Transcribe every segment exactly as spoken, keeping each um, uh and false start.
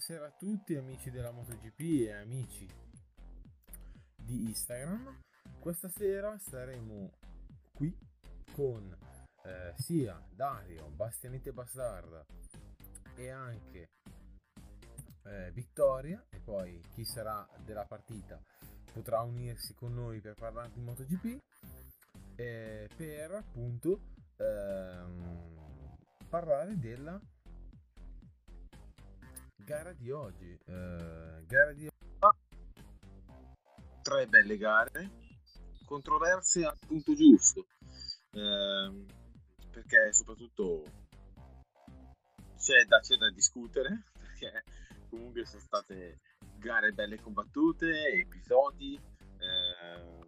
Buonasera a tutti amici della MotoGP e amici di Instagram. Questa sera saremo qui con eh, sia Dario, Bastianite Bastarda e anche eh, Vittoria, e poi chi sarà della partita potrà unirsi con noi per parlare di MotoGP eh, per appunto ehm, parlare della gara di oggi. Eh, gara di tre belle gare, controverse al punto giusto, ehm, perché soprattutto c'è da, c'è da discutere, perché comunque sono state gare belle combattute, episodi, ehm,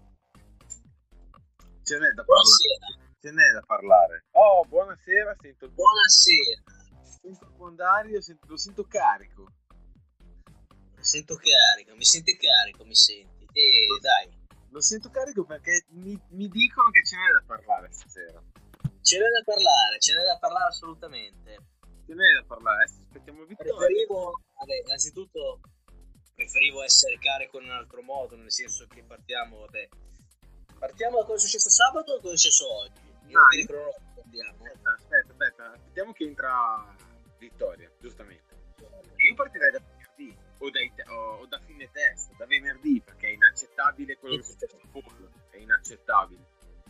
ce n'è da parlare. Ce n'è da parlare. Oh, buonasera, sento il buon... Buonasera. Sento il buon Dario, sento, lo sento carico. Sento carico, mi sente carico, mi senti. E lo, dai. Lo sento carico perché mi, mi dicono che ce n'è da parlare stasera. Ce n'è da parlare, ce n'è da parlare assolutamente. Ce n'è da parlare, aspettiamo Vittorio. Preferivo, vabbè, innanzitutto preferivo essere carico in un altro modo, nel senso che partiamo, vabbè. Partiamo da cosa è successo sabato o cosa è successo oggi? Io non ti cronologico, andiamo. Aspetta, aspetta, aspetta, aspettiamo che entra Vittoria, giustamente. Io partirei da venerdì o, dai te- o, o da fine test, da venerdì, perché è inaccettabile quello che è successo a Paul, è inaccettabile.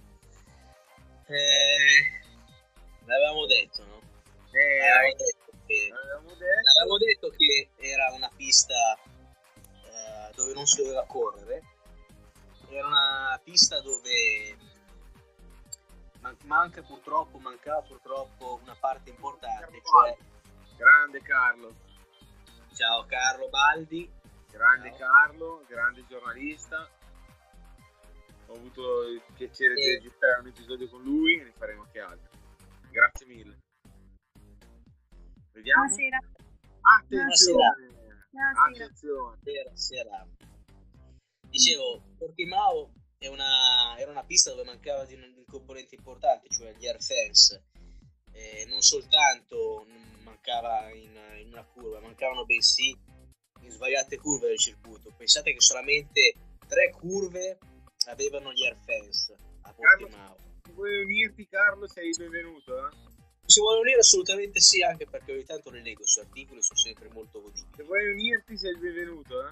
Eh, l'avevamo detto, no? Eh, l'avevamo, detto che, l'avevamo, detto. l'avevamo detto che era una pista eh, dove non si doveva correre, era una pista dove man- manca purtroppo, mancava purtroppo una parte importante, cioè... Grande Carlo. Ciao Carlo Baldi. Grande Ciao. Carlo, grande giornalista. Ho avuto il piacere e... di registrare un episodio con lui e ne faremo anche altri. Grazie mille. Vediamo. Buonasera. Attenzione. Buonasera. Attenzione. Buonasera. Dicevo, Portimao è una, era una pista dove mancava di un, di un componente importante, cioè gli air fence. Eh, non soltanto mancava in, in una curva, mancavano bensì in svariate curve del circuito. Pensate che solamente tre curve avevano gli air fence a Portimao. Se vuoi unirti, Carlo, sei benvenuto. Eh? Si vuole unire assolutamente sì, anche perché ogni tanto le leggo su articoli, sono sempre molto godibili. Se vuoi unirti, sei il benvenuto. Eh?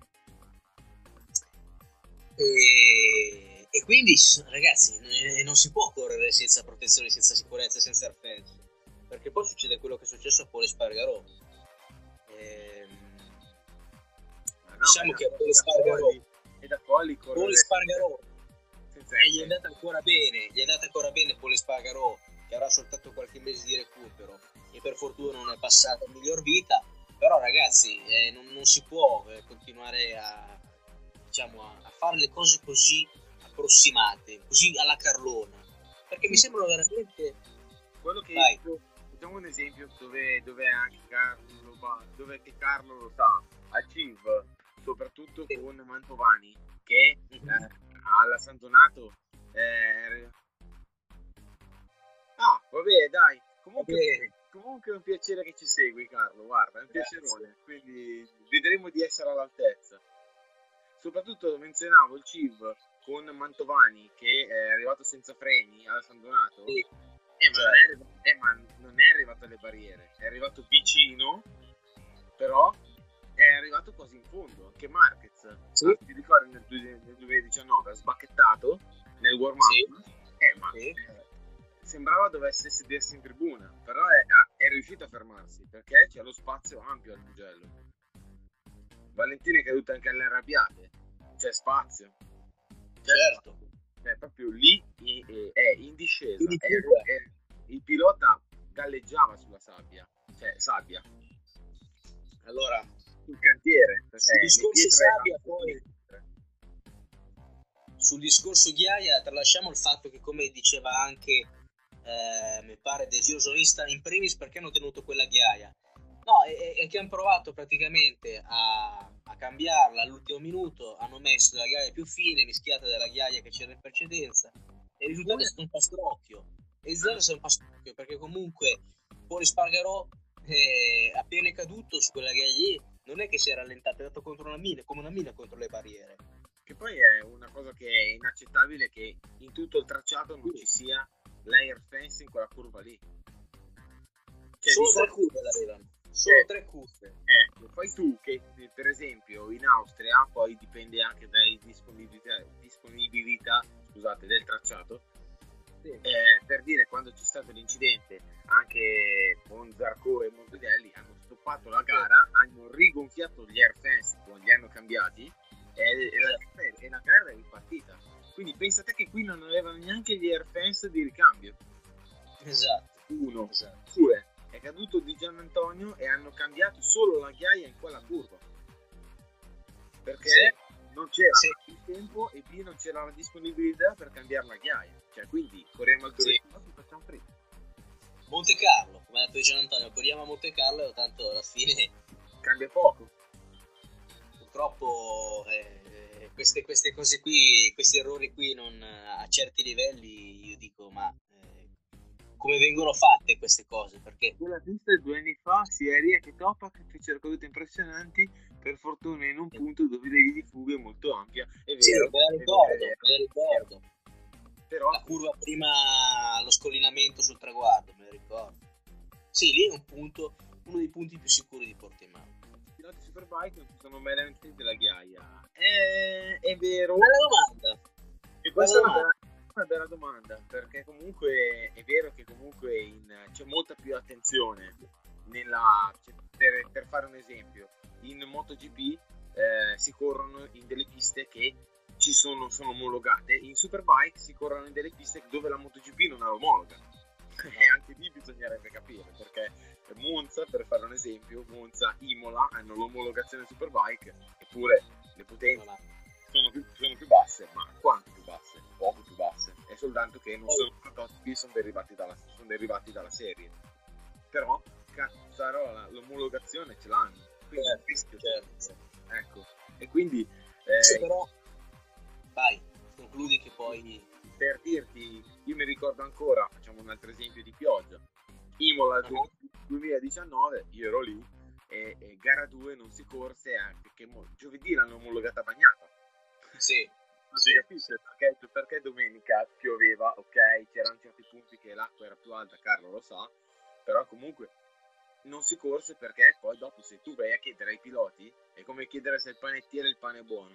E... e quindi, ragazzi, non si può correre senza protezione, senza sicurezza, senza air fence, perché poi succede quello che è successo a Pol Espargaró. Ehm... No, diciamo che a Pol Espargaró e da Pol Pol Espargaró e gli è andata ancora bene, gli è andata ancora bene Pol Espargaró, che avrà soltanto qualche mese di recupero e per fortuna non è passata a miglior vita, però ragazzi eh, non, non si può eh, continuare a, diciamo, a, a fare le cose così approssimate, così alla Carlona, perché mi sembrano veramente quello che Vai. Facciamo un esempio dove, dove anche Carlo dove che Carlo lo sa al C I V, soprattutto sì. Con Mantovani che mm-hmm. eh, alla San Donato eh... ah vabbè dai comunque, vabbè. comunque è un piacere che ci segui, Carlo, guarda, è un piacerone, quindi vedremo di essere all'altezza. Soprattutto menzionavo il C I V con Mantovani che è arrivato senza freni alla San Donato. Sì. Eh, ma, non è arrivato, eh, ma non è arrivato alle barriere, è arrivato vicino, però è arrivato quasi in fondo. Anche Marquez, sì. ah, ti ricordi nel, nel duemiladiciannove ha sbacchettato nel warm up, sì. eh, ma sì. eh, sembrava dovesse sedersi in tribuna, però è, è riuscito a fermarsi perché c'è lo spazio ampio al Mugello. Valentina è caduta anche alle arrabbiate, c'è spazio, c'è certo. Spazio. Cioè, proprio lì è in discesa, è, è, il pilota galleggiava sulla sabbia, cioè sabbia. Allora, sul cantiere, sul discorso sabbia, poi sul discorso ghiaia, tralasciamo il fatto che, come diceva anche eh, mi pare Desio Sonista, in primis perché hanno tenuto quella ghiaia. No, è, è che hanno provato praticamente a, a cambiarla all'ultimo minuto, hanno messo della ghiaia più fine, mischiata della ghiaia che c'era in precedenza, e il risultato è stato un pastrocchio. E il risultato è stato un pastrocchio, perché comunque Pol Espargaró E appena è caduto su quella ghiaia lì, non è che si è rallentato, è andato contro una mina, come una mina contro le barriere. Che poi è una cosa che è inaccettabile, che in tutto il tracciato non ci sia l'air fence in quella curva lì. Cioè, Solo di tre solito- curve l'avevano, solo Eh. tre curve. Ecco, fai tu che per esempio in Austria, poi dipende anche dalle disponibilità, disponibilità scusate, del tracciato, Sì. eh, per dire, quando c'è stato l'incidente anche con Zarco e Morbidelli hanno stoppato la gara, hanno rigonfiato gli air fence, li hanno cambiati e, e, la, e la gara è ripartita. Quindi pensate che qui non avevano neanche gli air fence di ricambio. Esatto. Uno, Esatto. due, è caduto Di Gian Antonio e hanno cambiato solo la ghiaia in quella curva perché Sì. non c'era Sì. il tempo e B non c'era la disponibilità per cambiare la ghiaia, cioè quindi corriamo al Sì. turismo e facciamo prima. Monte Carlo, come ha detto Gian Antonio, corriamo a Monte Carlo, tanto alla fine Cambia poco. purtroppo eh, queste, queste cose qui, questi errori qui non, a certi livelli io dico ma eh, come vengono fatte queste cose? Perché Quella pista due anni fa sia Ria che Topak fecero cadute impressionanti, per fortuna in un punto dove la linea di fuga è molto ampia, è vero. sì, me la è ricordo, vero, me la ricordo. Però La curva prima allo scollinamento sul traguardo, me la ricordo. Sì, lì è un punto, uno dei punti più sicuri di Portimao. i piloti Superbike non si sono mai lamentati della ghiaia. È, è vero. Bella domanda. E questa è una Bella bella, una bella domanda, perché comunque è vero che comunque in, c'è molta più attenzione nella, cioè, per, per fare un esempio, in MotoGP eh, si corrono in delle piste che ci sono, sono omologate, in Superbike si corrono in delle piste dove la MotoGP non ha omologa. E anche lì bisognerebbe capire, perché Monza, per fare un esempio, Monza, Imola hanno l'omologazione Superbike, eppure le potenze sono più, sono più basse, ma quanto più basse? Poco più basse. È soltanto che non sono prototipi, sono derivati dalla, sono derivati dalla serie. Però, cazzarola, l'omologazione ce l'hanno. Quindi, Certo, rischio, certo. ecco. E quindi, eh, Sì, però vai, concludi che poi per dirti, io mi ricordo ancora, facciamo un altro esempio di pioggia. Imola uh-huh. duemiladiciannove, io ero lì, e, e gara due non si corse anche perché mo- giovedì l'hanno omologata bagnata. sì, Non si capisce perché, perché domenica pioveva, ok, c'erano certi punti che l'acqua era più alta, Carlo lo sa, però comunque non si corse perché poi dopo se tu vai a chiedere ai piloti è come chiedere se il panettiere il pane è buono.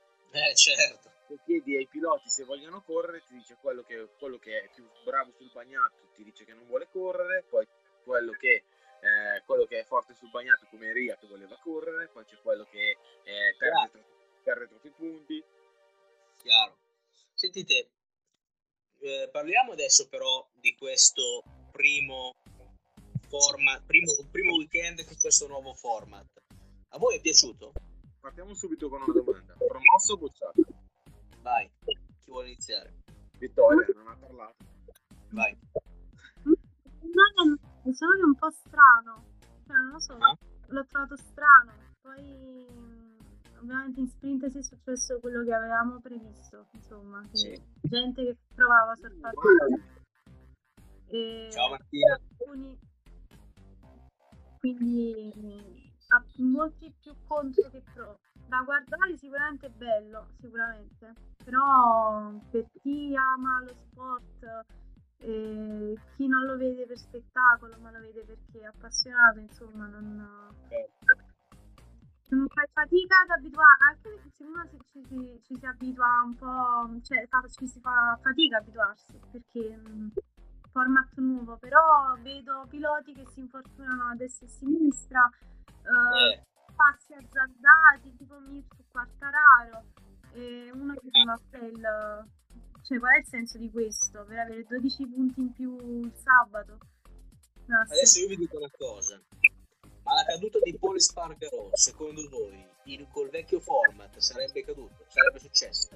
eh certo. Se chiedi ai piloti se vogliono correre ti dice quello che, quello che è più bravo sul bagnato ti dice che non vuole correre, poi quello che Eh, quello che è forte sul bagnato come Ria che voleva correre, poi c'è quello che eh, perde, troppi, perde troppi punti. Chiaro. Sentite, eh, parliamo adesso però di questo primo format, primo, primo weekend di questo nuovo format. A voi è piaciuto? Partiamo subito con una domanda. Promosso o bocciato? Vai, chi vuole iniziare? Vittoria, non ha parlato. Vai. No, è solo che è un po' strano, cioè non lo so, Ah. l'ho trovato strano. Poi ovviamente in sprint si è successo quello che avevamo previsto, insomma, che Sì. gente che provava a sorpare. E Ciao Martina. alcuni, quindi ha molti più contro che pro. Da guardare sicuramente è bello, sicuramente, però per chi ama lo sport, e chi non lo vede per spettacolo ma lo vede perché è appassionato, insomma, non, non fai fatica ad abituare, anche perché se uno si, ci, si, ci si abitua un po', cioè fa, ci si fa fatica a abituarsi perché mh, format nuovo, però vedo piloti che si infortunano a destra e a sinistra, eh, Eh. passi azzardati tipo Mirko Quartararo, e uno che non ha il... Cioè, qual è il senso di questo? Per avere dodici punti in più il sabato? No, Adesso io vi dico una cosa. Ma la caduta di Paul Espargaro, secondo voi, in, col vecchio format sarebbe caduto? Sarebbe successa?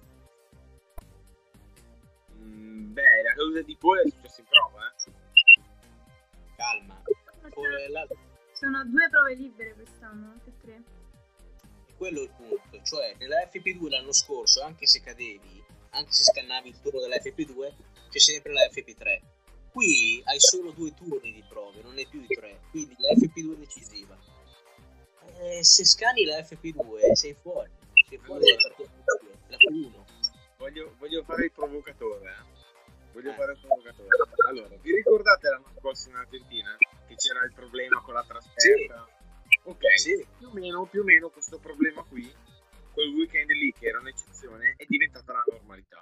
Mm, beh, la caduta di Paul è successa in prova, eh. Calma. Paul è là- Sono due prove libere quest'anno, non che tre. Quello è il punto. Cioè, nella F P due l'anno scorso, anche se cadevi, anche se scannavi il turno della F P due, c'è sempre la F P tre. qui hai solo due turni di prove, non è più di tre, quindi la F P due è decisiva. Eh, se scani la F P due sei fuori, sei fuori dalla F P uno. Voglio, voglio fare il provocatore, eh. Voglio Eh. fare il provocatore. Allora, vi ricordate l'anno scorso in Argentina che c'era il problema con la trasferta? Ok, Sì. più o meno, più o meno questo problema qui, quel weekend lì che era un'eccezione, è diventata la normalità.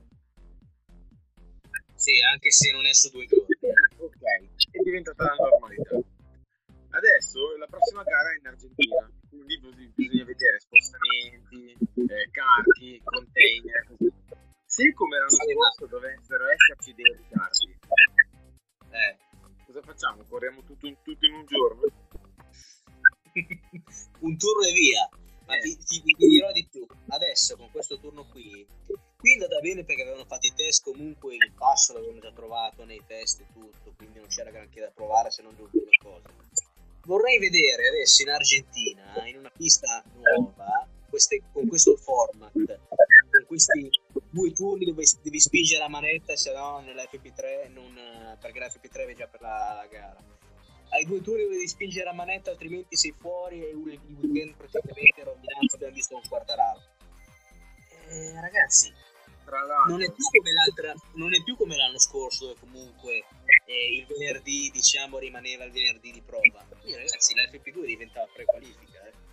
Sì, anche se non è su due giorni. Ok, è diventata la normalità. Adesso la prossima gara è in Argentina, quindi bus- bisogna vedere spostamenti, eh, carti, container. Se come l'anno scorso dovessero esserci dei ritardi, Eh. cosa facciamo? Corriamo tutto in, tutto in un giorno? Un turno e via. Ma Eh. ti, ti- ti dirò di più. Adesso con questo turno qui, qui è andata bene perché avevano fatto i test, comunque il passo l'avevano già trovato nei test e tutto, quindi non c'era granché da provare se non le ultime cose. Vorrei vedere adesso in Argentina, in una pista nuova, queste, con questo format, con questi due turni dove s- devi spingere la manetta, se no nella F P tre non, eh, perché la F P tre è già per la, la gara. Hai due turni dove devi spingere la manetta, altrimenti sei fuori, e il il weekend praticamente rovinato, abbiamo visto un quartararo. Eh, ragazzi, Tra l'altro, non è più come l'altra, non è più come l'anno scorso, dove comunque eh, il venerdì, diciamo, rimaneva il venerdì di prova. Quindi ragazzi, la F P due diventava prequalifica, eh.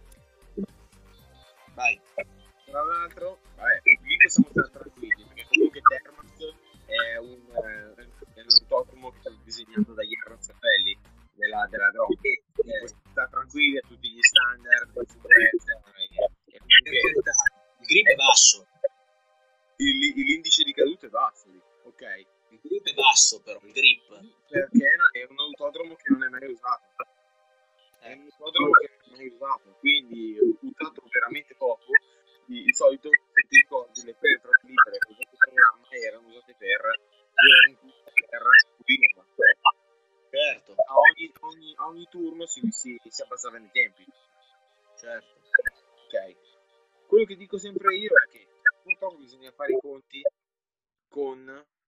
Vai. tra l'altro, vabbè, lì possiamo stare tranquilli, perché comunque Termas è un, eh, è un autodromo che è stato disegnato da Jaron Zappelli della, della Drone. Quindi possiamo stare tranquilli a tutti gli standard di sicurezza e, e Per comunque carità, il grip è basso, il- l'indice di caduta è basso lì, ok? il grip è basso però, il grip. Perché è un autodromo che non è mai usato. È un autodromo che non è mai usato, quindi ho usato veramente poco. Di, di solito, se ti ricordi, le prime prove libere che usate il programma erano usate per girare in pista per pulirla. Certo, A ogni, ogni, a ogni turno si, si, si abbassavano i tempi. certo. Ok. Quello che dico sempre io è che purtroppo bisogna fare i conti con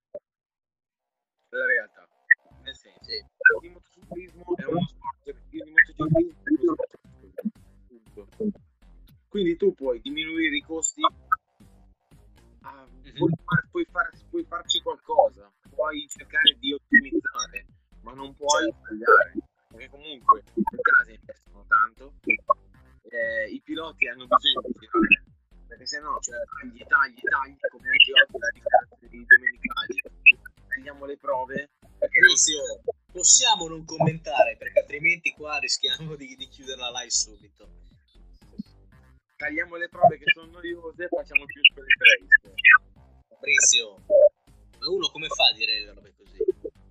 la realtà. Nel senso, Sì. il motociclismo è uno sport, il motociclismo è uno sport. Punto. Quindi tu puoi diminuire i costi, ah, puoi, far- puoi far- puoi farci qualcosa, puoi cercare di ottimizzare, ma non puoi sbagliare, perché comunque le case investono tanto, eh, i piloti hanno bisogno di girare, perché se no cioè, tagli, tagli, tagli, come anche oggi la dichiarazione di domenicali, tagliamo le prove, perché non si... Maurizio, possiamo non commentare perché altrimenti qua rischiamo di, di chiudere la live subito. tagliamo le prove che sono noiose e facciamo più sprint race. Maurizio, ma uno come fa a dire le robe così?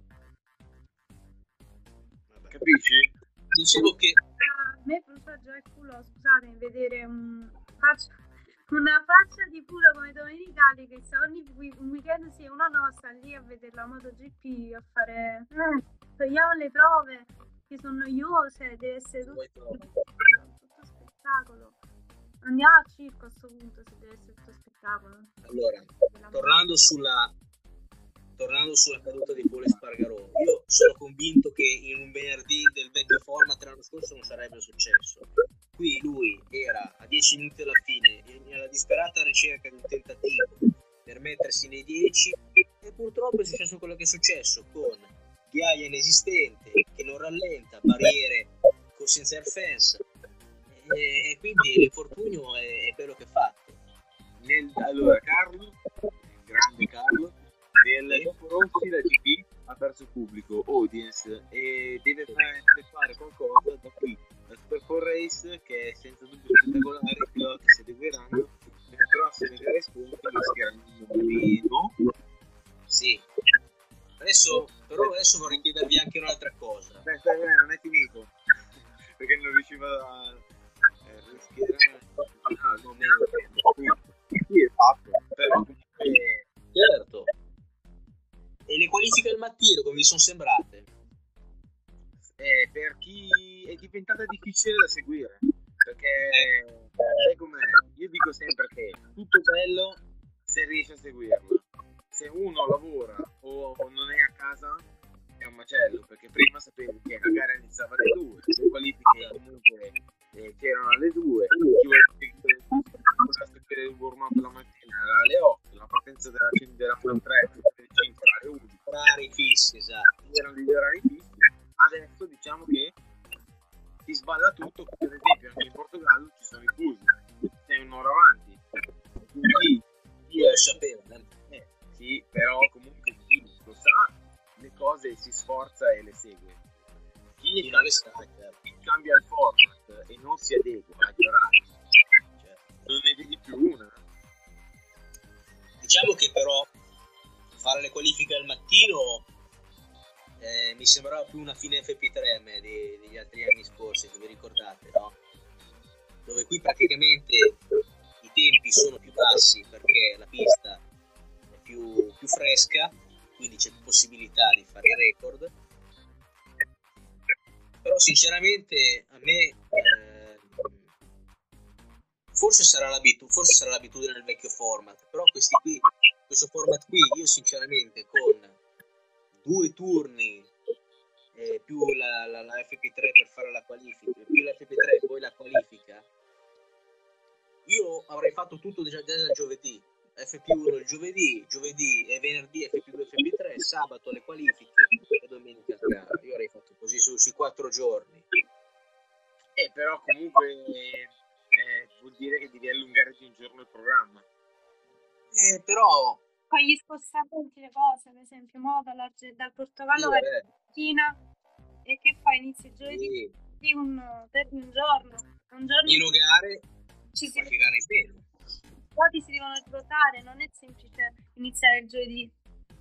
Vabbè. Capisci? Dicevo che A me brucia già il culo, scusate, vedere un faccia, una faccia di culo come Domenicali che se ogni wi- un weekend sia una nostra lì a vedere la MotoGP, a fare eh, togliamo le prove che sono noiose, deve essere tutto, tutto spettacolo. Andiamo al circo a sto punto se deve essere tutto spettacolo. allora, tornando sulla tornando sulla caduta di Pole Spargarò, io sono convinto che in un venerdì del vecchio format l'anno scorso non sarebbe successo. Qui lui era a dieci minuti alla fine, nella disperata ricerca di un tentativo per mettersi nei dieci, e purtroppo è successo quello che è successo, con ghiaia inesistente che non rallenta, barriere con senza air fence, e, e quindi l'infortunio è, è quello che fa. Nel, allora, Carlo, il grande Carlo, nel dopo Rossi la G P ha perso pubblico, audience, e deve fare, deve fare qualcosa da qui. La Super four Race, che è senza dubbio spettacolare, i piloti si adegueranno, nelle prossime gare spunti rischieranno di no. Sì. Adesso, però adesso vorrei chiedervi anche un'altra cosa. Aspetta, eh, non è finito, perché non riusciva a eh, rischiare. No, non è qui è fatto, però comunque Certo. E le qualifiche al mattino come vi sono sembrate? eh, per chi è diventata difficile da seguire, perché sai com'è? Io dico sempre che tutto bello se riesci a seguirlo. Se uno lavora o non è a casa macello, perché prima sapevi che la gara iniziava alle due, le qualifiche comunque eh, che erano alle due, chi voleva sapere il warm up la mattina era alle otto, la partenza della, della Formula tre alle cinque era alle undici, orari fissi, esatto, erano gli orari fissi. Adesso diciamo che si sballa tutto, per esempio anche in Portogallo ci sono i fusi, sei un'ora avanti, quindi io lo sapevo, eh, sì, però comunque chi lo sa le cose si sforza e le segue. Chi, chi non le sa, certo. Chi cambia il format e non si adegua agli orari, certo, non ne vedi più una. Diciamo che però fare le qualifiche al mattino eh, mi sembrava più una fine F P tre me di, degli altri anni scorsi, se vi ricordate, no? Dove qui praticamente i tempi sono più bassi perché la pista è più, più fresca, quindi c'è più possibilità di fare i record. Però sinceramente a me eh, forse sarà l'abitudine, forse sarà l'abitudine del vecchio format, però questi qui, questo format qui io sinceramente con due turni eh, più la, la, la F P tre per fare la qualifica, più la F P tre e poi la qualifica, io avrei fatto tutto già dal giovedì, F P uno il giovedì, giovedì e venerdì F P due e F P tre, sabato le qualifiche e domenica la gara. Io avrei fatto così su, sui quattro giorni. Eh, però comunque eh, vuol dire che devi allungare di un giorno il programma. Eh, però Con gli spostamenti, le cose, per esempio, mo dal, dal Portogallo sì, all'Argentina, e che fai? Inizi il giovedì, sì. un, per un giorno, un giorno meno gare, ci si qualche gara in meno. poi si devono svuotare, non è semplice iniziare il giovedì.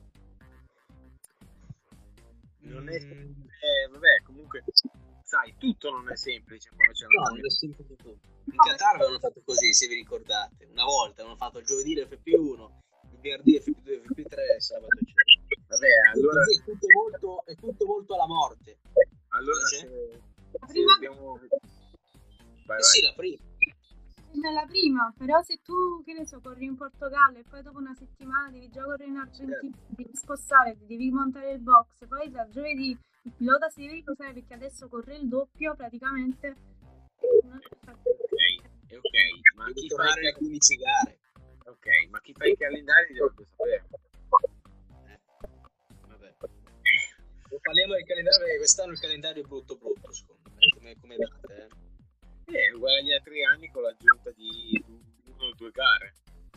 Non è eh, vabbè, comunque sai, tutto non è semplice quando c'è una No, non è semplice tutto. In Qatar avevano fatto così, se vi ricordate. Una volta hanno fatto il giovedì l'F P uno, il venerdì F P due, F P tre e sabato c'è. Vabbè, allora è tutto molto, è tutto molto alla morte. Allora C'è? se, se prima... dobbiamo vai, eh vai. sì, la prima. Nella prima, però se tu, che ne so, corri in Portogallo e poi dopo una settimana devi già correre in Argentina, certo, devi spostare, ti devi montare il box, poi da giovedì il pilota si deve riposare perché adesso corre il doppio praticamente. ok, ok, ma Devi chi tornare fa alle il quindici gare. ok, ma chi fa i calendari dovrebbe sapere. Eh, vabbè. Non parliamo del calendario perché quest'anno il calendario è brutto brutto, secondo me, come, come date, eh. Eh, uguale agli altri anni con l'aggiunta di uno o due gare.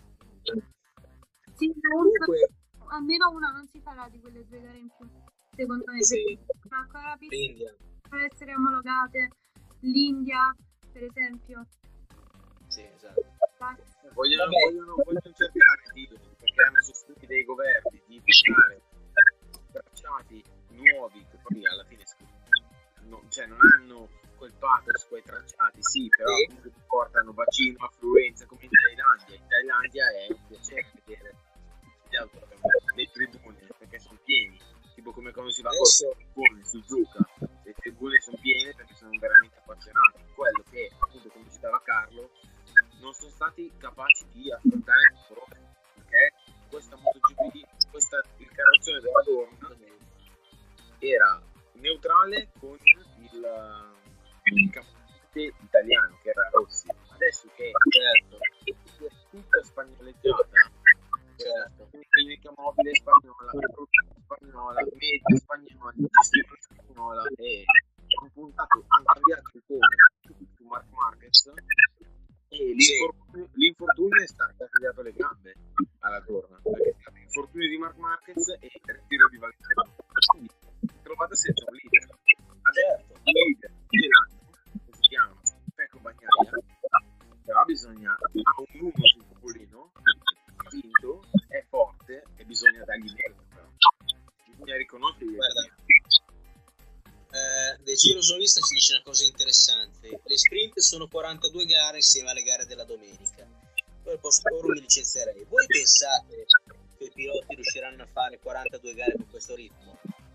Sì, Comunque, almeno una non si farà di quelle due gare in più, secondo me. sì, Ma ancora piste l'India. per essere omologate, l'India, per esempio. Sì, esatto. Vogliono, Vabbè. vogliono, vogliono cercare di, perché hanno sostenuto dei governi di portare tracciati nuovi che poi alla fine no, cioè non hanno quel pathos, quei tracciati, sì, però Sì. comunque portano bacino, affluenza come in Thailandia. In Thailandia è un piacere vedere gli autodromi, le tribune, perché sono pieni, tipo come quando si va a Adesso- correre su Zucca, le tribune sono piene perché sono veramente appassionati. Quello che appunto, come citava Carlo, non sono stati capaci di affrontare il problema, perché questa MotoGP, questa il carrozzone della Dorna era neutrale con il, il capitale italiano che era Rossi. Adesso che Certo, è tutta spagnoleggiata, certo. clinica mobile spagnola, produzione spagnola, media spagnola, gestione spagnola, e hanno puntato, hanno cambiato il nome su Marc Marquez e l'infortunio, l'infortunio è stato ha tagliato le gambe alla Dorna, perché è stato l'infortunio di Marc Marquez e il ritiro di Valentino, quindi trovata senza un leader. Adesso il leader dell'anno che si chiama Pecco Bagnaia, però bisogna ha un numero sul popolino, ha vinto, è forte e bisogna dargli merito, però bisogna riconoscere. Guarda, eh, del Giro Solista ci dice una cosa interessante: le sprint sono quarantadue gare insieme alle gare della domenica. Poi al posto loro mi licenzierei. Voi pensate che i piloti riusciranno a fare quarantadue gare con questo ritmo?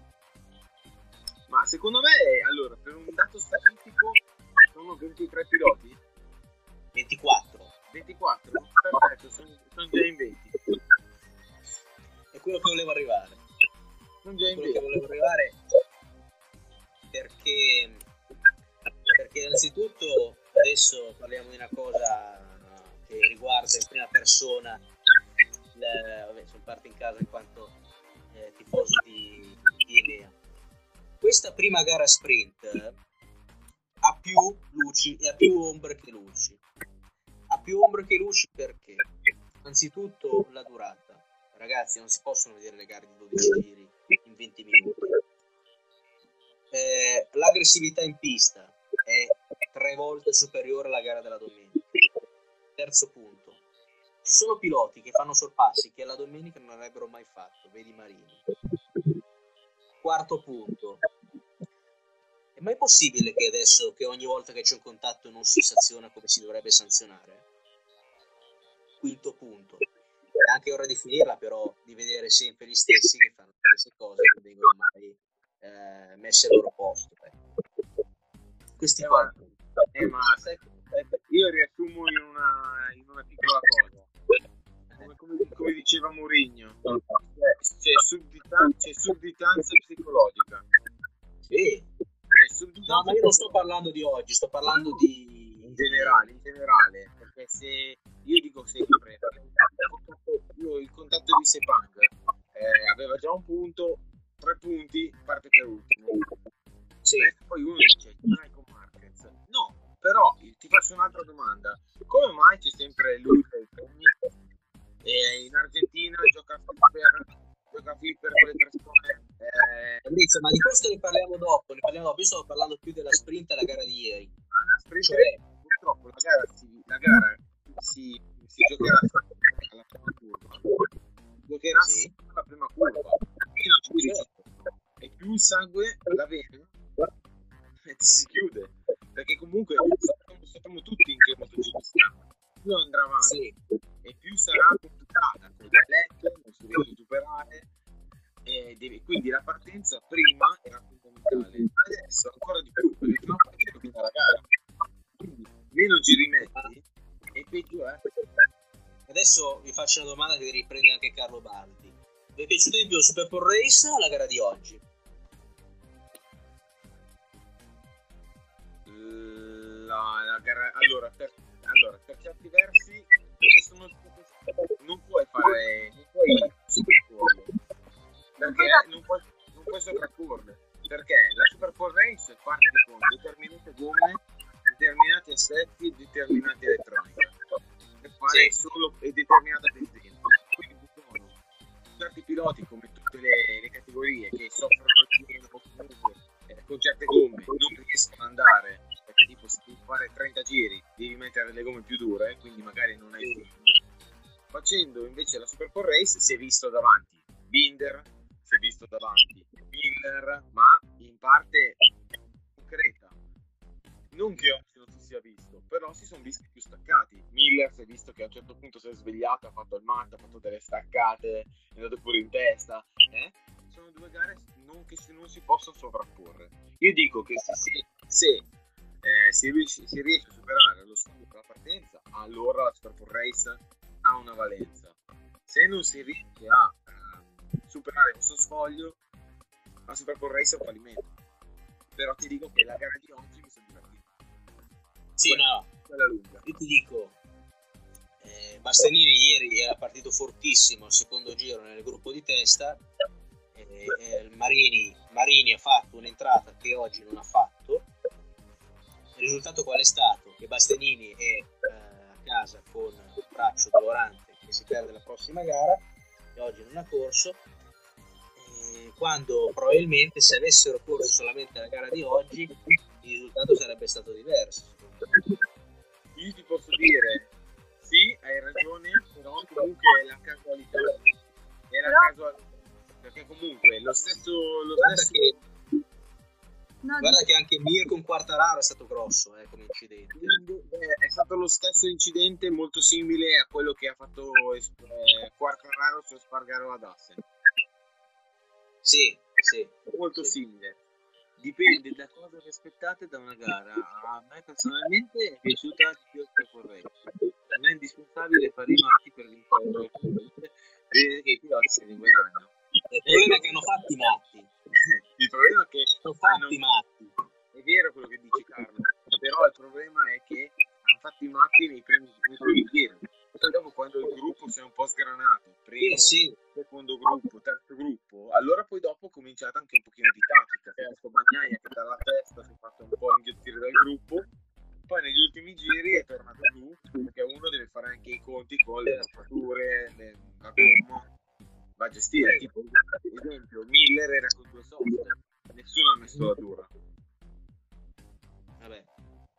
Ma secondo me, allora, per un dato statistico sono ventitré piloti? ventiquattro. ventiquattro? Perfetto, sono, sono già in venti. È quello che volevo arrivare. Sono già in Quello che venti. volevo arrivare perché, perché innanzitutto adesso parliamo di una cosa che riguarda in prima persona, il, vabbè, sono parte in casa in quanto eh, tifoso di, di Enea. Questa prima gara sprint ha più luci e ha più ombre che luci. Ha più ombre che luci perché? Innanzitutto la durata. Ragazzi, non si possono vedere le gare di dodici giri in venti minuti. Eh, l'aggressività in pista è tre volte superiore alla gara della domenica. Terzo punto. Ci sono piloti che fanno sorpassi che alla domenica non avrebbero mai fatto, vedi Marini. Quarto punto. È mai possibile che adesso, che ogni volta che c'è un contatto non si sanziona come si dovrebbe sanzionare? Quinto punto. È anche ora di finirla, però, di vedere sempre gli stessi che fanno le stesse cose che non vengono mai eh, messe al loro posto. Eh. Questi eh, qua. ma, eh, ma sai, io riassumo in una, in una piccola cosa. Come, come, come diceva Mourinho, c'è, c'è, sudditanza, c'è sudditanza psicologica. Sì. No, ma io non sto parlando di oggi, sto parlando di in generale, in generale, perché se io dico sempre, io il contatto di Sepang eh, aveva già un punto, tre punti, parte per ultimo. Sì. E poi uno dice, dai con Marquez. No, però ti faccio un'altra domanda. Come mai c'è sempre lui e in Argentina gioca a flipper, gioca a flipper con le persone? Eh, Fabrizio, ma di questo ne parliamo dopo, ne parliamo dopo. Io stavo parlando più della sprint e la gara di ieri. la sprint Cioè, purtroppo la gara si, la gara si, si giocherà alla prima curva. Giocherà sì. alla prima curva. Io non ci dico. E più il sangue la vena e si chiude. Perché comunque sappiamo, sappiamo tutti in che MotoGP stiamo. Più andrà avanti sì. e più sarà complicata con le alette, non si riesce a superare. E devi, quindi la partenza prima era fondamentale, adesso ancora di più perché non facendo fino alla gara, quindi meno giri metti e peggio è. Adesso vi faccio una domanda che riprende anche Carlo Baldi. Vi è piaciuto di più il Super Pole Race o la gara di oggi? La, la gara, allora per, allora per certi versi sono, non puoi fare, non puoi superporre, perché non puoi, non puoi sovrapporre, perché la Super Pole Race parte con determinate gomme, determinati assetti e determinati elettronica per fare sì. solo e determinata benzina. Quindi ci sono certi piloti, come tutte le, le categorie, che soffrono di o comunque eh, con certe gomme non riescono ad andare, perché tipo se devi fare trenta giri devi mettere le gomme più dure, quindi magari non hai sì. Facendo invece la Super Pole Race si è visto davanti Binder, si è visto davanti Miller, ma in parte concreta. Non che oggi non si sia visto, però si sono visti più staccati. Miller si è visto che a un certo punto si è svegliato, ha fatto il matto, ha fatto delle staccate, è andato pure in testa. Eh? Sono due gare non che non si possono sovrapporre. Io dico che se, se, se eh, si, riesce, si riesce a superare lo scoglio per la partenza, allora la Super Pole Race ha una valenza. Se non si riesce a superare questo sfoglio, la Super Pole Race è un fallimento. Però ti dico che la gara di oggi mi sono divertito. Sì, quella, no, quella lunga. io ti dico, eh, Bastianini ieri era partito fortissimo al secondo giro nel gruppo di testa, eh, eh, Marini, Marini ha fatto un'entrata che oggi non ha fatto. Il risultato qual è stato? Che Bastianini è eh, a casa con un braccio dolorante che si perde la prossima gara e oggi non ha corso, eh, quando probabilmente se avessero corso solamente la gara di oggi il risultato sarebbe stato diverso. Io ti posso dire sì, hai ragione, però comunque è la casualità, è la casualità, perché comunque lo stesso, lo guarda stesso... che No, guarda che anche Mir con Quartararo è stato grosso eh, come incidente. è stato lo stesso incidente molto simile a quello che ha fatto eh, Quartararo su Espargaro ad Assen. Sì, sì, Molto sì. simile. Dipende da cosa vi aspettate da una gara. A me personalmente è piaciuta di più che corretta. Non è indispensabile fare i matti per vincere, vedere che i piloti si riguadagnano. Il problema è che hanno fatto i matti. Il problema è che Sono fatti hanno, i matti. vero quello che dice Carlo, però il problema è che hanno fatto i matti nei primi, nei primi giri. Poi dopo, quando il gruppo si è un po' sgranato, primo, Sì, sì. secondo gruppo, terzo gruppo, allora poi dopo è cominciata anche un pochino di tattica. C'è questo Bagnaia che dalla testa si è fatto un po' inghiottire dal gruppo, poi negli ultimi giri è tornato giù, perché uno deve fare anche i conti con le mappature, le, la gomma, va a gestire. Tipo, ad esempio, Miller era con due soft, nessuno ha messo la dura. Vabbè.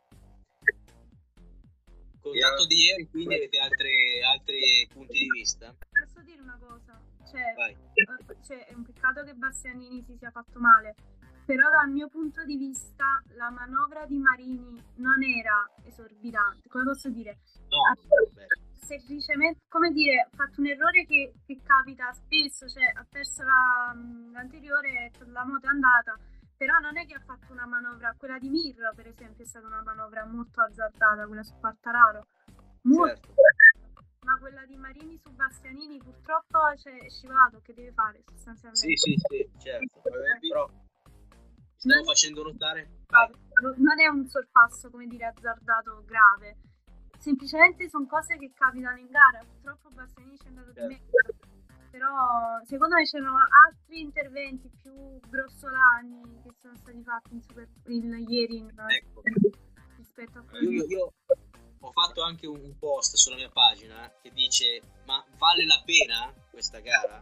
Col dato di ieri, quindi avete altre, altri punti di vista? Posso dire una cosa? Cioè, Vai. eh, cioè, è un peccato che Bastianini si sia fatto male, però dal mio punto di vista la manovra di Marini non era esorbitante. Come posso dire? No, Ha- vabbè. semplicemente, come dire, ha fatto un errore che, che capita spesso, cioè ha perso la, l'anteriore, la moto è andata, però non è che ha fatto una manovra, quella di Mir per esempio è stata una manovra molto azzardata, quella su Quartararo, molto, Certo. ma quella di Marini su Bastianini purtroppo c'è è scivolato, che deve fare sostanzialmente? Sì, sì, sì, certo. Vabbè, Però stavo Non- facendo notare. Vai. non è un sorpasso, come dire, azzardato grave, semplicemente sono cose che capitano in gara. Purtroppo Bastianini ci è andato di Certo. mezzo, però secondo me c'erano altri interventi più grossolani che sono stati fatti in super, il, ieri in, Ecco. rispetto a Io, quello io- io ho fatto anche un, un post sulla mia pagina che dice: ma vale la pena questa gara?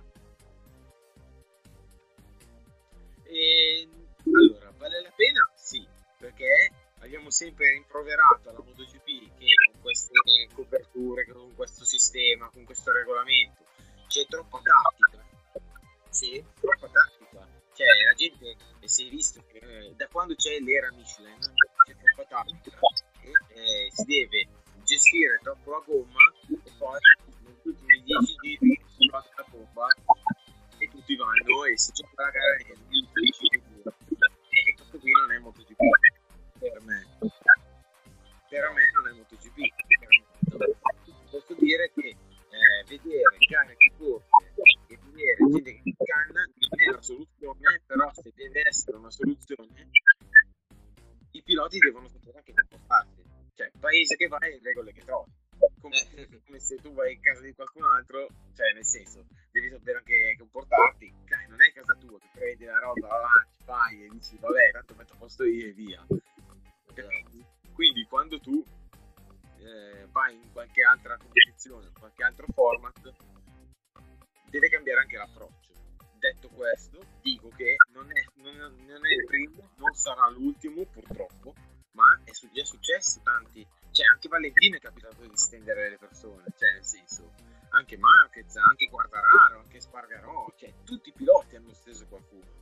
E, allora, vale la pena? Sì, perché abbiamo sempre rimproverato alla MotoGP che con queste coperture, con questo sistema, con questo regolamento c'è troppa tattica. Sì. Troppa tattica. Cioè, la gente, e si è visto che eh, da quando c'è l'era Michelin c'è troppa tattica e eh, si deve gestire troppo la gomma e poi negli ultimi dieci giri si fa la bomba e tutti vanno e si gioca la gara negli ultimi dieci giri. E questo qui non è MotoGP per me. Per me non è MotoGP. Posso dire che eh, vedere gare di corse e vedere gente che canna non è la soluzione, però se deve essere una soluzione i piloti devono sapere anche comportarsi. Cioè, paese che vai, regole che trovi. Come, come se tu vai in casa di qualcun altro, cioè nel senso, devi sapere anche comportarti. Dai, non è casa tua che prendi la roba, la lanci, fai e dici vabbè, tanto metto a posto io e via. Quindi quando tu eh, vai in qualche altra competizione, in qualche altro format, deve cambiare anche l'approccio. Detto questo, dico che non è, non, non è il primo, non sarà l'ultimo purtroppo, ma è su- già successo tanti. Cioè, anche Valentino è capitato di stendere le persone, cioè nel senso, anche Marquez, anche Quartararo, anche Spargarò, cioè tutti i piloti hanno steso qualcuno.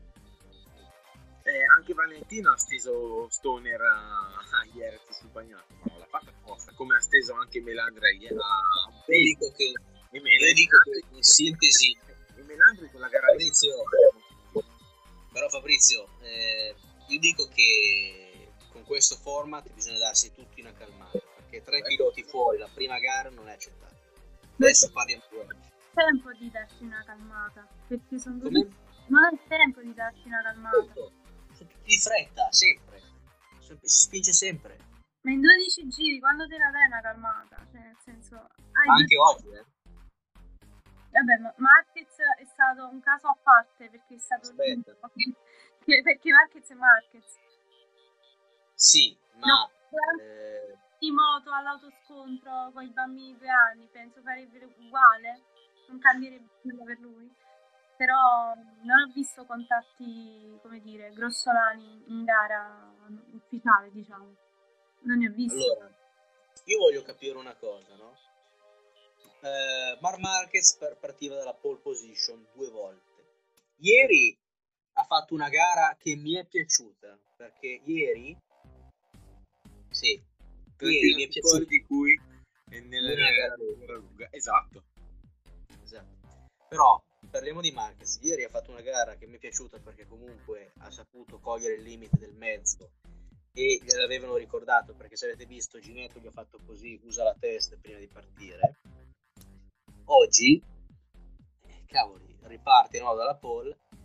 Eh, anche Valentino ha steso Stoner a, a Jerez sul bagnato, ma non l'ha fatto apposta, come ha steso anche Melandri a, a Io dico che, e io dico che in sintesi, e Melandri con la gara lì. Fabrizio, però Fabrizio, eh, io dico che con questo format bisogna darsi tutti una calmata, perché tre piloti fuori la prima gara non è accettabile. Adesso parliamo di oggi. è tempo di darsi una calmata, perché sono Come? tutti... non è tempo di darsi una calmata. Tutto. Sono tutti di fretta, sempre. Si spinge sempre. Ma in dodici giri, quando te la dai una calmata? Cioè, nel senso... hai Ma anche due- oggi, eh. Vabbè, ma Marquez è stato un caso a parte, perché è stato... Aspetta. Che- perché Marquez è Marquez. Sì, ma No, eh, di moto all'autoscontro con i bambini di due anni, penso farebbe uguale, non cambierebbe nulla per lui. Però non ho visto contatti, come dire, grossolani in gara ufficiale, diciamo. Non ne ho visto. allora, io voglio capire una cosa, no? Eh, Marc Marquez per- partiva dalla pole position due volte. Ieri ha fatto una gara che mi è piaciuta, perché ieri, sì, ieri mi è piaciuta. di cui è nella Nella gara gara lunga. Esatto. Esatto. Però parliamo di Marquez. Ieri ha fatto una gara che mi è piaciuta perché comunque ha saputo cogliere il limite del mezzo e gliel'avevano ricordato, perché se avete visto Ginetto gli ha fatto così, usa la testa prima di partire. Oggi eh, cavoli, riparte no, dalla pole,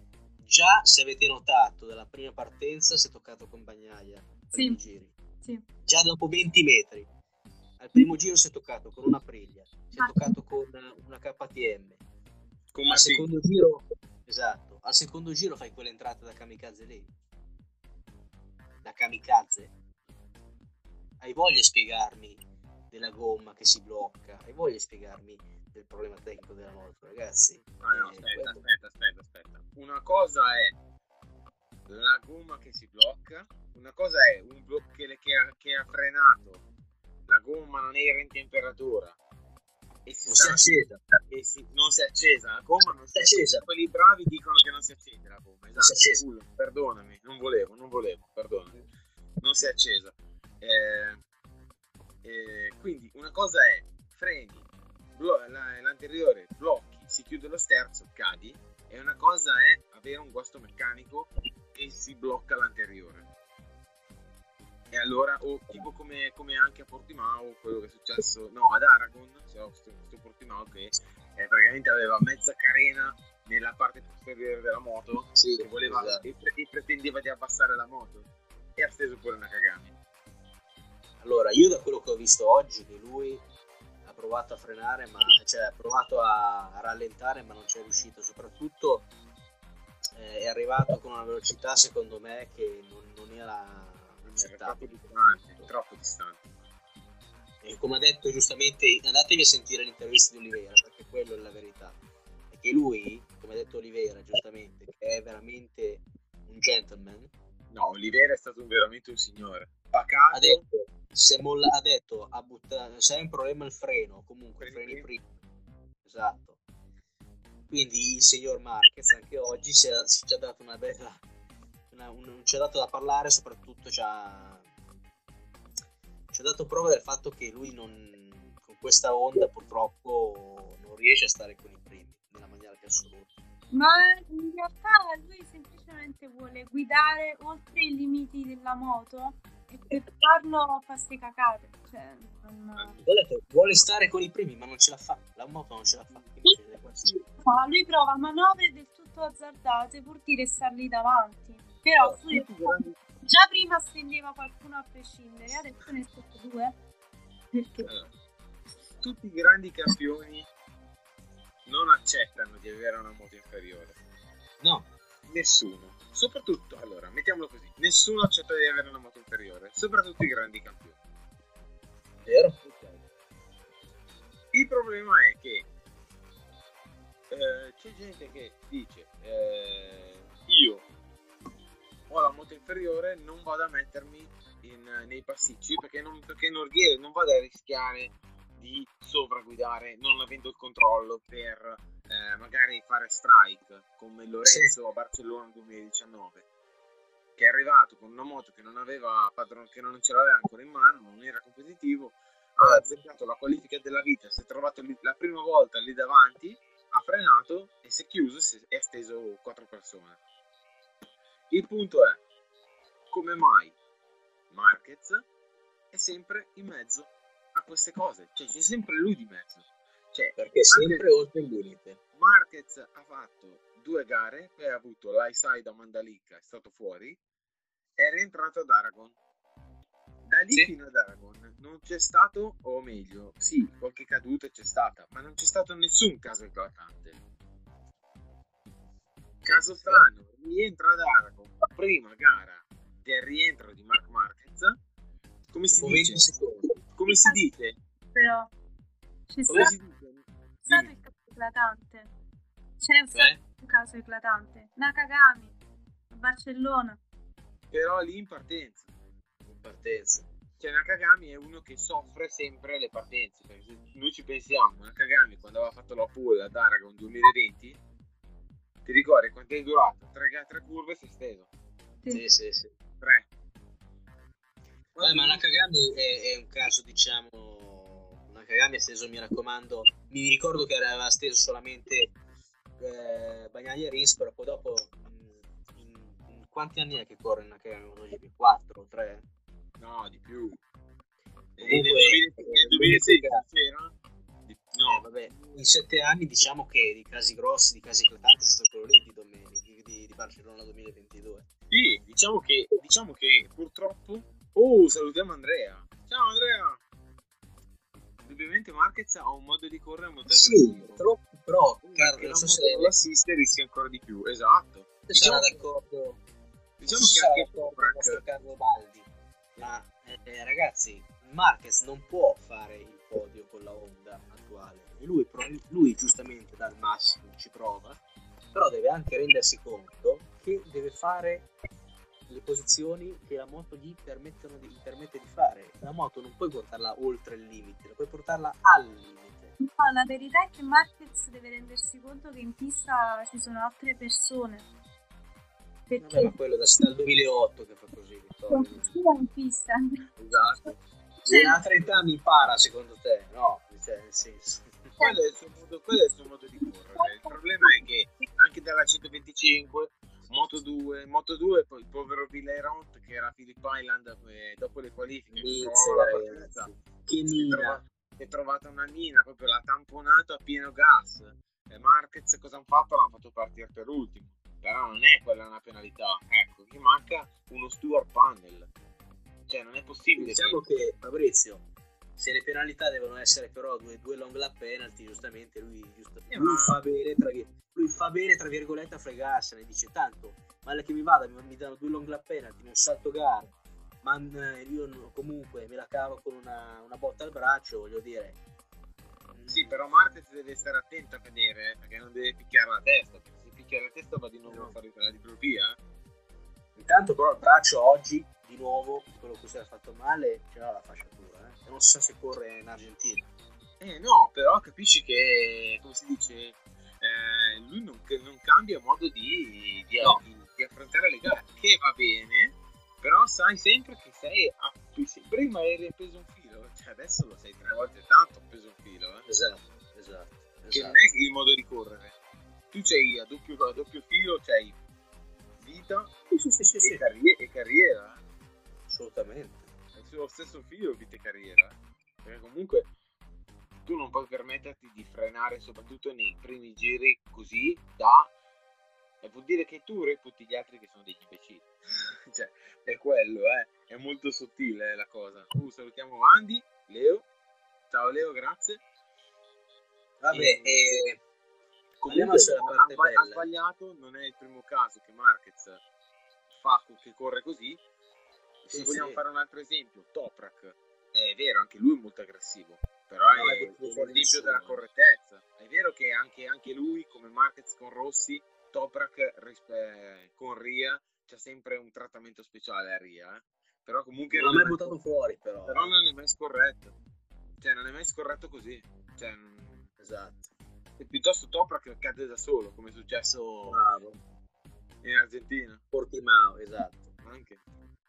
già se avete notato dalla prima partenza si è toccato con Bagnaia Sì. primi giri, Sì. già dopo venti metri al primo giro si è toccato con una Aprilia, si è Ah. toccato con una K T M, Come al sì. secondo giro esatto al secondo giro fai quell'entrata da kamikaze lì, da kamikaze. Hai voglia di spiegarmi della gomma che si blocca, hai voglia di spiegarmi del problema tecnico della moto, ragazzi? No, no, Eh, aspetta, quello- aspetta, aspetta, aspetta. Una cosa è la gomma che si blocca, una cosa è un blocco che, che ha, che ha frenato, la gomma non era in temperatura e si, non si è sta- accesa, e si- non si è accesa, la gomma non si è accesa. accesa. Quelli bravi dicono che non si accende la gomma, Non si è esatto. accesa. Scusa, perdonami, non volevo, non volevo, perdonami. Non si è accesa. Eh, eh, quindi una cosa è freni, blo- la- l'anteriore blocchi, si chiude lo sterzo, cadi, e una cosa è avere un guasto meccanico e si blocca l'anteriore. E allora, o tipo come, come anche a Portimao, quello che è successo, no, ad Aragon, c'era questo, questo Portimao che eh, praticamente aveva mezza carena nella parte posteriore della moto, Sì, che voleva esatto. e, pre- e pretendeva di abbassare la moto, e ha steso pure una Kagami. Allora, io da quello che ho visto oggi, che lui ha provato a frenare, ma cioè ha provato a, a rallentare, ma non c'è riuscito. Soprattutto eh, è arrivato con una velocità, secondo me, che non, non era Era troppo accettabile. distante, troppo distante. E come ha detto giustamente, andatevi a sentire l'intervista di Oliveira, perché quello è la verità. È che lui, come ha detto Oliveira, giustamente, che è veramente un gentleman, No, Oliveira è stato veramente un signore. ha Pacato, detto, se molla, ha detto ha buttato, se hai un problema il freno, comunque Freni freni prima. Esatto. Quindi il signor Marquez anche oggi ci ha, ci ha dato una bella una, un, ci ha dato da parlare, soprattutto ci ha, ci ha dato prova del fatto che lui non, con questa Honda purtroppo non riesce a stare con i primi nella maniera più assoluta. Ma in realtà lui semplicemente vuole guidare oltre i limiti della moto e per farlo fa ste cacate. Cioè, non... Ho detto, vuole stare con i primi, ma non ce la fa. La moto non ce la fa. Quindi si deve quasi- fa, lui prova manovre del tutto azzardate pur di restargli davanti. Però Oh, lui tutti i grandi- già prima stendeva qualcuno a prescindere, adesso ne stende due. Perché? allora, tutti i grandi campioni non accettano di avere una moto inferiore. No, Nessuno. Soprattutto, allora, mettiamolo così, nessuno accetta di avere una moto inferiore, soprattutto i grandi campioni. vero? Il problema è che eh, c'è gente che dice eh, io ho la moto inferiore, non vado a mettermi in, nei pasticci perché non, perché non, non vado a rischiare di sovraguidare non avendo il controllo per eh, magari fare strike come Lorenzo Sì. a Barcellona duemiladiciannove, che è arrivato con una moto che non aveva padron- che non ce l'aveva ancora in mano, non era competitivo, ha azzeccato la qualifica della vita, si è trovato lì, la prima volta lì davanti, ha frenato e si è chiuso e si è steso quattro persone. Il punto è, come mai Marquez è sempre in mezzo a queste cose? Cioè c'è sempre lui di mezzo. Cioè, Perché è sempre oltre il limite. Marquez ha fatto due gare, poi ha avuto l'Highside a Mandalika, è stato fuori, è rientrato ad Aragon. Da lì Sì. fino ad Aragon non c'è stato, o meglio, sì, qualche caduta c'è stata, ma non c'è stato nessun caso eclatante. Caso strano, rientra ad Aragon, prima gara del rientro di Marc Marquez, come si Dopo dice? venti secondi. Come si dice? Però c'è Come stato, si dice? stato Dimmi. il caso eclatante. C'è Cioè? stato un caso eclatante. Nakagami a Barcellona. Però lì in partenza. In partenza. Cioè Nakagami è uno che soffre sempre le partenze, perché se noi ci pensiamo, Nakagami quando aveva fatto la pole ad Aragon duemilaventi, ti ricordi quanto è durato? Tre, tre curve e si è steso. Sì, sì, sì. Tre. Vabbè, ma Nakagami è, è un caso, diciamo, Nakagami ha steso, mi raccomando, mi ricordo che aveva steso solamente eh, Bagnaia Rins, però poi dopo mh, in, in quanti anni è che corre Nakagami in MotoGP? quattro, tre? No, di più. E Comunque, nel, duemila, nel duemilasedici c'era? Di- Eh, No, vabbè, in sette anni diciamo che di casi grossi, di casi eclatanti è stato quello lì di Domenici, di, di Barcellona duemilaventidue. Sì, diciamo che, diciamo che purtroppo... Oh, salutiamo Andrea. Ciao Andrea! Indubbiamente Marquez ha un modo di correre molto aggressivo. troppo, però, Carlo, Che non so se se non l'assiste rischia ancora di più. Esatto. diciamo Diciamo che, d'accordo. diciamo non so che se anche sarà d'accordo Toprak- il nostro Carlo Baldi, ma eh, ragazzi, Marquez non può fare il podio con la Honda attuale. E lui, pro- lui giustamente dà il massimo, ci prova, però deve anche rendersi conto che deve fare le posizioni che la moto gli permettono di, gli permette di fare. La moto non puoi portarla oltre il limite, la puoi portarla al limite. No, la verità è che Marquez deve rendersi conto che in pista ci sono altre persone. Vabbè, Perché ma quello da, dal duemilaotto che fa così, Vittorio. continua in pista. Esatto. Cioè, Se ha trenta anni impara, secondo te? No, cioè, nel senso. quello è il suo modo, quello è il suo modo di correre. Il problema è che anche dalla centoventicinque, Moto due, Moto due, poi il povero Villeront che era Phillip Island, eh, dopo le qualifiche si Inizia, trovava la ragazzi. partenza, Che si è, mina. trova- si è trovata una mina, proprio l'ha tamponato a pieno gas. E Marquez cosa hanno fatto? L'hanno fatto partire per ultimo. Però non è quella una penalità. Ecco, gli manca uno Stuart Panel. Cioè, non è possibile. Diciamo che Fabrizio, se le penalità devono essere però due, due long lap penalty, giustamente lui, giusto, Eh, lui ma- fa bene tra, vir- lui fa bene tra virgolette a fregarsene, dice tanto male che mi vada mi, mi danno due long lap penalty, non salto gara, ma eh, io no- comunque me la cavo con una, una botta al braccio, voglio dire. Mm, Sì, però Marquez deve stare attento a cadere, eh, perché non deve picchiare la testa. Perché se picchia la testa va di nuovo a fare la diplopia. Eh. Intanto però il braccio oggi, di nuovo, quello che si era fatto male, c'era la fasciatura, eh? E non si sa se corre in Argentina. Eh no, però capisci che, come si dice, eh, lui non, non cambia modo di, di, No. di- di affrontare le gare, che va bene, però sai sempre che sei appeso. Prima eri appeso un filo, cioè adesso lo sei tre volte tanto appeso un filo, eh, Esatto, esatto. che esatto. non è il modo di correre. Tu c'hai a doppio, a doppio filo, c'hai vita Sì, sì, sì, sì, e, sì. carrie- e carriera, eh. Assolutamente. È sullo stesso filo vita e carriera, perché comunque tu non puoi permetterti di frenare soprattutto nei primi giri così da e vuol dire che tu reputi gli altri che sono degli imbecilli. Cioè è quello, eh è molto sottile, eh, la cosa. Uh, salutiamo Andy, Leo, ciao Leo, grazie. Vabbè, E- eh, Comunque Andiamo sulla parte ha, ha bella. sbagliato, non è il primo caso che Marquez fa che corre così. Se Sì, vogliamo sì. fare un altro esempio, Toprak è vero, anche lui è molto aggressivo, però Non è è potuto fare l'esempio nessuno. della correttezza. È vero che anche, anche lui, come Marquez con Rossi, Toprak ris- eh, con Ria c'è sempre un trattamento speciale a Ria, eh. Però comunque Non l'ha non, mai è buttato fuori, però. però non è mai scorretto, cioè non è mai scorretto così, cioè, non- Esatto. e piuttosto Toprak cade da solo, come è successo Bravo. in Argentina Portimao, esatto. anche.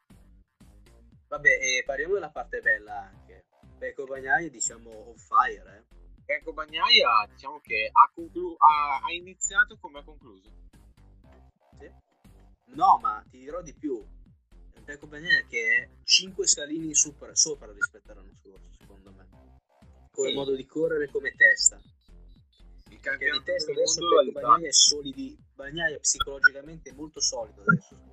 Vabbè, e parliamo della parte bella anche. Pecco Bagnaia, diciamo, on fire, eh. Ecco, Bagnaia diciamo che ha, conclu- ha, ha iniziato come ha concluso. Sì. No, ma ti dirò di più. È un Pecco Bagnaia che è cinque scalini super, sopra rispetto all'anno scorso, secondo me. Come Sì. modo di correre, come testa. Il Perché di campionato testa del adesso mondo Pecco all'Italia. Bagnaia è solidi. Bagnaia è psicologicamente molto solido adesso, secondo me.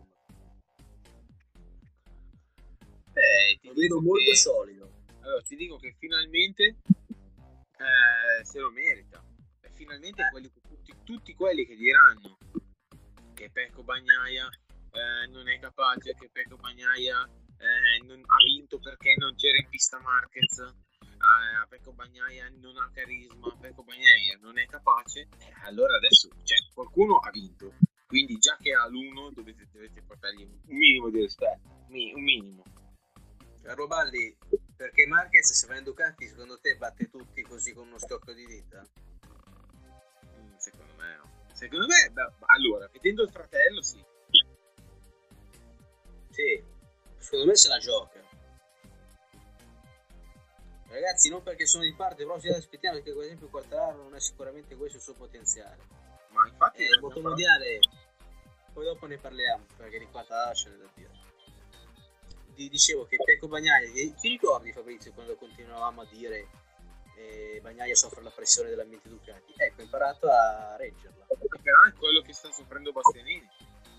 Beh, ti Lo vedo dico molto che, solido. allora, ti dico che finalmente eh, se lo merita. E finalmente Eh. quelli, tutti, tutti quelli che diranno che Pecco Bagnaia eh, non è capace, che Pecco Bagnaia eh, non, ha vinto perché non c'era in pista Marquez, eh, Pecco Bagnaia non ha carisma, Pecco Bagnaia non è capace, eh, allora adesso cioè, qualcuno ha vinto, quindi già che ha l'uno dovete, dovete portargli un minimo di rispetto, mi- un minimo. Carlo Baldi, perché Marquez se va in Ducati secondo te batte tutti così con uno schiocco di dita? Mm, secondo me no. Secondo me, beh, allora, vedendo il fratello sì. Sì, secondo me se la gioca. Ragazzi, non perché sono di parte, però ci aspettiamo perché per esempio Quartararo non è sicuramente questo il suo potenziale. Ma infatti Eh, il motomondiale, poi dopo ne parliamo, perché di Quartararo c'è da dire. Di, dicevo che Pecco Bagnaia, eh, ti ricordi Fabrizio quando continuavamo a dire eh, Bagnaia soffre la pressione dell'ambiente Ducati? Ecco, ha imparato a reggerla. però è quello che sta soffrendo Bastianini.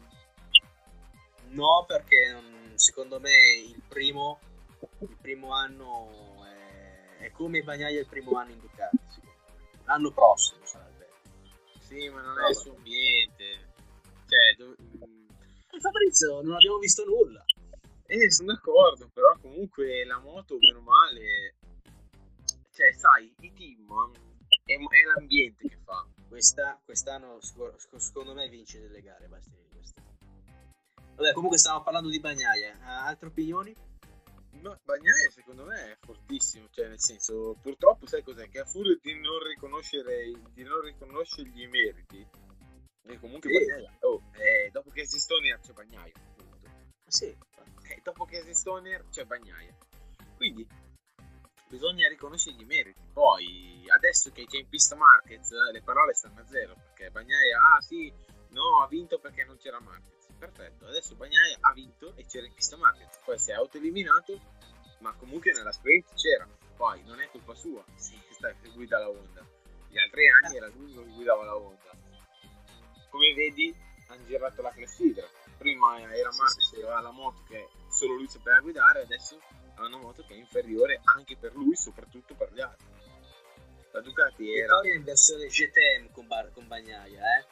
no, perché non- secondo me il primo, il primo anno è, è come Bagnaia il primo anno in Ducati. secondo me. L'anno prossimo sarebbe. Sì, ma non è il suo ambiente. Cioè, dov- mm, E Fabrizio, non abbiamo visto nulla. eh, sono d'accordo, però comunque la moto, meno male, cioè, sai, i team è, è l'ambiente che fa. Questa, quest'anno sicur- sc- secondo me vince delle gare, basta dire questo. Vabbè, comunque stavamo parlando di Bagnaia. Ha altre opinioni? Ma Bagnaia secondo me è fortissimo, cioè nel senso, purtroppo sai cos'è? Che a furia di non riconoscere, di non riconoscergli i meriti, e comunque Sì. Bagnaia, oh, eh, dopo che si Stoner c'è Bagnaia, appunto. Sì. Eh, dopo che si Stoner c'è Bagnaia. Quindi bisogna riconoscergli i meriti. Poi adesso che c'è in pista Marquez, le parole stanno a zero, perché Bagnaia, ah sì, no, ha vinto perché non c'era Marquez. Perfetto, adesso Bagnaia ha vinto e c'era in pista Marquez, poi si è autoeliminato, ma comunque nella sprint c'era. Poi non è colpa sua se sta che guida la Honda. Gli altri anni era lui che guidava la Honda. Come vedi, hanno girato la clessidra. Prima era Marquez che aveva la moto che solo lui sapeva guidare, adesso ha una moto che è inferiore anche per lui, soprattutto per gli altri. La Ducati era Vittoria in versione G T M con, Bar- con Bagnaia, eh?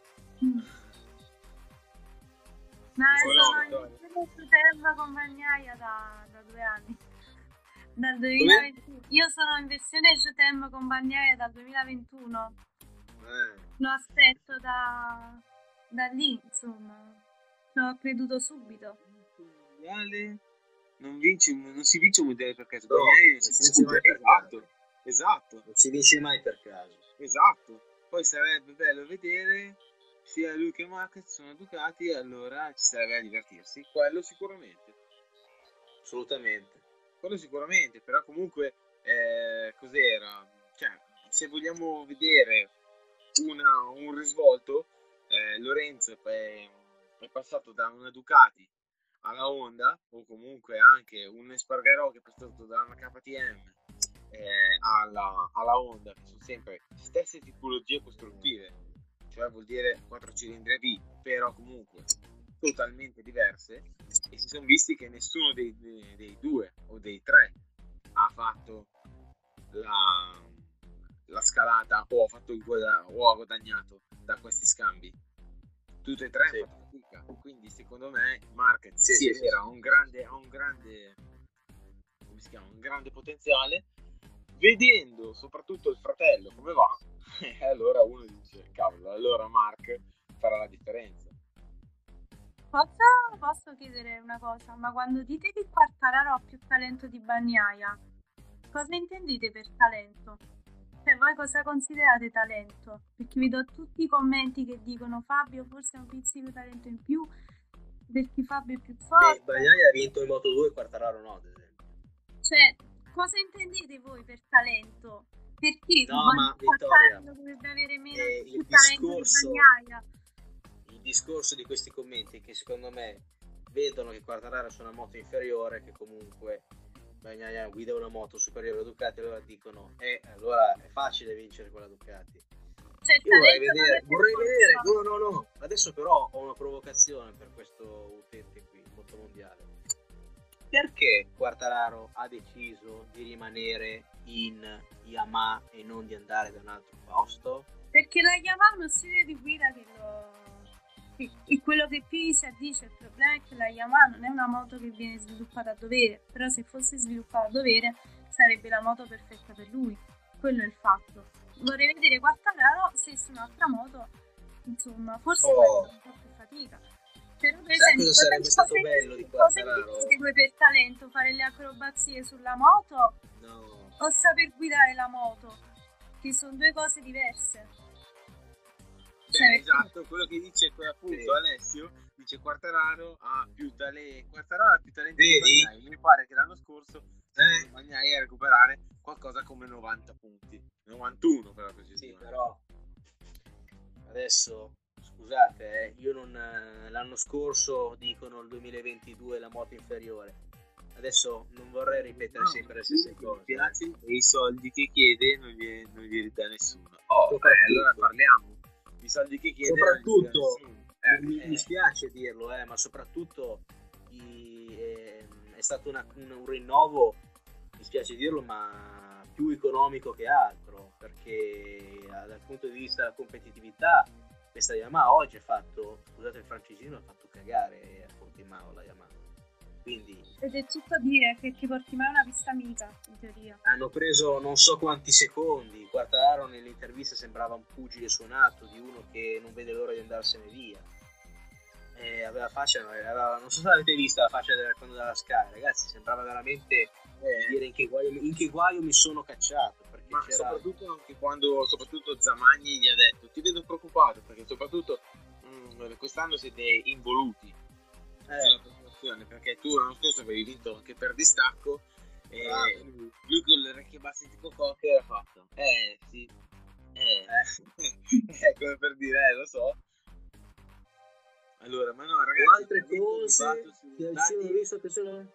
No, Quello sono Vittoria. in questo tempo con Bagnaia da, da due anni. Dal duemilaventuno. Io sono in versione G T M con Bagnaia dal duemilaventuno. eh, Lo aspetto da, da lì, insomma. Ci ho creduto subito. mondiale non vince, non si vince un mondiale per caso. No, Bagnaia non si vince mai per esatto, caso. esatto, Non si vince mai per caso. esatto. Poi sarebbe bello vedere sia lui che Marquez sono Ducati, e allora ci sarebbe a divertirsi. Quello sicuramente. Assolutamente. Quello sicuramente, però comunque eh, cos'era? Cioè, se vogliamo vedere una- un risvolto, eh, Lorenzo è, è passato da una Ducati alla Honda, o comunque anche un Espargarò che è passato da una K T M eh, alla, alla Honda, che sono sempre stesse tipologie costruttive, cioè vuol dire quattro cilindri V, però comunque totalmente diverse, e si sono visti che nessuno dei, dei, dei due o dei tre ha fatto la, la scalata o ha, fatto il guada- o ha guadagnato da questi scambi. Tutte e tre Sì. hanno fatto fatica, quindi secondo me Marquez Sì, sì, sì, è sì. vero, ha un grande, ha un grande, come si chiama, un grande potenziale. Vedendo soprattutto il fratello come va, e allora uno dice, cavolo, allora Mark farà la differenza. Posso, posso chiedere una cosa? Ma quando dite che Quartararo ha più talento di Bagnaia, cosa intendete per talento? Cioè, voi cosa considerate talento? Perché vedo tutti i commenti che dicono Fabio forse ha un pizzico di talento in più, perché Fabio è più Beh, forte. Bagnaia ha vinto in Moto due e Quartararo no, ad esempio. Cioè, cosa intendete voi per talento? Perché No, Bagn- ma Vittoria, Quartararo dovrebbe avere meno eh, più il talento discorso- di Bagnaia? Il discorso di questi commenti è che secondo me vedono che Quartararo su una moto inferiore, che comunque Bagnaia guida una moto superiore a Ducati, allora dicono eh, allora è facile vincere con la Ducati. Cioè, il Io vorrei talento non vedere, è per vorrei forza- vedere, no no no, adesso però ho una provocazione per questo utente qui, moto mondiale. Perché Quartararo ha deciso di rimanere in Yamaha e non di andare da un altro posto? Perché la Yamaha ha uno stile di guida che lo... che- è quello che più si addice. Il problema è che la Yamaha non è una moto che viene sviluppata a dovere, però se fosse sviluppata a dovere sarebbe la moto perfetta per lui. Quello è il fatto. Vorrei vedere Quartararo se su un'altra moto, insomma, forse Oh. farebbe un po' più fatica. Però per Sai esempio, cosa sarebbe cosa- stato cosa bello di intendete- cosa Quartararo? intendete voi per talento? Fare le acrobazie sulla moto No. o saper guidare la moto? Che sono due cose diverse. Beh, Cioè, esatto, quello che dice que- appunto Sì. Alessio, dice Quartararo ha più talento, Quartararo ha più talento Vedi? di Bagnaia. Mi pare che l'anno scorso Eh. Bagnaia a recuperare qualcosa come novanta punti, novantuno per la Sì, precisione. però adesso scusate, eh, io non eh, l'anno scorso dicono il duemilaventidue la moto inferiore. Adesso non vorrei ripetere No, sempre le stesse mi cose. piace, e i soldi che chiede non gli, non gli ridà nessuno. Oh, beh, Soprattutto. allora parliamo. I soldi che chiede non gli Soprattutto ridà nessuno. Eh, mi, eh. mi spiace dirlo, eh, ma soprattutto i, eh, è stato una, un, un rinnovo, mi spiace dirlo, ma più economico che altro, perché dal punto di vista della competitività questa Yamaha oggi ha fatto, scusate il francesino, ha fatto cagare a Portimao la Yamaha. Quindi ed è tutto dire che ti porti mai una pista amica, in teoria. hanno preso non so quanti secondi. Quartararo nell'intervista sembrava un pugile suonato, di uno che non vede l'ora di andarsene via. E aveva faccia, aveva, non so se avete visto la faccia della, quando dalla Sky, ragazzi, sembrava veramente Eh. dire in che guaio, in che guaio mi sono cacciato. Perché Ma c'era... soprattutto anche quando soprattutto Zamagni gli ha detto ti vedo preoccupato perché soprattutto mh, quest'anno siete involuti Eh. nella preparazione, perché tu l'anno scorso avevi vinto anche per distacco e Bravo. lui, lui con le orecchie basse tipo Cocker ha fatto eh sì eh, è come per dire eh lo so. Allora ma no ragazzi, altre Talento mi cose baso sui che risultati. ci ho visto, attenzione.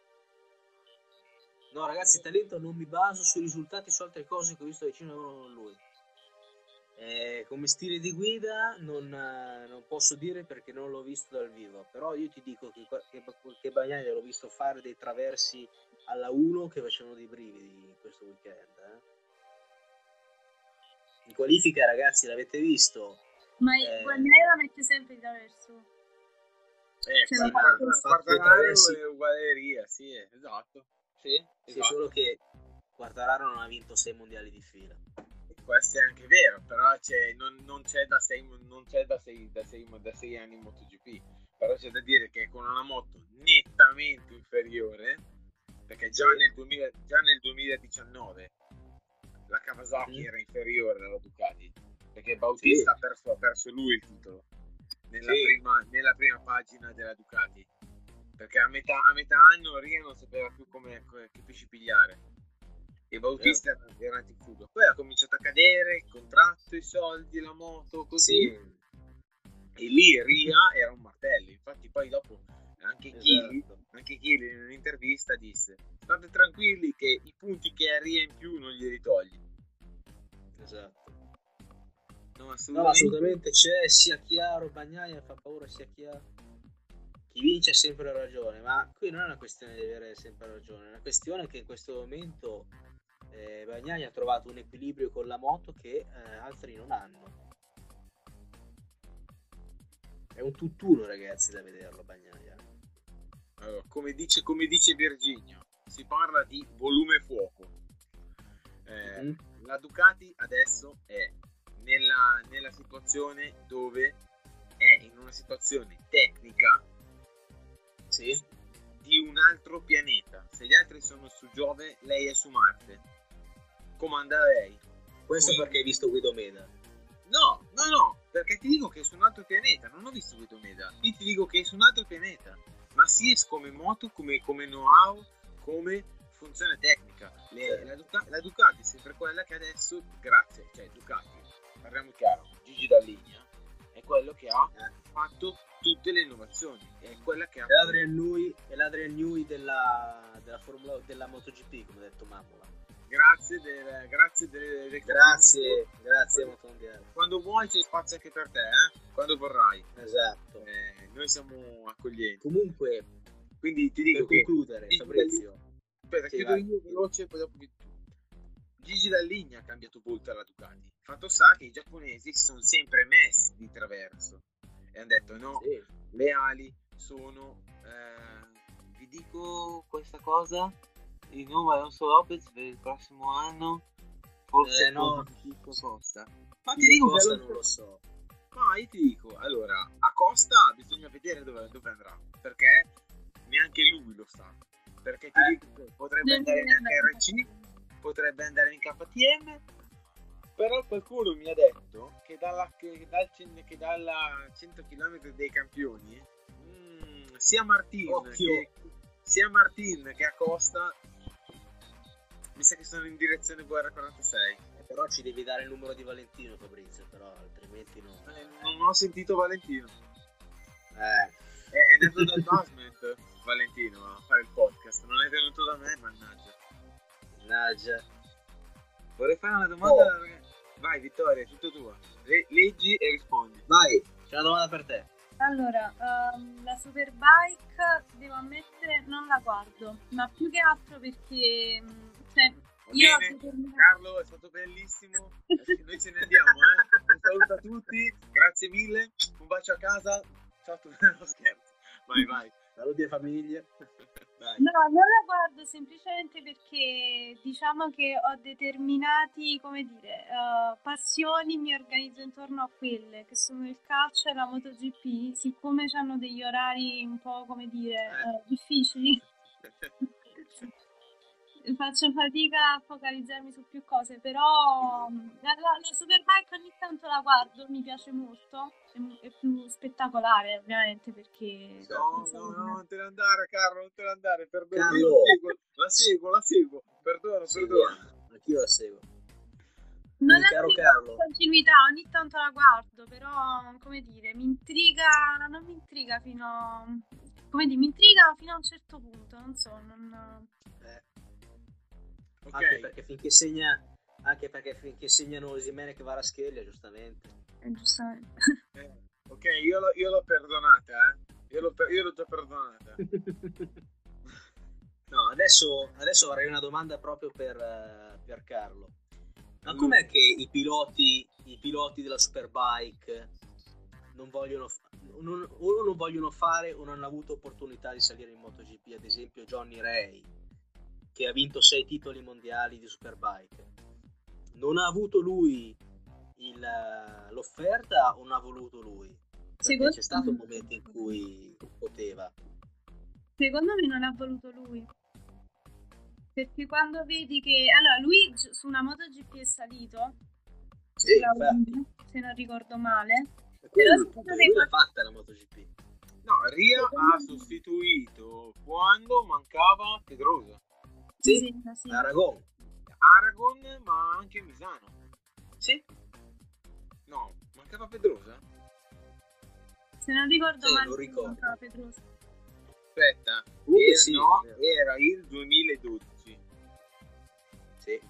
No ragazzi, Talento non mi baso sui risultati, su altre cose che ho visto vicino con lui. Eh, come stile di guida non, eh, non posso dire perché non l'ho visto dal vivo, però io ti dico che, che, che Bagnaia l'ho visto fare dei traversi alla uno che facevano dei brividi questo weekend. Eh. In qualifica ragazzi l'avete visto? Ma Eh. Guagliare la mette sempre di traverso. Eh, Cioè, sì, ma ma fatto- Quartararo traversi. è ugualeria, sì, esatto. Sì, sì, Esatto. solo che Quartararo non ha vinto sei mondiali di fila. Questo è anche vero, però c'è, non, non c'è da sei non c'è da sei, da sei, da sei anni in MotoGP. Però c'è da dire che con una moto nettamente inferiore, perché già, Sì. nel, duemila, già nel duemiladiciannove la Kawasaki Mm. era inferiore alla Ducati, perché Bautista Sì. ha, perso, ha perso lui il titolo nella, Sì. prima, nella prima pagina della Ducati, perché a metà, a metà anno Ria non sapeva più come, che pesci pigliare e Bautista era, era antifuga. Poi ha cominciato a cadere il contratto, i soldi, la moto, così, Sì, e lì Ria era un martello. Infatti poi dopo anche Chili, esatto. anche Chili in un'intervista disse state tranquilli che i punti che ha Ria in più non glieli togli. Esatto. No, assolutamente. No, assolutamente c'è, sia chiaro, Bagnaia fa paura, sia chiaro. Chi vince ha sempre ragione, ma qui non è una questione di avere sempre ragione, è una questione che in questo momento eh, Bagnaia ha trovato un equilibrio con la moto che eh, altri non hanno. È un tutt'uno, ragazzi, da vederlo Bagnaia. Allora, come dice, come dice Virginio, si parla di volume fuoco. Eh, Mm. La Ducati adesso è nella, nella situazione dove è in una situazione tecnica Sì, di un altro pianeta. Se gli altri sono su Giove, lei è su Marte. Comanda lei. questo Come- perché hai visto Guido Meda. No, no, no, perché ti dico che è su un altro pianeta. Non ho visto Guido Meda. Io ti dico che è su un altro pianeta. Ma sì, come moto, come, come know-how, come funzione tecnica. Le- la, Duca- la Ducati è sempre quella che adesso, grazie, cioè Ducati, parliamo chiaro, Gigi Dall'Igna è quello che ha fatto tutte le innovazioni. È quella che ha È l'Adrian Newey, è l'Adrian Newey della, della Formula della MotoGP, come ha detto Mammola. Grazie del, grazie del, del Grazie, grazie Motondiale. Quando vuoi c'è spazio anche per te, eh? Quando vorrai. Esatto. Eh, noi siamo accoglienti. Comunque, Quindi ti per dico che concludere, Gigi Fabrizio, aspetta, Sì, chiudo vai. io veloce poi dopo che tu. Gigi Dall'Igna ha cambiato volta alla Ducati. Fatto sta che i giapponesi si sono sempre messi di traverso e hanno detto no, sì, le ali sono eh, vi dico questa cosa, il nuovo Alonso Lopez per il prossimo anno forse Eh, no. Chico Costa. Ma ti Di dico che Costa Alonso- non lo so. ma io ti dico, allora, a Costa bisogna vedere dove, dove andrà, perché neanche lui lo sa. Perché ti Eh. dico che potrebbe Deve andare in andare. H R C, potrebbe andare in K T M, però qualcuno mi ha detto che dalla, che dal, cen- che dalla cento chilometri dei campioni, mm, sia Martin Occhio. che, sia Martin che Acosta mi sa che sono in direzione V R quarantasei. Eh, però ci devi dare il numero di Valentino, Fabrizio, però altrimenti no. Eh, non ho sentito Valentino. Eh, È, è andato dal basement Valentino a fare il podcast, non è venuto da me, mannaggia. mannaggia. Vorrei fare una domanda. Oh. Vai Vittoria, è tutto tua. Le- leggi e rispondi. Vai, ciao. una domanda per te. Allora, ehm, la Superbike, devo ammettere, non la guardo, ma più che altro perché mh, cioè, Va io ho bene, determinato- Carlo, è stato bellissimo. Adesso noi ce ne andiamo, eh. Un saluto a tutti, grazie mille, un bacio a casa. Ciao a tutti, no, scherzo. Vai, vai. Saluti a famiglia. Dai. No, non la guardo semplicemente perché diciamo che ho determinati, come dire, eh, passioni, mi organizzo intorno a quelle, che sono il calcio e la MotoGP, siccome hanno degli orari un po', come dire, eh, difficili, faccio fatica a focalizzarmi su più cose, però mh, la, la, la Superbike ogni tanto la guardo, mi piace molto, è, è più spettacolare ovviamente perché... No, no, no, non te ne andare, Carlo, non te ne andare, perdono. Carlo. Io la seguo, la seguo, la seguo. Perdono, perdono. Anch'io la seguo. Non Quindi, è caro che Carlo. continuità, ogni tanto la guardo, però, come dire, mi intriga, non mi intriga fino, come dire, mi intriga fino a un certo punto, non so, non... Eh, Ok. Anche perché finché segna, anche perché finché segnano Osimhen che va alla scheglia, giustamente. eh, giustamente. Eh, ok, io, l'ho- io l'ho perdonata, eh. Io l'ho, per- io l'ho già perdonata. No, adesso, adesso avrei una domanda proprio per, eh, per Carlo. Ma Mm. com'è che i piloti, i piloti della Superbike non vogliono, fa- non, o non vogliono fare o non hanno avuto opportunità di salire in MotoGP? Ad esempio Johnny Ray, che ha vinto sei titoli mondiali di Superbike. Non ha avuto lui il- l'offerta o non ha voluto lui? Perché Secondo c'è stato un me- momento in cui poteva. Secondo me non ha voluto lui. Perché quando vedi che... Allora, lui gi- su una MotoGP è salito, Sì, la infatti. Rim, se non ricordo male. E quello è il Però punto, secondo che me lui l'ha fatta la MotoGP. No, Ria ha sostituito quando mancava Pedrosa. mi Sì, sembra, sì. Aragon. Aragon, ma anche Misano. Sì, No, mancava Pedrosa? Se non ricordo Sì, male, non ricordo. mancava Pedrosa. Aspetta, Comunque era, sì, no, vero. era il duemiladodici. sì.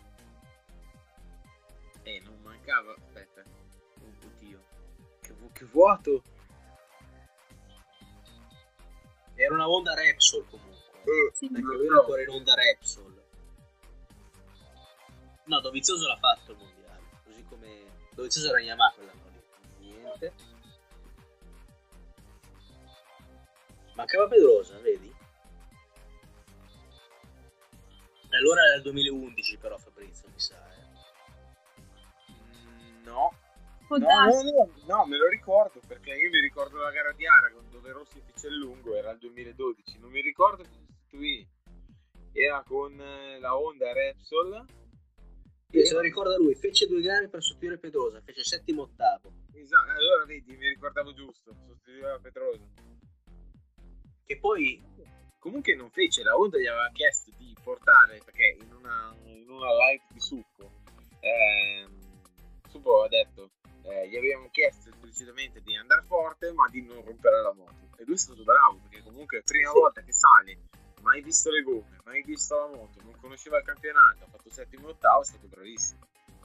Eh, non mancava, aspetta. Oh, oddio. Che, vu- che vuoto. Era una Honda Repsol comunque. Eh, Sì. Perché lo lui so. era ancora in Honda Repsol. No, Dovizioso l'ha fatto il mondiale. Così come Dovizioso era in Yamaha quell'anno lì. Niente. Mancava Pedrosa, vedi? E allora era il duemilaundici però Fabrizio, mi sa. Eh. Mm, No. Può No, darsi. no, no, no, me lo ricordo perché io mi ricordo la gara di Aragon dove Rossi fece il lungo, era il duemiladodici, non mi ricordo chi sostituì, era con eh, la Honda Repsol. Io se lo ricorda lui, fece due gare per sostituire Pedrosa, fece settimo ottavo. Esatto, allora vedi, mi ricordavo giusto, sostituiva Pedrosa. Che poi Comunque non fece, la Honda gli aveva chiesto di portare, perché in una, in una live di Suppo, ehm, Suppo aveva detto, eh, gli avevamo chiesto esplicitamente di andare forte ma di non rompere la moto. E lui è stato bravo, perché comunque prima Sì. volta che sale, mai visto le gomme, mai visto la moto, non conosceva il campionato, ha fatto settimo e ottavo, è stato bravissimo.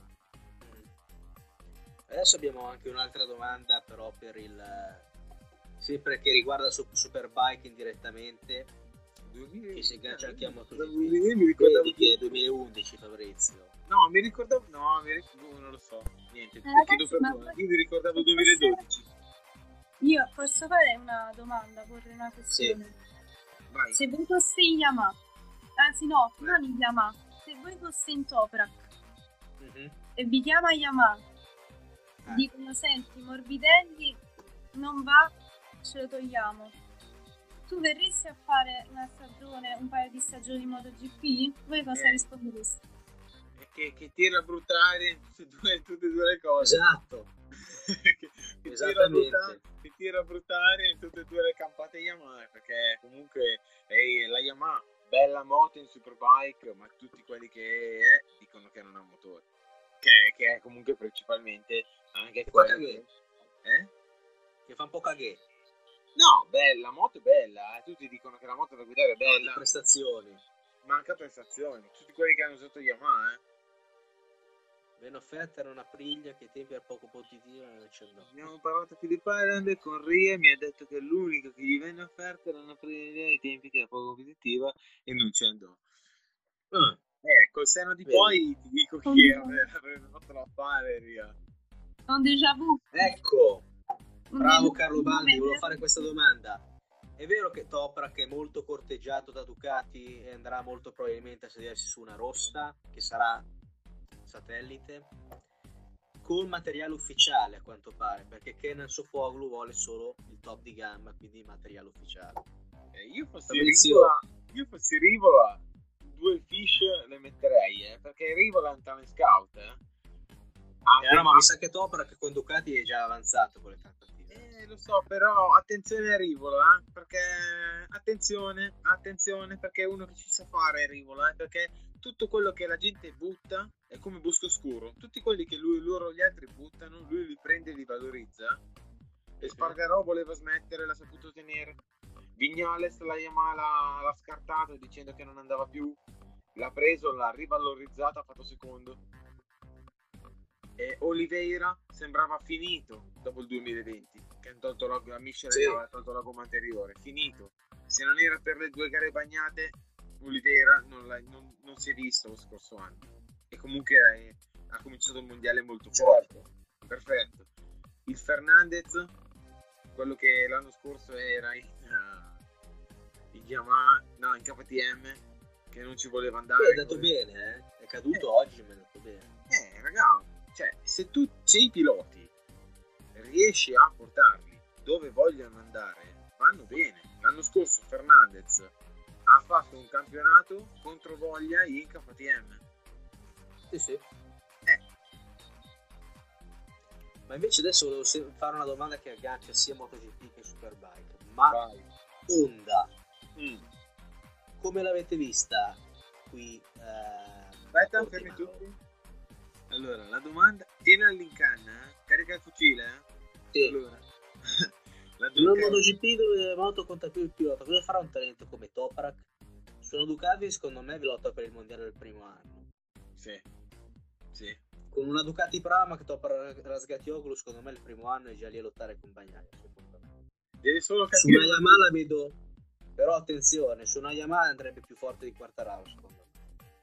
adesso abbiamo anche un'altra domanda, però per il sempre che riguarda su Superbike indirettamente, che si aggancia anche a MotoGP. Io mi ricordavo Vedi che è duemilaundici, Fabrizio. No, mi ricordavo, no, mi ricordavo, non lo so, niente, ti ragazzi, chiedo perdono. ma- Io mi ricordavo se duemiladodici. Io posso fare una domanda, porre una questione? Vai. Se voi foste in Yamaha, anzi no, non in Yamaha, se voi foste in Toprak Mhm. e vi chiama Yamaha, Ah. dicono senti Morbidelli non va, ce lo togliamo, tu verresti a fare una stagione, un paio di stagioni in MotoGP? Voi cosa Eh. rispondereste? E Che, che tira brutta aria in tutte e due, tutte e due le cose. Esatto. che, che tira Esattamente. brutta, che tira brutta aria in tutte e due le campate Yamaha, perché comunque è la Yamaha, bella moto in Superbike, ma tutti quelli che è dicono che non ha motore, che, che è comunque principalmente anche Che fa quello cagare. che- eh? Che fa un po' cagare. No, bella, la moto è bella, eh. Tutti dicono che la moto da guidare è Le bella, prestazioni. manca prestazioni, tutti quelli che hanno usato Yamaha, eh. venne offerta era una Aprilia che ai tempi era poco competitiva e non ci andò. Abbiamo parlato più di Pyland con Ria, mi ha detto che l'unico che gli venne offerta era una Aprilia ai tempi che era poco competitiva e non ci andò. Ah, Eh, col seno di Vedi. poi ti dico che Oddio. avrebbe, avrebbe fatto l'affare Ria. Un déjà vu. ecco, Un bravo déjà vu, Carlo Baldi, come- volevo fare questa domanda. È vero che Toprak è molto corteggiato da Ducati e andrà molto probabilmente a sedersi su una rossa, che sarà satellite, col materiale ufficiale a quanto pare, perché Kenan Sofuoglu vuole solo il top di gamma, quindi materiale ufficiale. Eh, io fossi Fabrizio. Rivola, io fossi Rivola, due fish le metterei, eh, perché Rivola è un talent scout, eh. Ah, Eh, no, ma mi sa che Toprak con Ducati è già avanzato con le trattative. Eh, lo so, però attenzione a Rivola, eh, perché attenzione, attenzione, perché è uno che ci sa fare Rivola, eh, perché tutto quello che la gente butta è come Bosco Scuro, tutti quelli che lui, loro gli altri buttano, lui li prende e li valorizza. E Spargarò voleva smettere, l'ha saputo tenere. Vignales la Yamaha l'ha, l'ha scartato dicendo che non andava più, l'ha preso, l'ha rivalorizzato, ha fatto secondo. E Oliveira sembrava finito dopo il duemilaventi, che hanno tolto la, la Michelin Sì. aveva tolto la gomma anteriore, finito. Se non era per le due gare bagnate, Oliveira non, l'ha- non- non si è visto lo scorso anno. E comunque eh, ha cominciato il mondiale molto forte. Perfetto. Il Fernandez, quello che l'anno scorso era in, uh, in Yamaha, no, in K T M, che non ci voleva andare. Sì, è andato bene, eh? È caduto oggi, ma è andato bene. Eh, raga, cioè, se tu, se i piloti riesci a portarli dove vogliono andare, vanno bene. L'anno scorso Fernandez ha fatto un campionato contro voglia in K T M. Sì, sì. Eh, Ma invece adesso volevo se- fare una domanda che aggancia sia MotoGP che Superbike. Ma vai. Honda, Mm. come l'avete vista qui? eh, Aspetta, a fermi Portimao? tutti. Allora, la domanda... Tieni all'incanna, eh? Carica il fucile, eh? Sì. Allora, la In un Ducati- MotoGP dove moto conta più il pilota, cosa farà un talento come Toprak? Su una Ducati secondo me vi lotta per il mondiale del primo anno. Sì, sì. Con una Ducati Prama che Toprak Razgatioglu secondo me il primo anno è già lì a lottare con Bagnaia, secondo me. Devi solo Su capire... una Yamaha la vedo, però attenzione, su una Yamaha andrebbe più forte di Quartararo secondo me.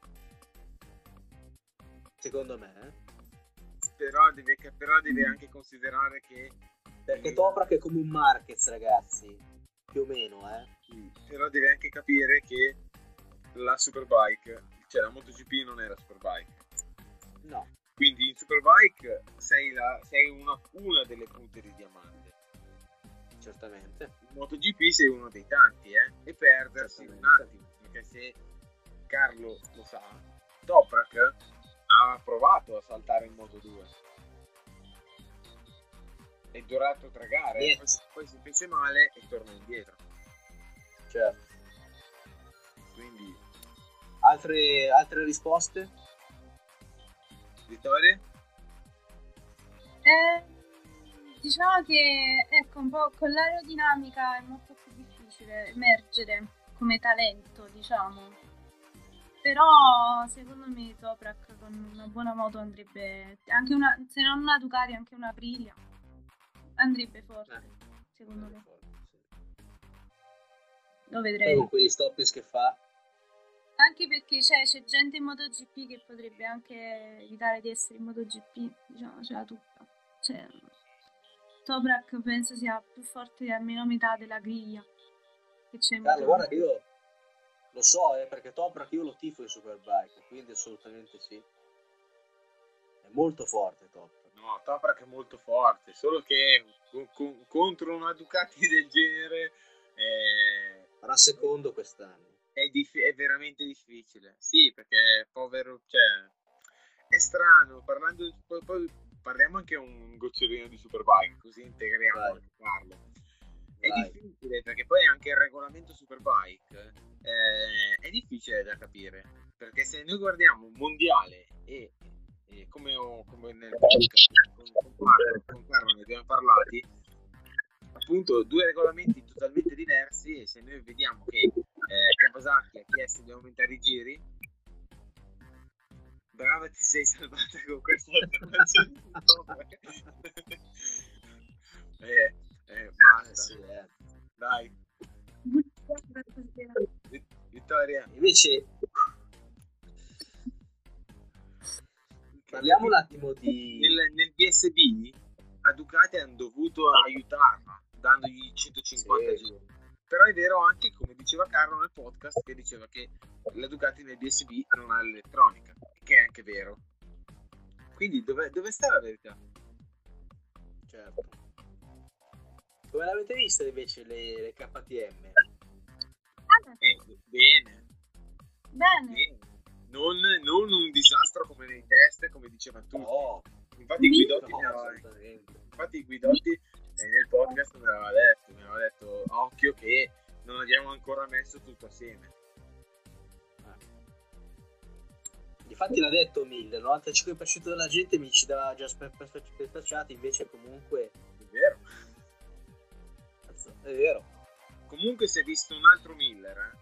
Secondo me, eh? Però devi, però devi anche considerare che... Perché Toprak è come un Marquez, ragazzi, più o meno, eh? Sì, però devi anche capire che la Superbike, cioè la MotoGP non è la Superbike. No, Quindi in Superbike sei, la, sei una, una delle punte di diamante. certamente. In MotoGP sei uno dei tanti, eh? E perdersi un Certamente. attimo, perché se Carlo lo sa, Toprak ha provato a saltare in Moto due. È durato tre gare, Niente. poi, poi si fece male e tornò indietro. Certo. Quindi, Altre, altre risposte? vittorie? Eh, diciamo che ecco, un po' con l'aerodinamica è molto più difficile emergere come talento, diciamo. Però secondo me Toprak con una buona moto andrebbe, anche una, se non una Ducati, anche una Aprilia, andrebbe forte, Eh. secondo me. Sì. Lo Poi vedrei. con quegli stoppers che fa, Anche perché c'è, c'è gente in MotoGP che potrebbe anche evitare di essere in MotoGP, diciamo, ce l'ha tutta. Cioè, Toprak penso sia più forte di almeno metà della griglia che c'è in Carlo, MotoGP. guarda che io lo so, eh, perché Toprak io lo tifo in Superbike, quindi assolutamente sì. È molto forte Toprak. No, Toprak è molto forte, solo che con- con- contro una Ducati del genere eh, Farà secondo quest'anno. è, dif- è veramente difficile. Sì, perché povero, cioè, è strano, parlando di- poi, poi parliamo anche un gocciolino di Superbike, così integriamo Vai. anche Carlo. È Vai. difficile perché poi anche il regolamento Superbike eh, è difficile da capire, perché se noi guardiamo un mondiale e, e come, ho, come nel podcast con, con, Carlo, con Carlo ne abbiamo parlati, appunto due regolamenti totalmente diversi, e se noi vediamo che eh, Kawasaki ha chiesto di aumentare i giri, Brava, ti sei salvata con questa affermazione di nome. eh, eh, basta. Sì, eh. Dai, Vittoria. Invece parliamo un attimo di nel, nel B S B a Ducati hanno dovuto aiutarla dandogli centocinquanta Sì. giri. Però è vero anche, come diceva Carlo nel podcast, che diceva che la Ducati nel B S B non ha l'elettronica, che è anche vero. Quindi dove, dove sta la verità? certo. Come l'avete vista invece le, le K T M? Eh, bene, Bene. bene. Non, non un disastro come nei test, come dicevano tutti. No, Infatti Mi- Guidotti no, mi aveva, assolutamente. infatti Guidotti eh, nel podcast mi aveva detto, mi aveva detto a occhio che non abbiamo ancora messo tutto assieme. Infatti l'ha detto Miller, il novantacinque per cento della gente mi ci dava già spacciati, invece comunque È vero. cazzo, è vero. Comunque si è visto un altro Miller, eh.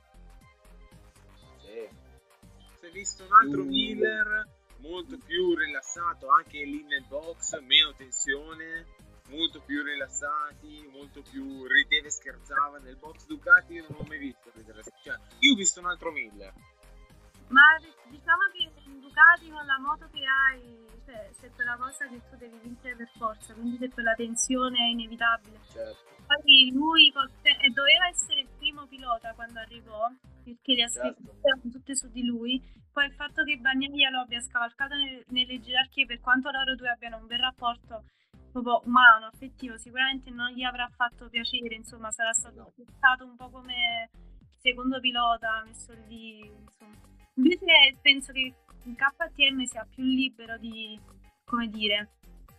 Sì. Si è visto un altro Mm. Miller molto più rilassato anche lì nel box, meno tensione, molto più rilassati, molto più rideva e scherzava nel box Ducati. Io non l'ho mai visto ridere, cioè, io ho visto un altro Miller. Ma diciamo che in Ducati con la moto che hai, cioè, c'è quella cosa che tu devi vincere per forza, quindi c'è quella tensione inevitabile. Certo. Poi lui col te- e doveva essere il primo pilota quando arrivò, perché le Certo. aspettative erano tutte su di lui. Poi il fatto che Bagnaia lo abbia scavalcato nel- nelle gerarchie, per quanto loro due abbiano un bel rapporto proprio umano, affettivo, sicuramente non gli avrà fatto piacere, insomma, sarà stato No. trattato un po' come il secondo pilota, messo lì, insomma. Invece penso che il K T M sia più libero di, come dire,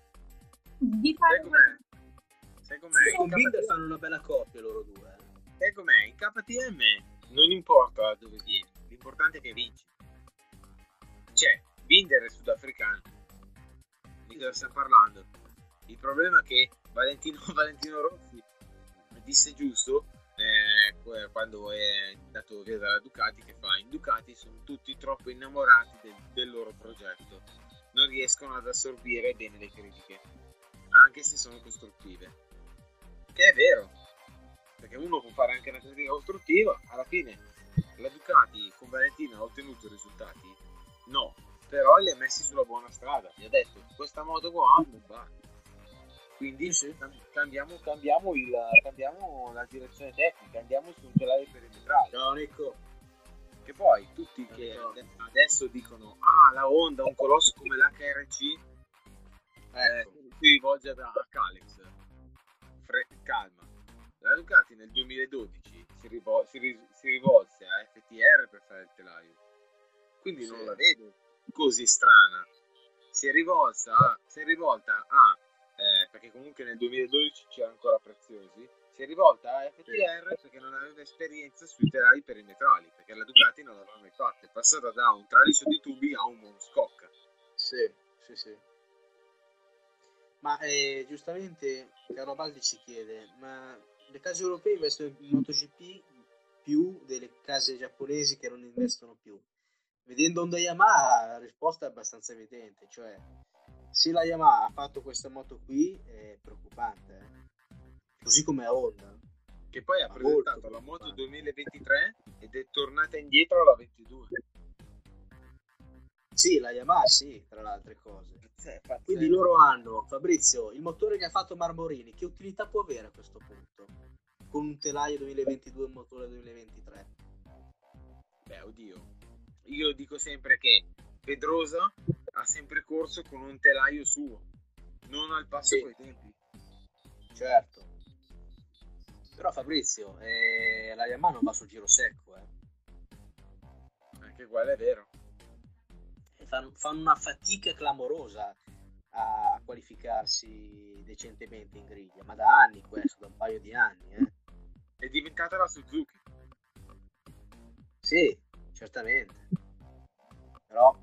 di Sai fare com'è? Sai com'è? Sì, con Il Binder K T M fanno una bella coppia loro due. eh. Sai com'è? Il K T M non importa da dove vieni, l'importante è che vinci. Cioè, Binder è sudafricano. Di cosa stiamo parlando? Il problema è che Valentino, Valentino Rossi disse giusto eh, quando è andato via dalla Ducati, che fa in Ducati sono tutti troppo innamorati del, del loro progetto, non riescono ad assorbire bene le critiche, anche se sono costruttive, che è vero, perché uno può fare anche una critica costruttiva. Alla fine la Ducati con Valentino ha ottenuto risultati? No, però li ha messi sulla buona strada, gli ha detto questa moto qua non va, quindi cambiamo, cambiamo, il, cambiamo la direzione tecnica, andiamo su un telaio perimetrale. Ciao Nico. Che poi tutti che adesso dicono ah, la Honda, un colosso come l'H R C, eh, si rivolge a Calex. Fre- calma. La Ducati nel duemiladodici si, rivol- si, ri- si rivolse a F T R per fare il telaio, quindi Sì. non la vedo così strana. Si è rivolta a, si è rivolta a eh, perché comunque nel duemiladodici c'era ancora Preziosi, si è rivolta a F T R perché non aveva esperienza sui telai perimetrali, perché la Ducati non l'aveva mai fatta, è passata da un traliccio di tubi a un monoscocca. Sì, sì, sì. Ma eh, giustamente Carlo Baldi ci chiede, ma le case europee investono in MotoGP più delle case giapponesi che non investono più? Vedendo Honda Yamaha la risposta è abbastanza evidente, cioè se la Yamaha ha fatto questa moto qui è preoccupante, eh? Così come Honda. Che poi ha Ma presentato molto la moto preoccupante. duemilaventitré ed è tornata indietro alla ventidue. Sì, la Yamaha sì, tra le altre cose. Cioè, pazzesco. Quindi loro hanno, Fabrizio, il motore che ha fatto Marmorini, che utilità può avere a questo punto? Con un telaio duemilaventidue e un motore duemilaventitré? Beh, oddio. Io dico sempre che Pedrosa ha sempre corso con un telaio suo, non al passo Sì. coi tempi. Certo. Però Fabrizio, eh, la Yamaha non va sul giro secco, eh. Anche quello è vero. E fanno, fanno una fatica clamorosa a, a qualificarsi decentemente in griglia, ma da anni questo, da un paio di anni, eh. È diventata la Suzuki. Sì, certamente. Però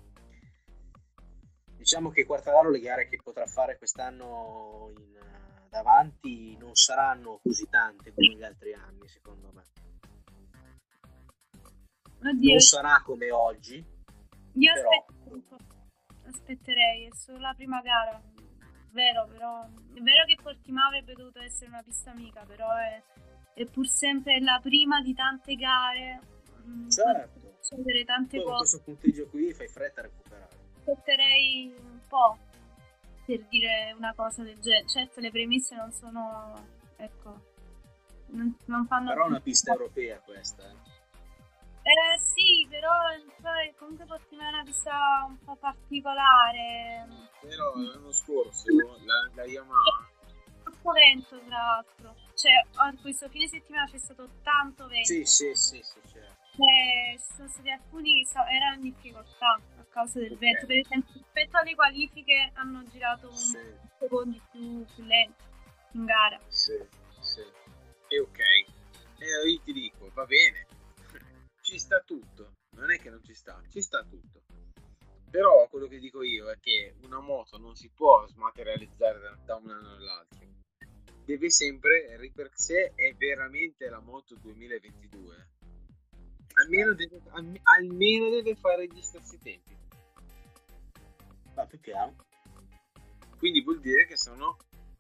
diciamo che Quartararo le gare che potrà fare quest'anno in, uh, davanti non saranno così tante come gli altri anni, secondo me. Oddio, Non sarà come oggi, io però- aspetto un po'. Aspetterei, è solo la prima gara. Vero, però è vero che Portimao avrebbe dovuto essere una pista amica, però è, è pur sempre la prima di tante gare. Certo. Può succedere tante Poi con cose. questo punteggio qui fai fretta a recuperare. Aspetterei un po' per dire una cosa del genere. Certo, le premesse non sono, ecco, non, non fanno. Però è una pista europea questa, eh. Eh sì, però poi comunque Portimao è una pista un po' particolare. Però l'anno scorso la, la Yamaha Troppo vento, tra l'altro. Cioè, oh, questo fine settimana c'è stato tanto vento. Sì, sì, sì, sì, certo. Eh, ci sono stati alcuni che so- erano in difficoltà a causa del Ok. vento. Per esempio, rispetto alle qualifiche hanno girato un Sì. secondi più, più lenti in gara. sì, sì. E ok, e io ti dico, va bene, ci sta tutto, non è che non ci sta, ci sta tutto. Però quello che dico io è che una moto non si può smaterializzare da, da un anno all'altro. Deve sempre, per se è veramente la moto duemilaventidue, almeno deve, al- almeno deve fare gli stessi tempi. Ma più piano. Quindi vuol dire che sono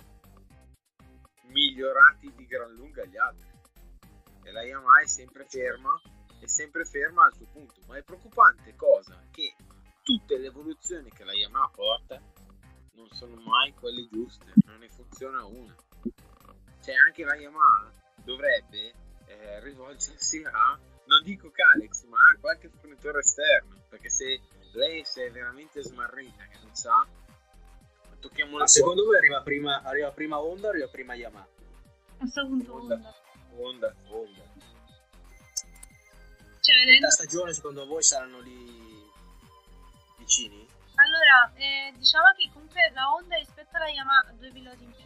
migliorati di gran lunga gli altri. E la Yamaha è sempre ferma, è sempre ferma al suo punto. Ma è preoccupante cosa? Che tutte le evoluzioni che la Yamaha porta non sono mai quelle giuste, non ne funziona una. Cioè anche la Yamaha dovrebbe eh, rivolgersi a, non dico Kalex, ma a qualche fornitore esterno, perché se lei si è veramente smarrita che non sa, tocchiamo Ma la secondo voi arriva prima, arriva prima Honda o arriva prima Yamaha? A questo punto Honda. Honda. Honda. Honda. Cioè, vedendo... Questa stagione secondo voi saranno lì vicini? Allora, eh, diciamo che comunque la Honda rispetto alla Yamaha ha due piloti in più.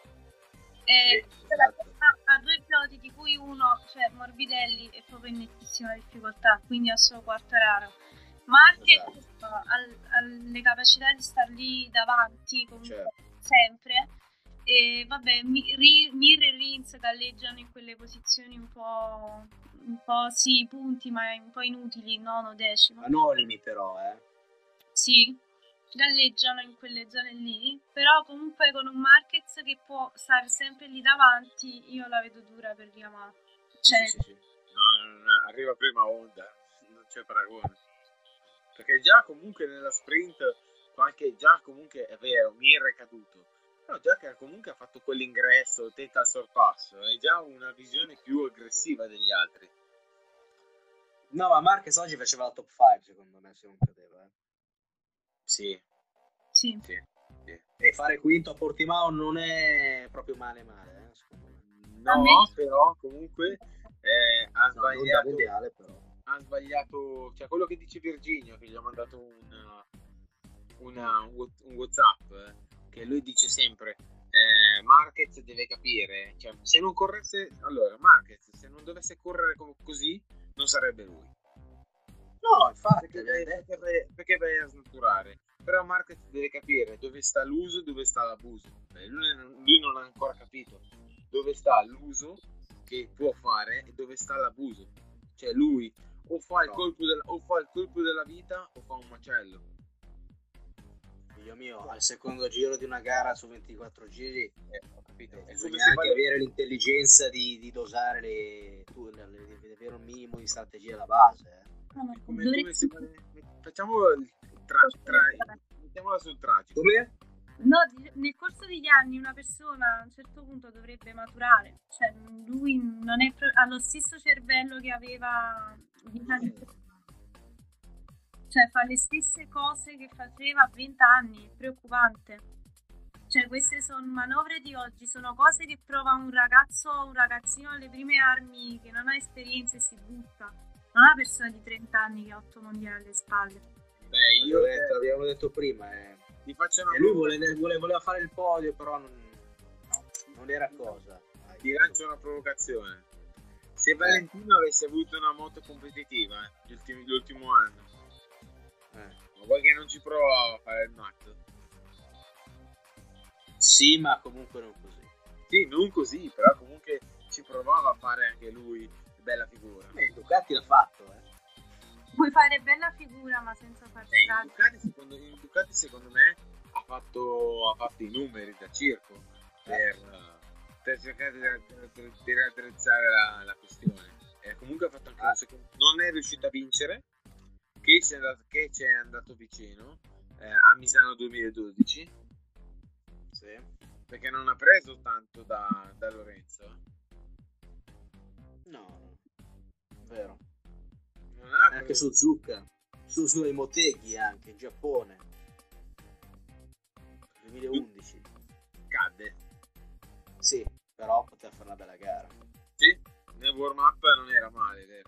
Eh, Sì, la esatto. Yamaha ha due piloti di cui uno, cioè Morbidelli, è proprio in nettissima difficoltà, quindi ha solo Quartararo. Marquez Esatto. ha ha le capacità di star lì davanti comunque Certo. sempre. E vabbè, Mi- Ri- Mir e Rins galleggiano in quelle posizioni un po', un po' sì, punti, ma un po' inutili, nono, decimo. Anonimi però, eh. Sì, galleggiano in quelle zone lì, però comunque con un Marquez che può stare sempre lì davanti, io la vedo dura per Yamaha. Cioè, Sì, sì, sì. No, no, no, arriva prima Honda, non c'è paragone. Perché già comunque nella sprint, qualche, già comunque è vero, Mir è caduto, però già che comunque ha fatto quell'ingresso, tenta al sorpasso, è già una visione più aggressiva degli altri. No, ma Marquez oggi faceva la top cinque secondo me, se non cadeva, eh. Sì, sì. sì, sì. E fare quinto a Portimao non è proprio male male, eh, secondo me. No, A me- però comunque eh, ha No, non da sbagliato. mondiale però. Ha sbagliato, cioè quello che dice Virginio, che gli ha mandato una, una, un WhatsApp, eh, che lui dice sempre eh, Marquez deve capire, cioè se non corresse, allora Marquez se non dovesse correre co- così non sarebbe lui, No, infatti, perché, perché, perché, perché vai a snaturare. Però Marquez deve capire dove sta l'uso e dove sta l'abuso. Eh, lui, non- lui non ha ancora capito dove sta l'uso che può fare e dove sta l'abuso. Cioè lui o fa il No. colpo del- o fa il colpo della vita o fa un macello. figlio mio, al secondo giro di una gara su ventiquattro giri Eh, ho capito. eh, È come bisogna se anche vale- avere l'intelligenza di, di dosare le, tu, le, le- di avere un minimo di strategia alla base, eh. No, ma come, dovresti- come se vale- facciamo il tra, tra, mettiamola sul tragico. Come? No, di- nel corso degli anni una persona a un certo punto dovrebbe maturare, cioè lui non è pro- ha lo stesso cervello che aveva dieci anni fa. Cioè fa le stesse cose che faceva a venti anni, è preoccupante. Cioè queste sono manovre di oggi, sono cose che prova un ragazzo o un ragazzino alle prime armi che non ha esperienza e si butta. Non una persona di trenta anni che ha otto mondiali alle spalle. Beh, Io io detto, l'abbiamo detto prima, eh. ti faccio una E lui vole- vole- voleva fare il podio, però non, non era cosa. ti lancio una provocazione. Se Valentino avesse avuto una moto competitiva eh, gli ultimi- l'ultimo anno, Eh. ma vuoi che non ci provava a fare il matto? Sì, ma comunque non così. Sì, non così, però comunque ci provava a fare anche lui bella figura. Eh, Ducati l'ha fatto, eh. Puoi fare bella figura ma senza far Eh, in strada. Ducati il Ducati secondo me ha fatto, ha fatto i numeri da circo per, per cercare di, di, di raddrizzare la, la questione. E comunque ha fatto anche un secondo, non è riuscito a vincere, che ci è andato, che ci è andato vicino eh, a Misano duemiladodici, Sì. perché non ha preso tanto da, da Lorenzo. No, vero. Non ha Anche preso- Suzuka, su suoi Motegi anche in Giappone. duemilaundici. cadde. Sì, però poteva fare una bella gara. Sì, nel warm up non era male, vero?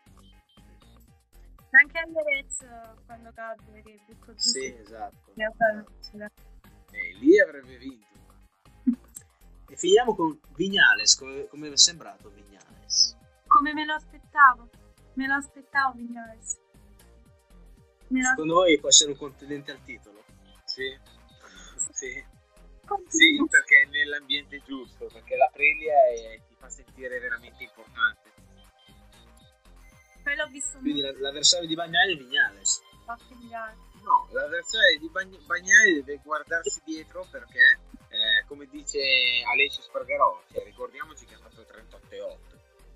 Anche Alvarez quando cadde che buttò giù. Sì, esatto. in realtà, sì. E lì avrebbe vinto. E finiamo con Viñales. Come, come vi è sembrato Viñales? Come me lo aspettavo, me lo aspettavo Viñales. Me lo Secondo voi può essere un contendente al titolo? Sì, sì, aspettavo. sì, perché è nell'ambiente giusto, perché la Aprilia è- ti fa sentire veramente importante. Poi l'ho visto Quindi molto la- l'avversario di Bagnai è Viñales. a Viñales. No, l'avversario di Bagn- Bagnai deve guardarsi dietro perché, eh, come dice Alessio Spargarò, cioè, ricordiamoci che ha fatto trentotto e otto.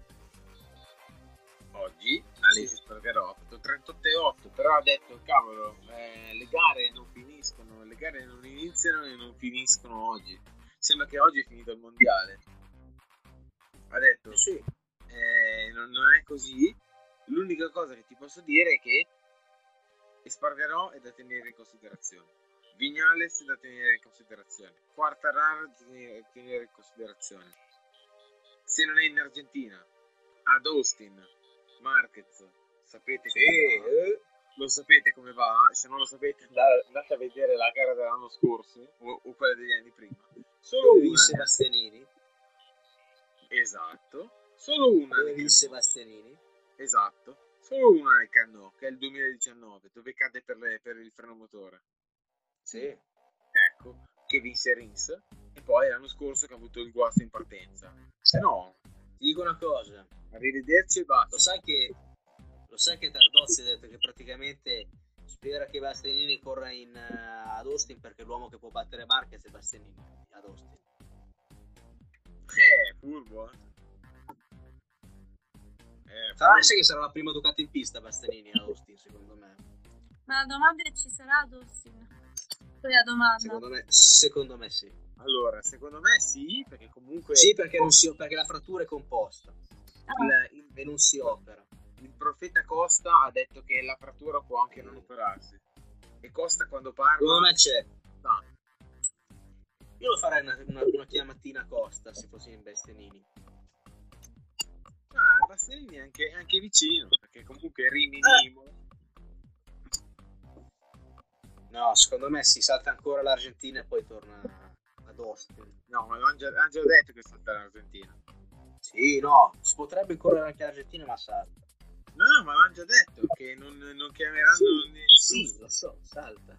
Oggi Alessio Spargarò ha fatto trentotto e otto, però ha detto, cavolo, eh, le gare non finiscono, le gare non iniziano e non finiscono oggi. Sembra che oggi è finito il mondiale. Ha detto, Sì. eh, non, non è così. L'unica cosa che ti posso dire è che Espargarò è da tenere in considerazione, Viñales è da tenere in considerazione, Quartararo da tenere, tenere in considerazione. Se non è in Argentina, ad Austin, Marquez, sapete Sì, come va? eh. Lo sapete come va? Se non lo sapete andate, andate a vedere la gara dell'anno scorso o, o quella degli anni prima. Solo Dove una, vinse Bastianini? esatto, solo una Dove ne vinse cannò. Bastianini? Esatto, solo una nel cannò, che è il duemiladiciannove, dove cade per, le- per il freno motore. Sì. Ecco, che vinse Rins, e poi l'anno scorso che ha avuto il guasto in partenza. Se no, Ti dico una cosa. arrivederci e Lo basta. sai che lo sai che Tardozzi ha detto che praticamente spera che Bastianini corra in, eh, ad Austin perché l'uomo che può battere Marquez è Bastianini ad Austin. Eh, furbo, eh. Eh, Sarà, furbo. sai che sarà la prima Ducati in pista Bastianini ad Austin, secondo me. Ma la domanda è: ci sarà ad Austin? Poi la domanda. Secondo me, secondo me sì. Allora, secondo me sì, perché comunque Sì, perché, non si, perché la frattura è composta il, il- e non si opera. il profeta Costa ha detto che la frattura può anche non operarsi. E Costa quando Secondo parla me c'è. sa. Io lo farei una, una, una chiamatina a Costa se fossi in Bastianini. Ah, Bastianini è anche, è anche vicino, perché comunque Rimini, Ah. Imola. No, secondo me si salta ancora l'Argentina e poi torna ad Austin. No, ma l'hanno già, hanno già detto che salta l'Argentina. Sì, no, si potrebbe correre anche l'Argentina, ma salta. No, no, ma l'hanno già detto che non, non chiameranno Sì, nessuno. sì, lo so, salta.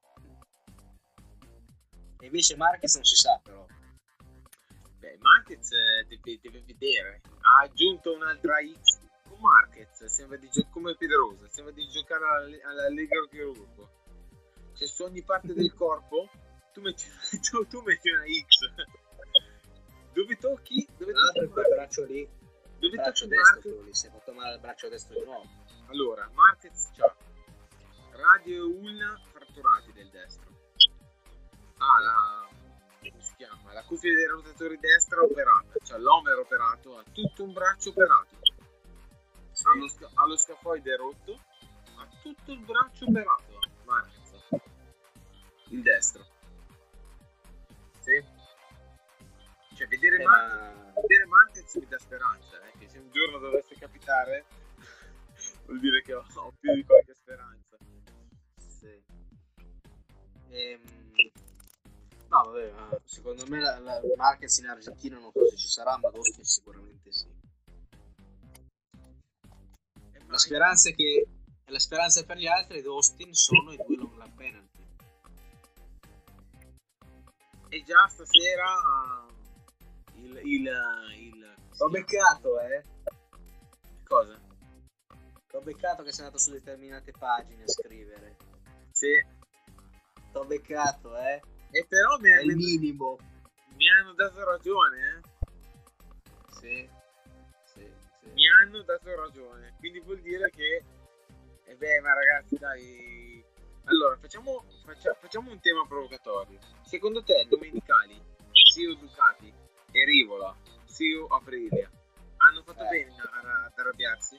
E invece Marquez non si sa però. Beh, Marquez eh, deve, deve vedere. Ha aggiunto un'altra X con Marquez, sembra di giocare come Pedrosa, sembra di giocare alla- all'Allegro chirurgo. Cioè su ogni parte del corpo tu metti, tu, tu metti una X. Dove tocchi? Dove Tra l'altro tocchi quel braccio lì, Dove il braccio tocchi destro Marquez? quello lì, si è fatto male al braccio destro di nuovo. Allora, Marquez c'ha radio e ulna fratturati del destro. Ha la, come si chiama? La cuffia dei rotatori destra operata, cioè l'omero operato, ha tutto un braccio operato. Sì. Ha lo, sca- ha lo scafoide rotto, ha tutto il braccio operato. Marquez, il destro. Sì. Cioè vedere, Eh, Marquez, ma... vedere Marquez mi dà speranza, eh, che se un giorno dovesse capitare vuol dire che ho, ho più di qualche speranza. Sì. Ehm, No, vabbè, ma secondo me la, la Marquez in Argentina non so se ci sarà, ma ad Austin sicuramente sì. E La mai- speranza è che la speranza per gli altri ad Austin sono i due long lap penalty. E già stasera il, il, il L'ho beccato, eh. cosa? L'ho beccato che sei andato su determinate pagine a scrivere. Sì, t'ho beccato, eh. E però mi, È il mi, minimo. mi hanno dato ragione, eh. Sì, sì, sì. Mi hanno dato ragione. Quindi vuol dire che... E beh, ma ragazzi, dai... Allora, facciamo, faccia- facciamo un tema provocatorio. Secondo te, Domenicali, Sio Ducati e Rivola, Sio Aprilia, hanno fatto Eh. bene a- ad arrabbiarsi?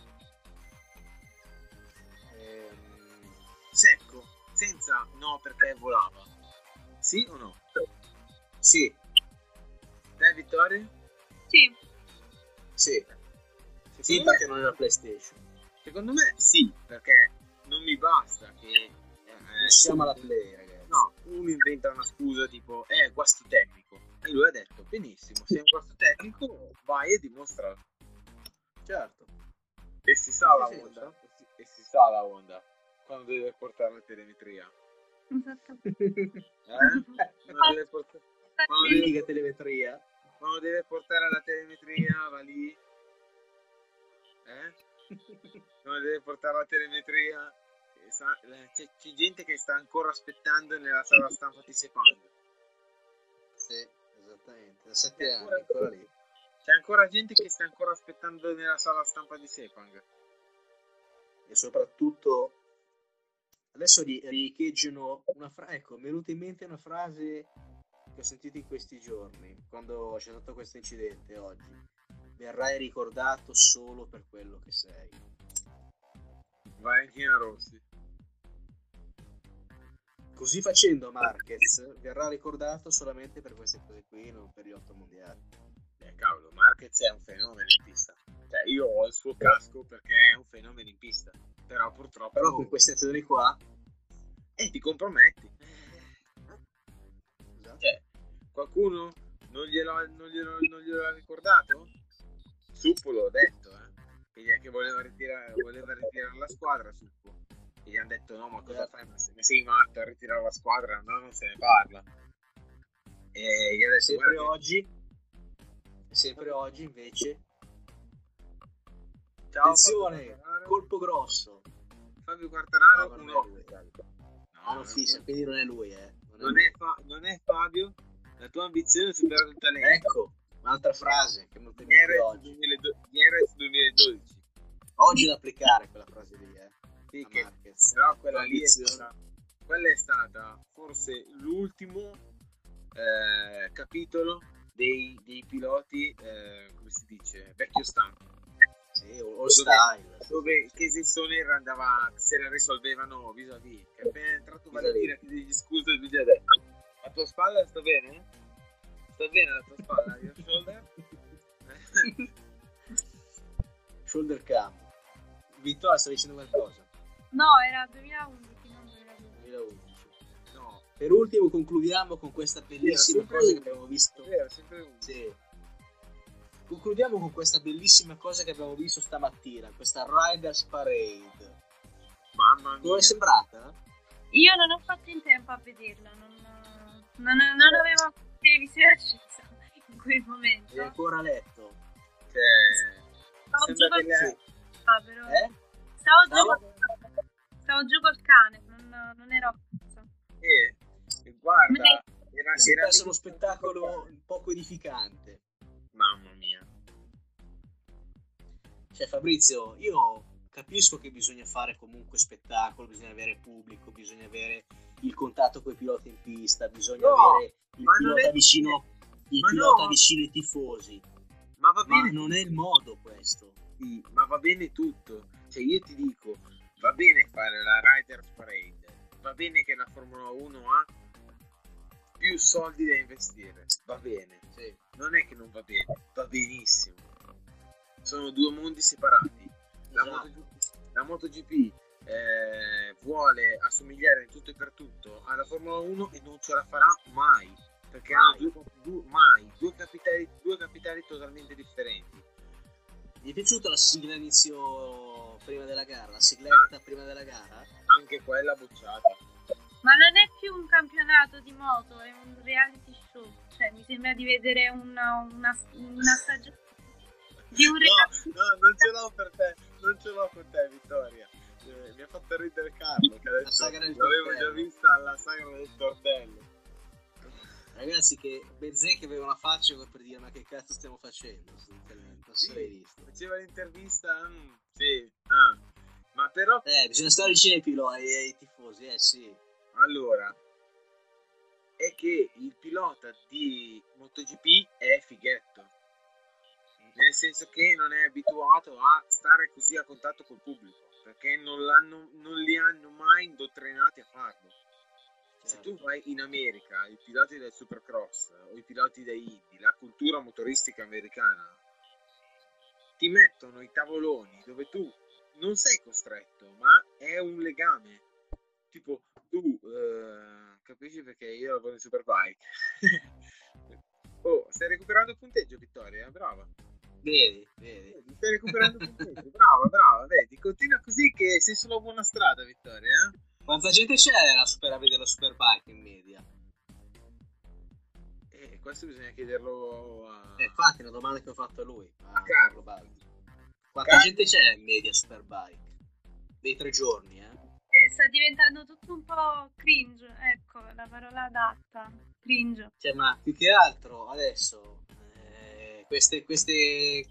Ehm, Secco, senza no perché volava. Sì o no? sì, Te, Vittorio? Sì, sì. Sì, Secondo perché me, non è la PlayStation. secondo me sì, perché non mi basta che... eh, Non siamo alla Play, ragazzi. No, uno inventa una scusa tipo, eh, guasto tecnico. E lui ha detto, benissimo, se è un guasto tecnico, vai e dimostralo. Certo. E si sa Sì, la sì, onda. lo so. E si, e si sa la onda. Quando deve portare la telemetria. esattamente. Eh? Quando deve, porta- quando deve- Mitica telemetria. quando deve portare la telemetria, va lì. Eh? Quando deve portare la telemetria. e sa- C'è, c'è gente che sta ancora aspettando nella sala stampa di Sepang. Sì, esattamente. Da sette C'è anni, ancora- ancora lì. C'è ancora gente che sta ancora aspettando nella sala stampa di Sepang. E soprattutto adesso ri- riecheggiano una frase. Ecco, mi è venuta in mente una frase che ho sentito in questi giorni, quando c'è stato questo incidente oggi. Verrai ricordato solo per quello che sei. Valentino Rossi. Così facendo Marquez verrà ricordato solamente per queste cose qui, non per gli otto mondiali. Eh, cavolo, Marquez è un fenomeno in pista. Cioè, io ho il suo casco perché è un fenomeno in pista. Però purtroppo... Però con queste azioni qua, E ti comprometti. esatto, Cioè, qualcuno non glielo, non glielo, non glielo ha ricordato? Suppo l'ho detto, eh. Che, gli- che voleva ritirare, voleva ritirare la squadra, Suppo. E gli hanno detto, no, ma cosa fai? Ma se- ma sei matto a ritirare la squadra? No, non se ne parla. E gli ha detto, sempre guarda che- oggi, sempre oggi invece, ciao, attenzione, Fabio Quartararo. colpo grosso. Fabio Quartararo, No, un non è lui, otto. Fabio. No, Ah, no, sì, quindi non è lui, eh. Non è non, lui. è Fa- non è Fabio, la tua ambizione supera il talento. Ecco, un'altra frase che non ti mente Jerez oggi. duemiladodici. Jerez duemiladodici. Oggi da applicare quella frase lì, eh. Sì, a che- Marquez. però quella lì è Ambizione. stata, quella è stata forse l'ultimo eh, capitolo dei, dei piloti, eh, come si dice, vecchio stampo, Sì, all style. dove Casey Stoner andava, se la risolvevano vis-à-vis, che appena è entrato Valentina a chiedergli scusa e lui gli ha detto, la tua spalla sta bene? Sta bene la tua spalla? Your shoulder? Shoulder cam. Vittoria, stavi dicendo qualcosa? no, era duemilaundici, non duemiladodici. duemilaundici. No, Per ultimo concludiamo con questa bellissima sempre cosa uno. che abbiamo visto. è vero, sempre uno. Sì. Concludiamo con questa bellissima cosa che abbiamo visto stamattina, questa Riders Parade. Mamma mia. Come è sembrata? Io non ho fatto in tempo a vederla, non, non, non avevo televisione accesa in quel momento. Hai ancora letto? Cioè, Stavo sembra giù che col le- cane, però. Eh? Stavo, giù Stavo? col, stavo giù col cane, non, non ero a casa. eh, guarda, era, Si è era perso uno spettacolo poco edificante. Mamma mia. Cioè, Fabrizio, io capisco che bisogna fare comunque spettacolo, bisogna avere pubblico, bisogna avere il contatto con i piloti in pista, bisogna No, avere il ma non pilota è- vicino, il ma pilota no. vicino ai tifosi. Ma va Ma bene, non è il modo questo. tutti, ma va bene tutto. Cioè, io ti dico, va bene fare la Riders Parade, va bene che la Formula uno ha più soldi da investire, va bene. Sì. Non è che non va bene, va benissimo. Sono due mondi separati. La, Esatto. MotoGP, la MotoGP eh, vuole assomigliare in tutto e per tutto alla Formula uno e non ce la farà mai, perché Mai. hanno due, due, mai, due, capitali, due capitali totalmente differenti. Mi è piaciuta la sigla inizio prima della gara, la sigletta prima della gara? Anche quella bocciata. Ma non è più un campionato di moto, è un reality show. Cioè, mi sembra di vedere una, una, una stagione di un reality No, no, non ce l'ho per te, non ce l'ho con te, Vittoria. eh, mi ha fatto ridere Carlo, che ha detto, sagra del l'avevo già tortello. vista alla sagra del tortello. Ragazzi, che Bezzecchi aveva una faccia come per dire ma che cazzo stiamo facendo, sostanzialmente, non Sì, se l'hai visto. faceva l'intervista, mm, sì, ah. Ma però, Eh, bisogna stare vicino ai piloti, ai, ai tifosi, eh sì. allora, è che il pilota di MotoGP è fighetto, nel senso che non è abituato a stare così a contatto col pubblico, perché non, l'hanno, non li hanno mai indottrinati a farlo. Se tu vai in America, i piloti del Supercross o i piloti dei Indy, la cultura motoristica americana, ti mettono i tavoloni dove tu non sei costretto, ma è un legame. Tipo, tu eh, capisci perché io lavoro in Superbike. Oh, stai recuperando punteggio, Vittoria? Brava. Vedi, vedi. Vedi, stai recuperando punteggio. Brava, brava. Vedi, continua così che sei sulla buona strada, Vittoria. Eh? Quanta gente c'è alla super, a vedere la Superbike in media? E questo bisogna chiederlo a... Eh, infatti, una domanda che ho fatto a lui. A Carlo. Quanta Carlo. gente c'è in media Superbike? Dei tre giorni, eh? Eh, sta diventando tutto un po' cringe, ecco la parola adatta, cringe. Cioè, ma più che altro adesso eh, queste, queste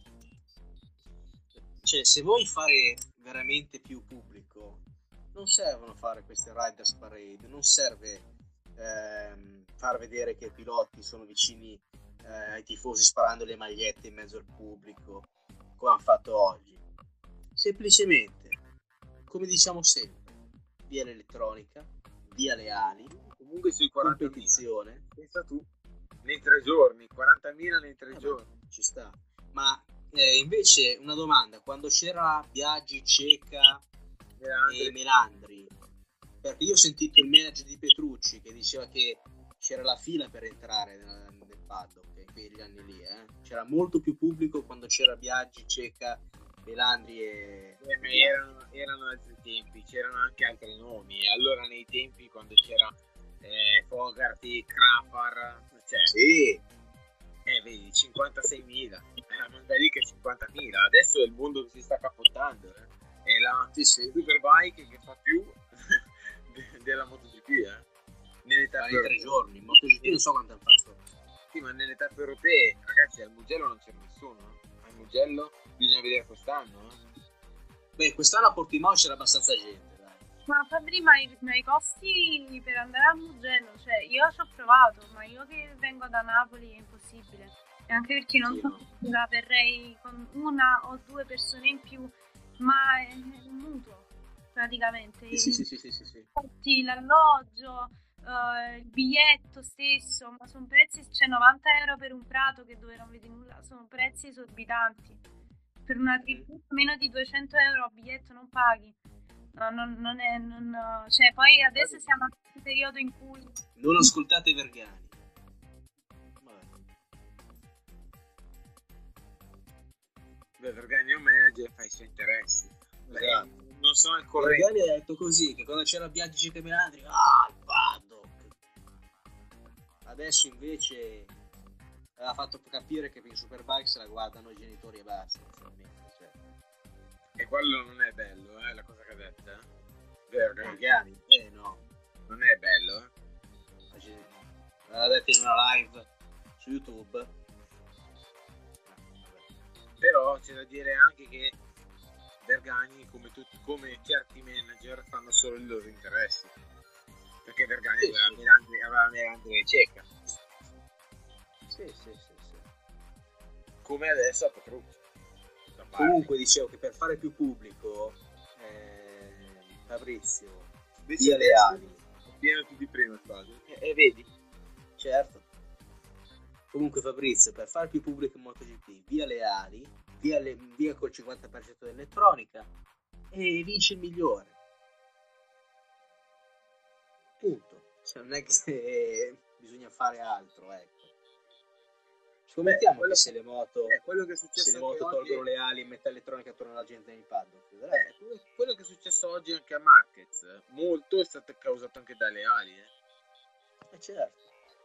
cioè, se vuoi fare veramente più pubblico, non servono fare queste riders parade, non serve ehm, far vedere che i piloti sono vicini eh, ai tifosi sparando le magliette in mezzo al pubblico, come hanno fatto oggi. Semplicemente, come diciamo sempre, via l'elettronica, via le ali, Comunque sui quarantamila. competizione. Pensa tu, nei tre giorni, quarantamila nei tre Eh, giorni. ci sta. Ma eh, invece una domanda, quando c'era Biaggi, Cecca e Melandri, perché io ho sentito il manager di Petrucci che diceva che c'era la fila per entrare nel, nel paddock in quegli anni lì, eh. C'era molto più pubblico quando c'era Biaggi, Cecca, Melandri e... Eh, ma erano, erano altri tempi, c'erano anche altri nomi. Allora nei tempi quando c'era eh, Fogarty, Crapar, cioè, Sì, eh, vedi, cinquantaseimila, eh, non da lì che cinquantamila. Adesso è il mondo che si sta capottando, eh. È la sì, sì. Superbike che fa più de- della MotoGP, eh. Nelle Ma tappe in tre europee. giorni, in MotoGP non so quanto hanno fatto. Sì, ma nelle tappe europee, ragazzi, al Mugello non c'era nessuno, eh. Al Mugello bisogna vedere quest'anno, eh. Beh, quest'anno a Portimao c'era abbastanza gente, dai. Ma Fabri, ma i, ma i costi per andare al Mugello, cioè io ci ho provato, ma io che vengo da Napoli è impossibile. E anche perché non Sì, so no. se la verrei con una o due persone in più, ma è un mutuo praticamente. Sì, sì, sì, sì, sì, sì. Infatti l'alloggio, eh, il biglietto stesso, ma sono prezzi, c'è novanta euro per un prato che dove non vedi nulla, sono prezzi esorbitanti. Per una tribù meno di duecento euro a biglietto non paghi. No, non, non è, non, cioè poi adesso siamo in un periodo in cui Non ascoltate Vergani. Vabbè. Beh, Vergani è un manager, fa i suoi interessi. Beh, Esatto. non sono al corrente. Vergani ha detto così, che quando c'era Biaggi, Cecca e Melandri, ah, il paddock. Adesso invece aveva fatto capire che in Superbike se la guardano i genitori e basta, inizialmente, cioè. E quello non è bello, eh, la cosa che ha detto, eh. Vergani. Vergani, eh no. Non è bello, eh. L'ha detto in una live su YouTube. Però c'è da dire anche che Vergani, come, tutti, come certi manager, fanno solo i loro interessi. Perché Vergani Sì, aveva sì. Melandri, aveva Melandri e Cecca. Sì, sì, sì, sì. Come adesso a Petrucci. Da parte. Comunque dicevo che per fare più pubblico, eh, Fabrizio, Invece via le adesso ali. pieno più di prima quasi. E, e vedi? Certo. Comunque Fabrizio, per fare più pubblico in MotoGP, via le ali, via, le, via col cinquanta per cento dell'elettronica e vince il migliore. Punto. Cioè, non è che bisogna fare altro, ecco. Scommettiamo quello che che- se le moto, Eh, quello che è se successo le anche moto oggi- tolgono le ali e metta elettronica torna la gente nei paddock. Eh, Dai. quello- quello che è successo oggi anche a Marquez, molto è stato causato anche dalle ali, eh. Eh, certo.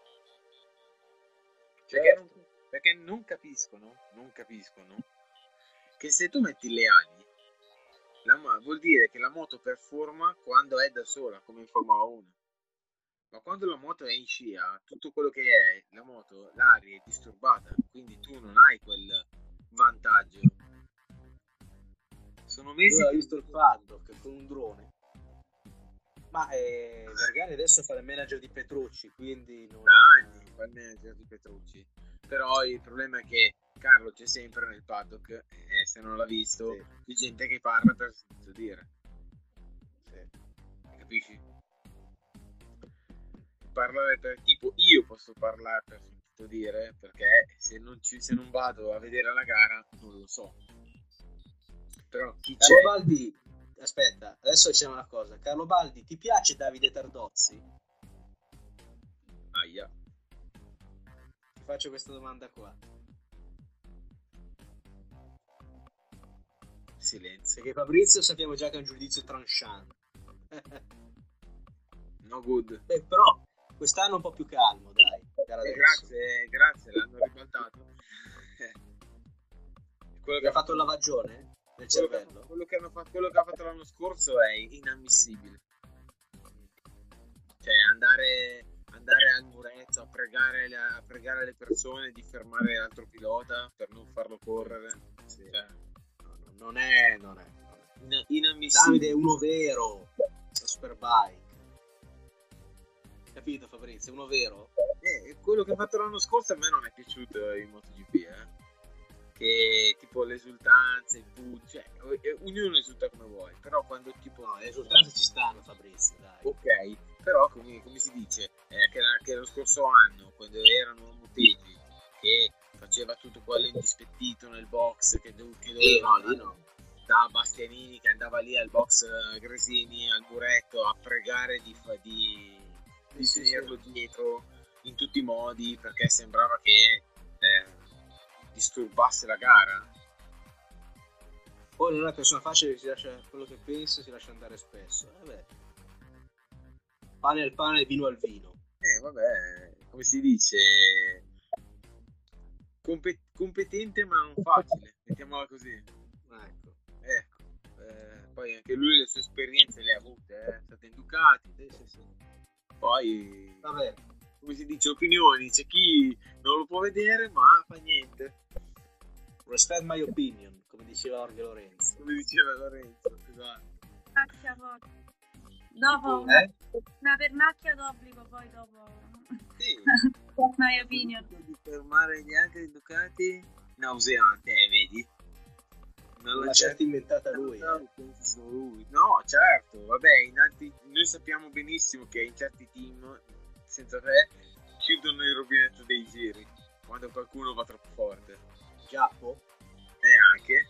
Perché, Certo. non, perché non capiscono, non capiscono che se tu metti le ali La mo- vuol dire che la moto performa quando è da sola, come in Formula uno. Ma quando la moto è in scia, tutto quello che è la moto, l'aria è disturbata, quindi tu non hai quel vantaggio. Sono mesi Lui ha che- visto il paddock con un drone. Ma eh, Vergani adesso fa il manager di Petrucci, quindi non... da anni fa il manager di Petrucci. Però il problema è che Carlo c'è sempre nel paddock e se non l'ha visto Sì. c'è gente che parla per sentito dire, Sì. capisci? Parlare per tipo io posso parlare per sentito dire perché se non, ci, se non vado a vedere la gara non lo so. Però chi c'è? Carlo Baldi, aspetta, adesso diciamo una cosa. Carlo Baldi, ti piace Davide Tardozzi? Aia. Ti faccio questa domanda qua. Silenzio. Perché Fabrizio sappiamo già che è un giudizio tranchant. No good. Beh, però quest'anno un po' più calmo, dai. gara Eh, adesso. grazie, grazie, l'hanno ribaltato. Eh. Quello Che ha fatto il lavagione nel quello che, cervello. quello che hanno fatto, quello che ha fatto l'anno scorso è inammissibile. Cioè andare, andare al muretto a pregare, le, a pregare le persone di fermare l'altro pilota per non farlo correre. Sì. Cioè, No, no, non è, non è. non è. in- inammissibile. Davide è uno vero. La Superbike. Capito Fabrizio? Uno vero. Eh, quello che ha fatto l'anno scorso a me non è piaciuto in MotoGP, eh. Che tipo l'esultanza, il put, cioè eh, ognuno esulta come vuoi, però quando tipo No, le esultanze ci stanno Fabrizio, dai. ok, però come, come si dice, eh, che, era- che lo scorso anno quando erano Motegi che faceva tutto quello indispettito nel box che, dove, che Sì, doveva no, lì no. da Bastianini che andava lì al box eh, Gresini al muretto a pregare di, fa- di, di Sì, sì, tenerlo sì. dietro in tutti i modi perché sembrava che eh, disturbasse la gara. Poi non è una persona facile che si lascia quello che pensa, si lascia andare spesso. Eh, Vabbè. Pane al pane, vino al vino. Eh vabbè, come si dice, compe- competente ma non facile, mettiamola così. Ecco. Ecco, eh, poi anche lui le sue esperienze le ha avute, eh. È stato in Ducati, Sì, sì, sì. poi Vabbè. come si dice, opinioni, c'è chi non lo può vedere ma fa niente, Respect my opinion, come diceva Jorge Lorenzo. come diceva Lorenzo, esatto. Pernacchia poi. Dopo Eh? una pernacchia d'obbligo, poi dopo. Sì. That's my opinion. Di fermare gli altri Ducati, nauseante, eh, vedi? Non Una la certa inventata lui. No, Eh. penso lui. No, certo, vabbè, in altri, noi sappiamo benissimo che in certi team, senza te, chiudono il rubinetto dei giri quando qualcuno va troppo forte. Giappo? E anche,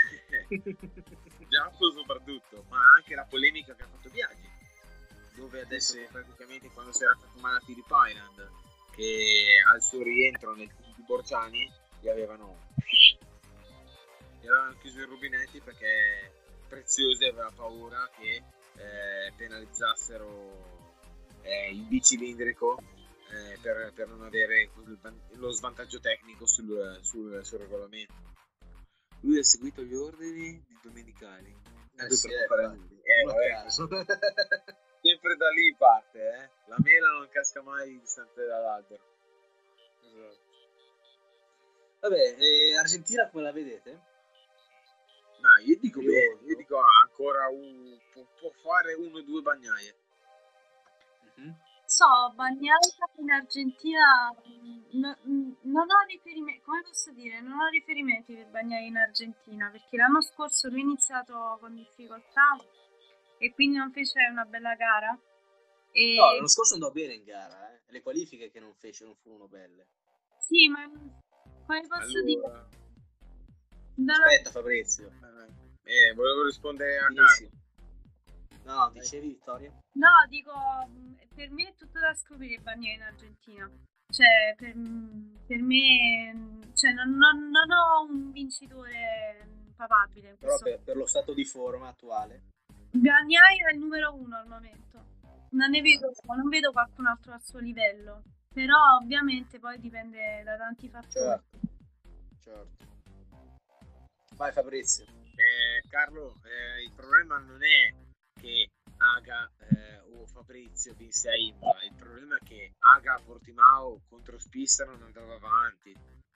Giappo soprattutto, ma anche la polemica che ha fatto Biaggi, dove adesso praticamente quando si era fatto male a Filippo Island, che al suo rientro nel team di Borgiani gli avevano gli avevano chiuso i rubinetti perché Preziosi aveva paura che eh, penalizzassero eh, il bicilindrico eh, per, per non avere quel van- lo svantaggio tecnico sul, sul, sul regolamento. Lui ha seguito gli ordini di domenicali. Non Eh ti sì, preoccupare, eh, lui. Eh, uno a vabbè, caso. sempre da lì parte, eh. La mela non casca mai distante dall'albero. Esatto. Vabbè, eh, Argentina come la vedete? No, io dico Io- bene, io dico ah, ancora un, può, può fare uno o due bagnaie. Mhm. So, Bagnaia in Argentina mh, no- mh, non ho riferimenti, come posso dire, non ho riferimenti per Bagnaia in Argentina perché l'anno scorso lui ha iniziato con difficoltà e quindi non fece una bella gara. E No, l'anno scorso andò bene in gara, eh. Le qualifiche che non fece non furono belle. sì, ma come posso dire, Allora, non ho- Aspetta Fabrizio. eh, volevo rispondere a Finisci. Carlo. No, dicevi Vittoria? no, dico, mh, per me è tutto da scoprire Bagnaia in Argentina. Cioè, per, mh, per me, mh, cioè, non, non- non ho un vincitore mh, papabile in Però questo. per, per lo stato di forma attuale. Bagnaia è il numero uno al momento. Non ne vedo, non vedo qualcun altro al suo livello. Però ovviamente poi dipende da tanti fattori. Certo. Certo. Vai Fabrizio. Eh, Carlo, eh, il problema non è che Aga eh, o Fabrizio vinse a Imola, il problema è che Aga a Portimao contro Spissa non andava avanti.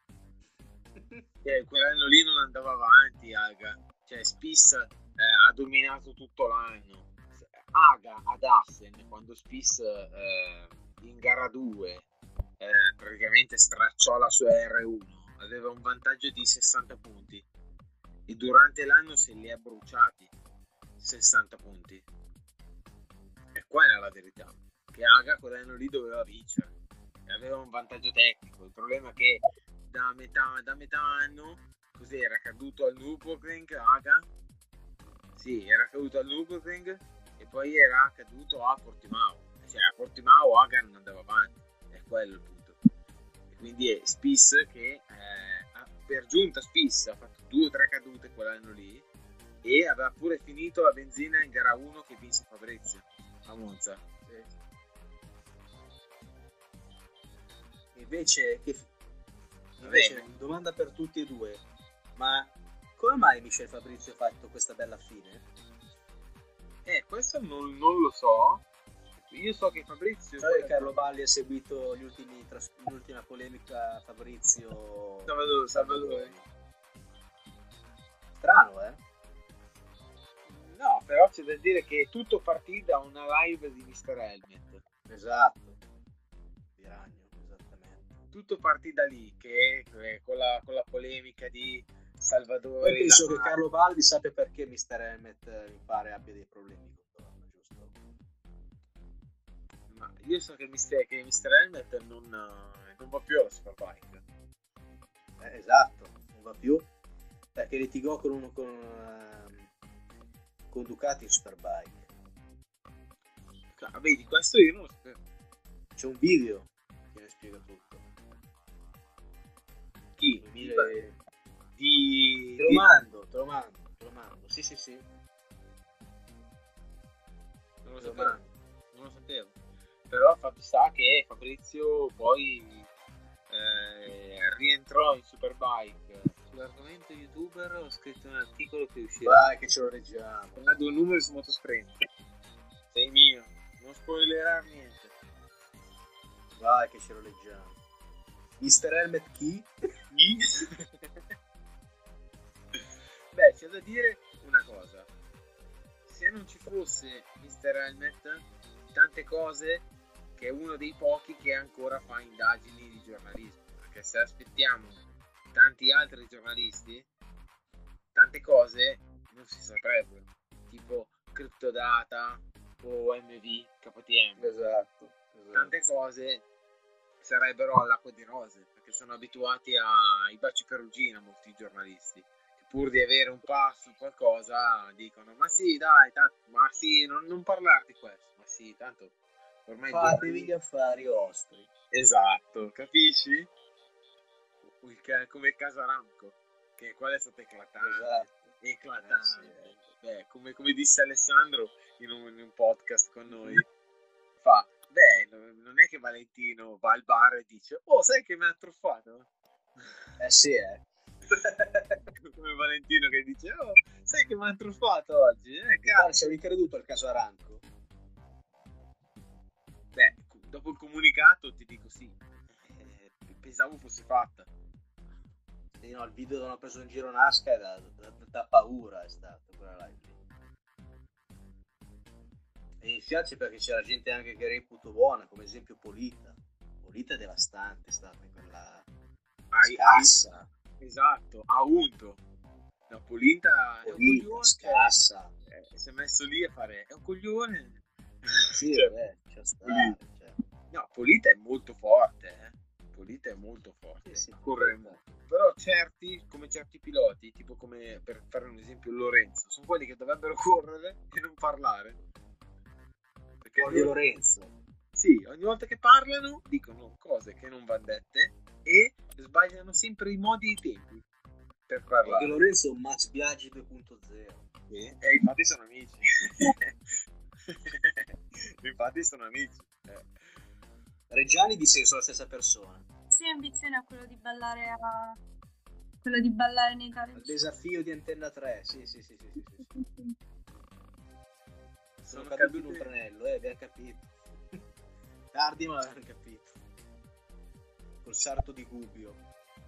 Eh, quell'anno lì non andava avanti Aga, cioè Spissa eh, ha dominato tutto l'anno. Aga ad Assen, quando Spiss eh, in gara due eh, praticamente stracciò la sua R uno, aveva un vantaggio di sessanta punti e durante l'anno se li ha bruciati sessanta punti. E qua era la verità, che Aga quell'anno lì doveva vincere e aveva un vantaggio tecnico. Il problema è che da metà, da metà anno così era caduto al Nürburgring Aga, sì, era caduto al Nürburgring e poi era caduto a Portimao, cioè a Portimao Aga non andava avanti, è quello il punto. E quindi è Spiss che eh, per giunta Spiss ha fatto due o tre cadute quell'anno lì e aveva pure finito la benzina in gara uno che vinse Fabrizio a Monza. Sì. Invece, che, invece domanda per tutti e due, ma come mai Michel Fabrizio ha fatto questa bella fine? Eh, questo non, non lo so. Io so che Fabrizio... So che Carlo Balli ha seguito gli ultimi tras- l'ultima polemica Fabrizio... Salvador, Salvador. Strano, eh? No, però c'è da dire che tutto partì da una live di mister Helmet. Esatto. Di ragno, esattamente. Tutto partì da lì, che eh, con, la, con la polemica di Salvador... Poi penso che Carlo Baldi sappia perché mister Helmet mi pare abbia dei problemi con Torno, giusto? Ma io so che mister, che mister Helmet non, non va più alla Superbike. Eh, esatto, non va più perché litigò con uno con, uh, con Ducati in Superbike. Ah, vedi, questo io non lo sapevo. C'è un video che ne spiega tutto. Chi? duemila... Di... Te lo mando, te lo mando, te lo mando. Sì, sì, sì. Non lo Te lo sapevo. mando. Non lo sapevo. Però fatto sta che Fabrizio poi eh, rientrò in Superbike. Sull'argomento youtuber ho scritto un articolo che uscirà. Vai che ce lo leggiamo. Ha due numeri su Motosprint. Sei mio. Non spoilerare niente. Vai che ce lo leggiamo. mister Helmet chi? Chi? Beh, c'è da dire una cosa. Se non ci fosse mister Helmet, tante cose, che è uno dei pochi che ancora fa indagini di giornalismo, perché se aspettiamo tanti altri giornalisti, tante cose non si saprebbero, tipo Cryptodata o M V, K T M. Esatto, esatto. Tante cose sarebbero all'acqua di rose, perché sono abituati ai baci perugina molti giornalisti, che pur di avere un passo qualcosa dicono ma sì dai, tanto, ma sì, non, non parlarti di questo, ma sì, tanto ormai fatevi gli affari vostri. Esatto, capisci? Il ca- come il caso Aramco, che quello è stato eclatante. Esatto. Eclatante. Eh, sì. Beh, come, come disse Alessandro in un, in un podcast con noi, fa, beh, non è che Valentino va al bar e dice, oh, sai che mi ha truffato? Eh sì, eh. Come Valentino che dice, oh, sai che mi ha truffato oggi? Eh, Cazzo, ci avevi creduto al caso Aranco? Beh, dopo il comunicato ti dico sì, eh, pensavo fosse fatta. Sì, no, il video dove hanno preso in giro Nasca da, da, da paura è stato quella live lì. E mi spiace perché c'era gente anche che reputo buona, come esempio Polita. Polita è devastante, è stata quella scassa. Esatto, ha unto. No, Polita è un Polita, coglione. scassa. Eh, si è messo lì a fare, è un coglione. Sì, Cioè, vabbè, c'è sta. Polita. Cioè. No, Polita è molto forte, eh. Polita è molto forte, Sì, sì, corre molto. molto. Però certi, come certi piloti, tipo come per fare un esempio Lorenzo, sono quelli che dovrebbero correre e non parlare. Perché Di Lorenzo. sì, ogni volta che parlano dicono cose che non vanno dette e sbagliano sempre i modi e i tempi per parlare. Perché Lorenzo è un Max Biaggi due punto zero. Sì. E infatti sono amici. Infatti sono amici. Eh. Reggiani dice che sono la stessa persona. La sua ambizione è quello di ballare a quello di ballare nei Il talent. desafio di Antenna tre, sì, sì, sì, sì, sì, sì. Sì, sì. Sono Sono caduti in cadute- un tranello, eh, abbiamo capito. Tardi, ma abbiamo capito. Col sarto di Gubbio.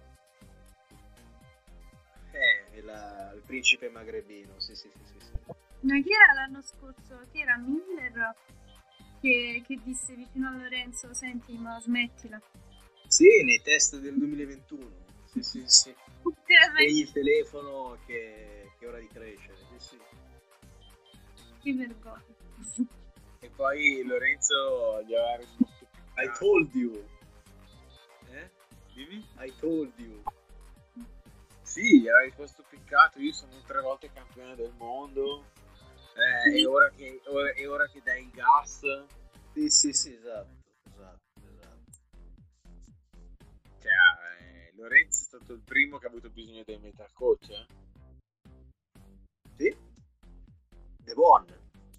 Eh, E la- il principe magrebino, sì, sì, sì, sì, sì. Ma chi era l'anno scorso? Chi era Miller che, che disse vicino a Lorenzo: senti, ma smettila. Sì, nei test del duemilaventuno. Sì, sì, sì. Spegni il telefono che, che è ora di crescere. Sì, sì. Che vergogna. e poi Lorenzo gli aveva risposto I piccato. told you. Eh? Dimmi? I told you. Sì, gli aveva risposto piccato, io sono tre volte campione del mondo, eh, e, ora che, ora, e ora che dai il gas, Sì, sì, sì, esatto, esatto, esatto. cioè, eh, Lorenzo è stato il primo che ha avuto bisogno del mental coach, eh? Sì? The One.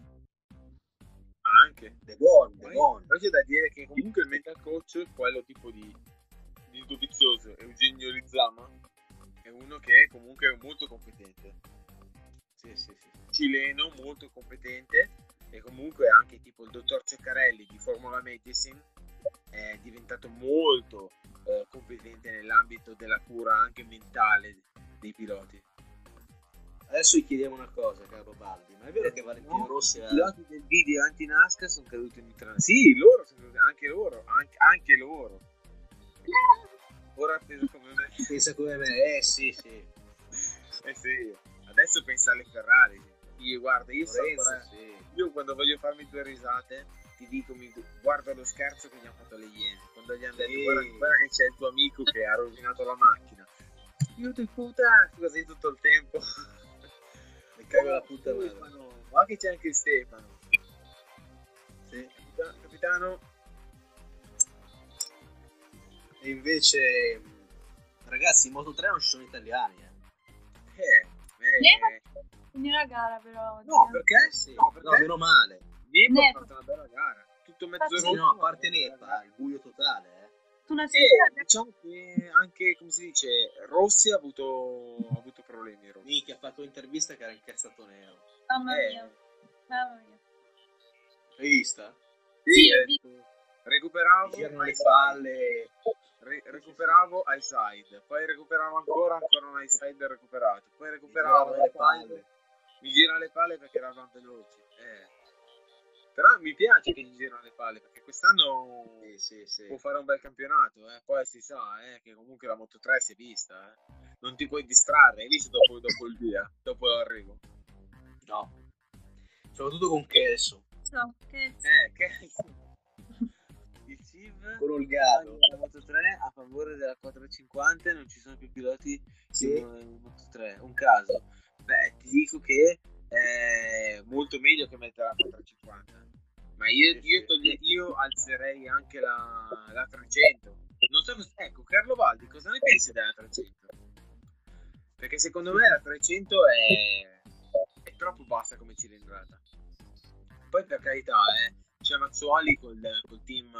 Anche. The One, The Poi, One. poi c'è da dire che comunque il mental coach, quello tipo di, di indubizioso, Eugenio Rizzama, è uno che comunque è molto competente. Sì, sì, sì. Cileno, molto competente, e comunque anche tipo il dottor Ceccarelli di Formula Medicine è diventato molto eh, competente nell'ambito della cura anche mentale dei piloti. Adesso gli chiediamo una cosa, caro Baldi, ma è vero che Valentino No, Rossi i ha... piloti del video anti-Nasca sono caduti in trans. Sì, loro sono caduti, anche loro, anche, anche loro. Ora penso come me. Pensa come me, eh sì, sì. Eh sì, adesso pensa alle Ferrari. Io guarda, io so Lorenzo, ancora- sì. io quando voglio farmi due risate ti dico, mi guarda lo scherzo che gli hanno fatto le Iene, quando gli hanno detto Sì. guarda, guarda che c'è il tuo amico che ha rovinato la macchina. Io ti puttana così tutto il tempo. Mi cago la puta madre. Stefano, ma che c'è anche Stefano. Sì. Capita- Capitano, E invece, ragazzi, in Moto tre non ci sono italiani, eh. eh, eh, Quindi una gara però. no, oggi, perché? Eh sì. No, perché No, meno male. Nepo ha Nepo. fatto una bella gara, tutto mezzo Sì, Sì, rotto, no, a ma parte una bella Nepa, gara. il buio totale, eh. Tu una E sera diciamo che anche, come si dice, Rossi ha avuto, ha avuto problemi. Rossi. Minchia, ha fatto un'intervista che era incazzato nero. Mamma Eh, mia, mamma mia. L'hai vista? sì, Sì, ho eh, visto. recuperavo, Gli girano le high palle. side, re- recuperavo high side, poi recuperavo ancora, ancora un high side recuperato, poi Gli recuperavo giravano le high side, palle. mi girano le palle perché eravamo veloci. Eh. Però mi piace che gli girano le palle perché quest'anno Sì, sì, sì. può fare un bel campionato, eh. Poi si sa eh, che comunque la Moto tre si è vista, eh. Non ti puoi distrarre, hai visto dopo, dopo il via, dopo l'arrivo. No. Soprattutto con Kelso. So, che Eh, che il C I V Con Olgado. la Moto tre a favore della quattrocentocinquanta, non ci sono più piloti Sì. in Moto tre. Un caso, beh, ti dico che è molto meglio che mettere la quattrocentocinquanta. Ma io, Sì, io, sì. toglie- io alzerei anche la, la trecento. Non so, cos- ecco, Carlo Valdi, cosa ne pensi della trecento? Perché secondo me la trecento è, è troppo bassa come cilindrata. Poi per carità, eh, c'è Mazzuoli col, col team,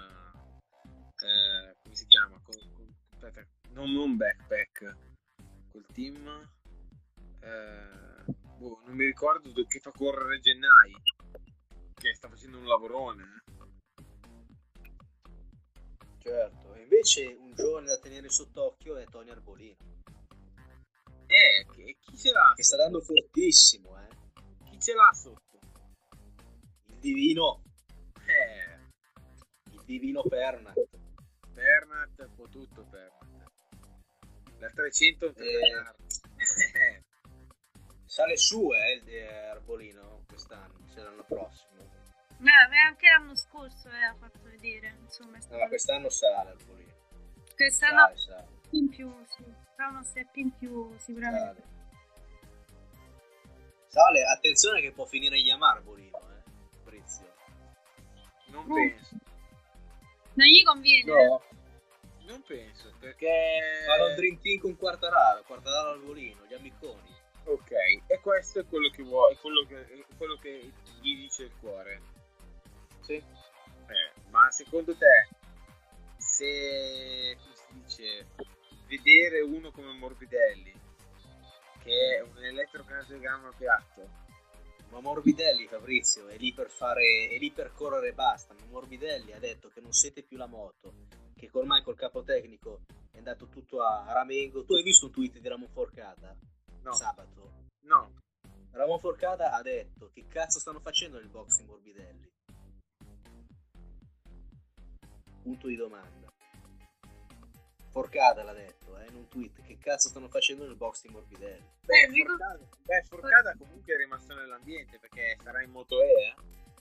eh, come si chiama? Col, col- aspetta, non, non backpack, col team, eh, boh, non mi ricordo do- che fa correre Gennai, che sta facendo un lavorone. eh. Certo. E invece un giovane da tenere sott'occhio è Tony Arbolino. Eh, che, chi ce l'ha? Che sta sotto? dando fortissimo, eh. Chi ce l'ha sotto? Il divino. Eh, Il divino Pernat. Bernat, può tutto Bernat. La trecento Eh. eh. Sale su, eh, il eh, Arbolino quest'anno, se l'anno prossimo. no, ma anche l'anno scorso eh, ha fatto vedere, insomma, è No, stato... quest'anno sale Arbolino. quest'anno Sale, sale, in più, sì, fa uno step in più sicuramente. sale. Sale, attenzione che può finire in Yamaha Arbolino, eh. Fabrizio. Non Mm. penso. Non gli conviene? No, Non penso, perché... fanno il Dream Team con Quartararo, Quartararo Arbolino, gli amiconi. Ok, e questo è quello che vuoi, è quello che, è quello che gli dice il cuore. Sì. Eh, ma secondo te, se, come si dice, vedere uno come Morbidelli, che è un elettrocardiogramma piatto. Ma Morbidelli, Fabrizio, è lì per fare, è lì per correre e basta. Ma Morbidelli ha detto che non siete più la moto, che ormai col capo tecnico è andato tutto a Ramengo. Tu hai visto un tweet di Ramon Forcada? No. Sabato? No. Ramon Forcada ha detto: che cazzo stanno facendo nel box di Morbidelli? Punto di domanda. Forcada l'ha detto eh, in un tweet: che cazzo stanno facendo nel box di Morbidelli? Beh, Eh, dico- Forcada, beh, Forcada comunque è rimasto nell'ambiente perché sarà in Moto E,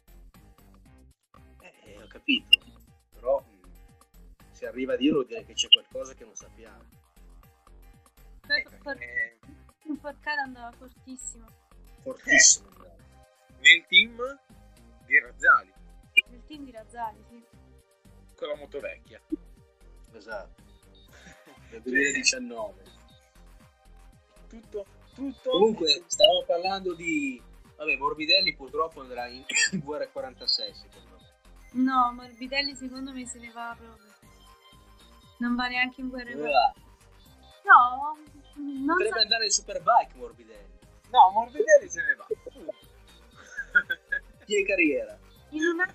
eh? Eh, ho capito, però mh, se arriva a dirlo, direi che c'è qualcosa che non sappiamo. Poi Eh, For- perché Forcada andava fortissimo. Fortissimo. nel team di Razzali, Nel team di Razzali, sì. con la moto vecchia. Esatto. Del duemiladiciannove. Tutto, tutto. Comunque, stavamo parlando di... Vabbè, Morbidelli purtroppo andrà in V R quarantasei, secondo me. No, Morbidelli secondo me se ne va proprio. Non va neanche in guerra. Dove va? No, non Potrebbe so. andare in Superbike, Morbidelli. No, Morbidelli se ne va. Chi è carriera? In una...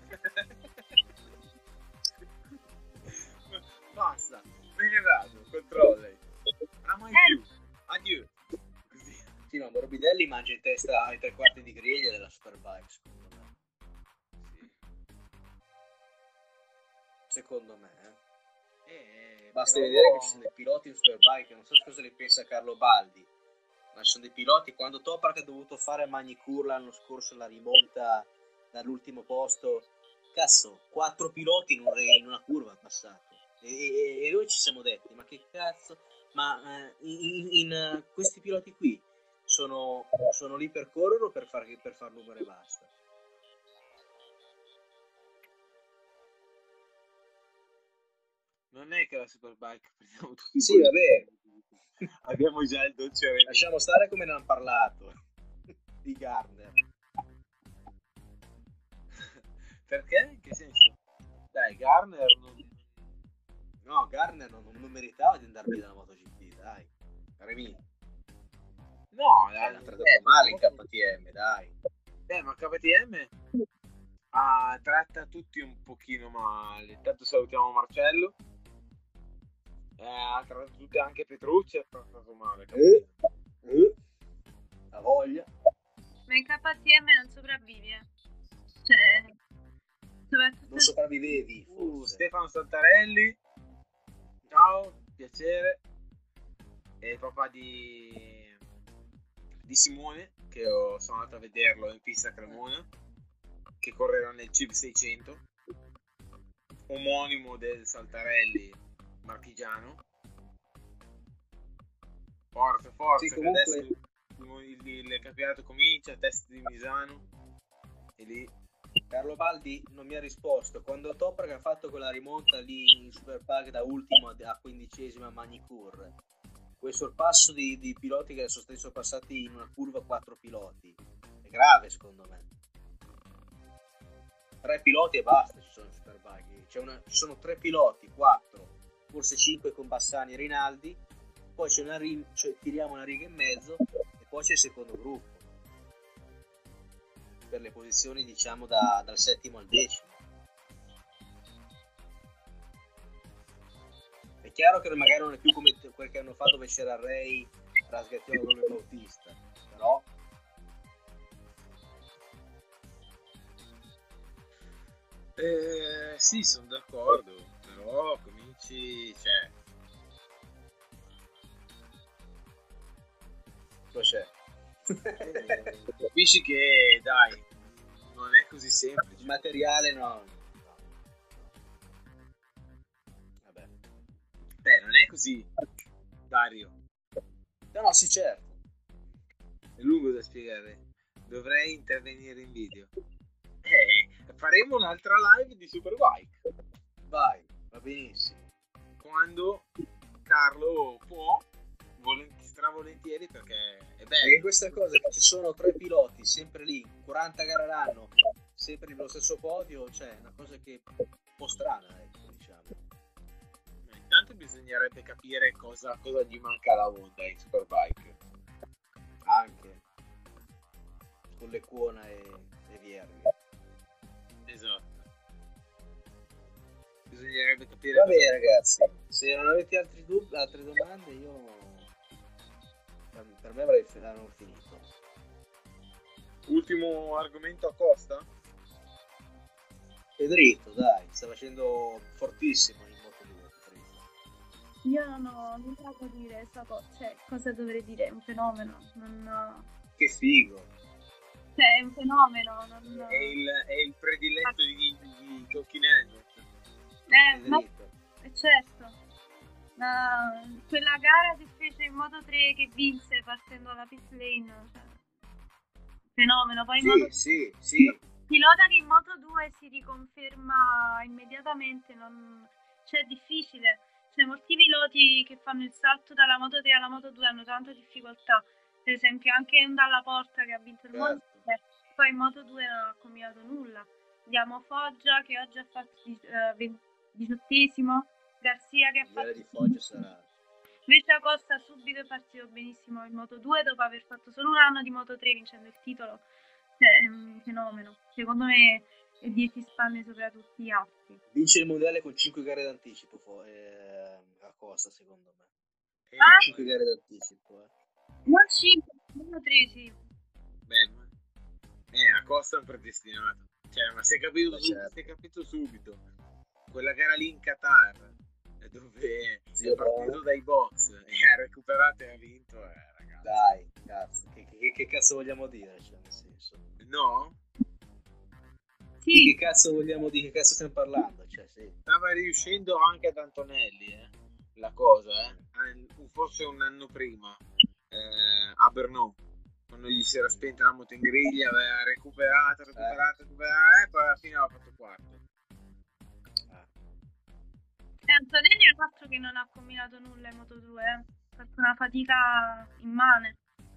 Basta, me ne vado, controlla. Amo Eh. più. Addio. Così. Sì, no, Morbidelli mangia in testa ai tre quarti di griglia della Superbike, secondo me. Sì. Secondo me, eh. Eh, Basta però- vedere che ci sono dei piloti in Superbike, non so cosa ne pensa Carlo Baldi, ma ci sono dei piloti. Quando Toprak ha dovuto fare a Magny-Cours l'anno scorso la rimonta dall'ultimo posto, cazzo, quattro piloti in, un- in una curva ha passato. E, e- e noi ci siamo detti, ma che cazzo, ma eh, in, in, eh, questi piloti qui sono, sono lì per correre o per far, per far numero e basta? Non è che la Superbike prendiamo tutti i Sì, voli. vabbè. Abbiamo già il dolce René. Lasciamo stare come ne hanno parlato di Gardner. Perché? In che senso? Dai, Garner non... No, Garner non, non meritava di andare via dalla MotoGP, dai. Remy, No, eh, dai, l'ha trattato male in K T M, dai. Eh, ma K T M ah, tratta tutti un pochino male. Intanto salutiamo Marcello. Eh, ha trattato tutti, anche Petrucci ha trattato male. K T M. Eh, eh, la voglia. Ma in K T M non sopravvivi, eh. Cioè, soprattutto... Non sopravvivevi, Uh, forse. Stefano Santarelli. Ciao, piacere. È il papà di, di Simone, che ho, sono andato a vederlo in pista a Cremona, che correrà nel C I B seicento, omonimo del Santarelli marchigiano. Forza, forza, Sì, che comunque- adesso il, il, il campionato comincia, test di Misano, e lì Carlo Baldi non mi ha risposto. Quando Toprak ha fatto quella rimonta lì in Superbike da ultimo a quindicesima a Magny-Cours, quel sorpasso di, di piloti che sono stati sorpassati in una curva quattro piloti, è grave secondo me. Tre piloti e basta ci sono in Superbike. C'è una, ci sono tre piloti, quattro, forse cinque con Bassani e Rinaldi, poi c'è una rim- cioè, tiriamo una riga in mezzo e poi c'è il secondo gruppo per le posizioni, diciamo, da, dal settimo al decimo. È chiaro che magari non è più come t- qualche anno fa dove c'era Ray, Rasgattiano come Bautista, però Eh, sì, sono d'accordo, però cominci, cioè, lo c'è. eh, capisci che, dai, non è così Il semplice. materiale no. Vabbè. Beh, non è così, Dario, No, no, sì, certo. è lungo da spiegare, dovrei intervenire in video. Eh, faremo un'altra live di Superbike, Vai, va benissimo. quando Carlo può, volenti, stravolentieri, perché è Perché bello. questa cosa che ci sono tre piloti sempre lì, quaranta gare all'anno, sempre nello stesso podio, cioè è una cosa che è un po' strana, ecco, diciamo. intanto bisognerebbe capire cosa, cosa gli manca alla Honda in Superbike. Anche con le Cuona e, e Viermi. Esatto. Bisognerebbe capire. Va bene ragazzi, se non avete altri dubbi, altre domande, io per me avrei l'avremmo finito. Ultimo argomento a Costa? Pedrito, dai, sta facendo fortissimo in Moto due. Pedrito. Io non ho nulla da dire, sta co- cioè, cosa dovrei dire? È un fenomeno. Non... Che figo. Cioè, è un fenomeno. Non... È il, è il prediletto di, di Tocchinello. Eh, ma Pedrito. eh, certo. Ma quella gara che fece in Moto tre che vinse partendo dalla pit lane, cioè, fenomeno. Poi in Sì, Moto... sì, sì. pilota che in Moto due si riconferma immediatamente, non... cioè è difficile. Cioè, molti piloti che fanno il salto dalla Moto tre alla Moto due hanno tanta difficoltà. Per esempio anche Dalla Porta che ha vinto il Certo. Mondiale, poi in Moto due non ha combinato nulla. Andiamo Foggia che oggi ha fatto eh, diciottesimo, Garcia che ha Il fatto di Foggia sarà. invece Acosta subito è partito benissimo in Moto due dopo aver fatto solo un anno di Moto tre vincendo il titolo. Cioè, è un fenomeno. Secondo me è dieci spanne sopra tutti gli altri. Vince il mondiale con cinque gare d'anticipo fo- eh, a Costa, secondo me. Ah, cinque gare d'anticipo. Eh. non cinque, Moto tre sì. Beh, ma- eh, a Costa è un predestinato. Cioè, ma si è capito, Ma subito, certo. si è capito subito. Quella gara lì in Qatar, dove Zio è partito Bono. dai box e ha recuperato e ha vinto, eh, ragazzi. Dai, cazzo, che, che, che cazzo vogliamo dire? Cioè, nel senso. No? Di Sì, che cazzo vogliamo dire? Che cazzo stiamo parlando? Cioè, sì. Stava riuscendo anche ad Antonelli, eh, la cosa, eh. An- Forse un anno prima, eh, a Brno, quando gli si era spenta la moto in griglia, aveva recuperato, recuperato, recuperato, e poi alla fine aveva fatto quarto. Ah. e Antonelli è un altro che non ha combinato nulla in Moto due, eh. Ha fatto una fatica immane.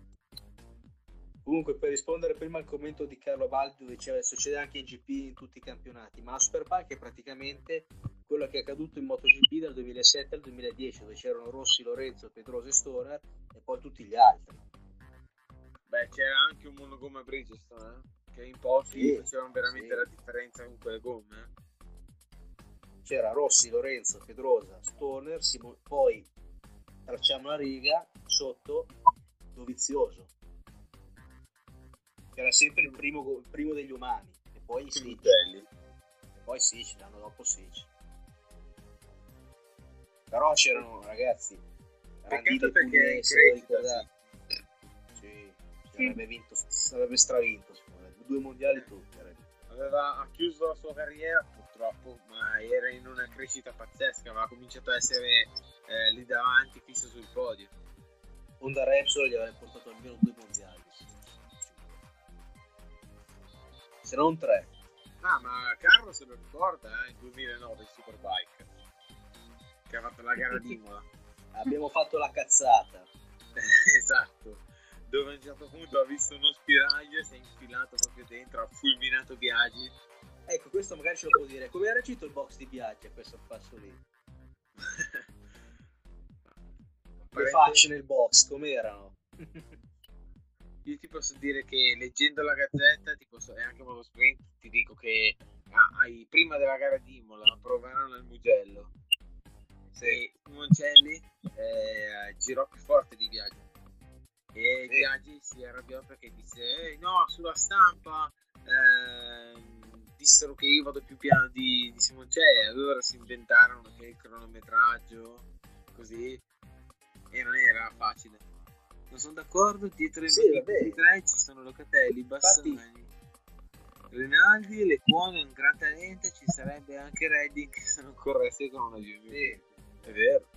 Comunque, per rispondere prima al commento di Carlo Baldi, dove diceva che succede anche in G P in tutti i campionati, ma la Superbike è praticamente quello che è accaduto in MotoGP dal duemilasette al duemiladieci, dove c'erano Rossi, Lorenzo, Pedrosa e Stoner e poi tutti gli altri. Beh, c'era anche un monogomma Bridgestone, eh, che in pochi Sì, facevano veramente sì. la differenza con quelle gomme. eh. C'era Rossi, Lorenzo, Pedrosa, Stoner, Simo- poi tracciamo la riga sotto Dovizioso, che era sempre il primo, go- il primo degli umani, e poi Che sì, butelli. e poi sì, l'anno dopo sì. Però c'erano ragazzi, Peccato Randile perché era in Pugliese, se lo crescita, ricordate? Sì, Sì. avrebbe vinto, avrebbe stravinto, secondo me. Due mondiali tutti. avrebbe. Aveva ha chiuso la sua carriera purtroppo, ma era in una crescita pazzesca, aveva cominciato a essere eh, lì davanti, fisso sul podio. Honda Repsol gli avrebbe portato almeno due mondiali, se non tre. Ah, ma Carlo se lo ricorda, eh, nel duemilanove in Superbike, che ha fatto la gara di Imola. Abbiamo fatto la cazzata. Esatto, dove a un certo punto ha visto uno spiraglio e si è infilato proprio dentro, ha fulminato Biaggi. Ecco, questo magari ce lo può dire. Come era reagito il box di Biaggi a questo passo lì? Le facce nel box, com'erano? Io ti posso dire che leggendo la gazzetta ti posso, e anche Moto Sprint ti dico che ah, ai, prima della gara di Imola provarono il Mugello e Moncelli eh, girò più forte di Biaggi e Sì. Biaggi si arrabbiò perché disse eh, no, sulla stampa eh, dissero che io vado più piano di, di Simoncelli, allora si inventarono che il cronometraggio così, e non era facile. Non sono d'accordo, dietro i Sì, motivi vabbè. di tre ci sono Locatelli, Bassani, Rinaldi, Le Cuone, un gran talento, ci sarebbe anche Redding se non corresse con una Juve. Sì. È vero.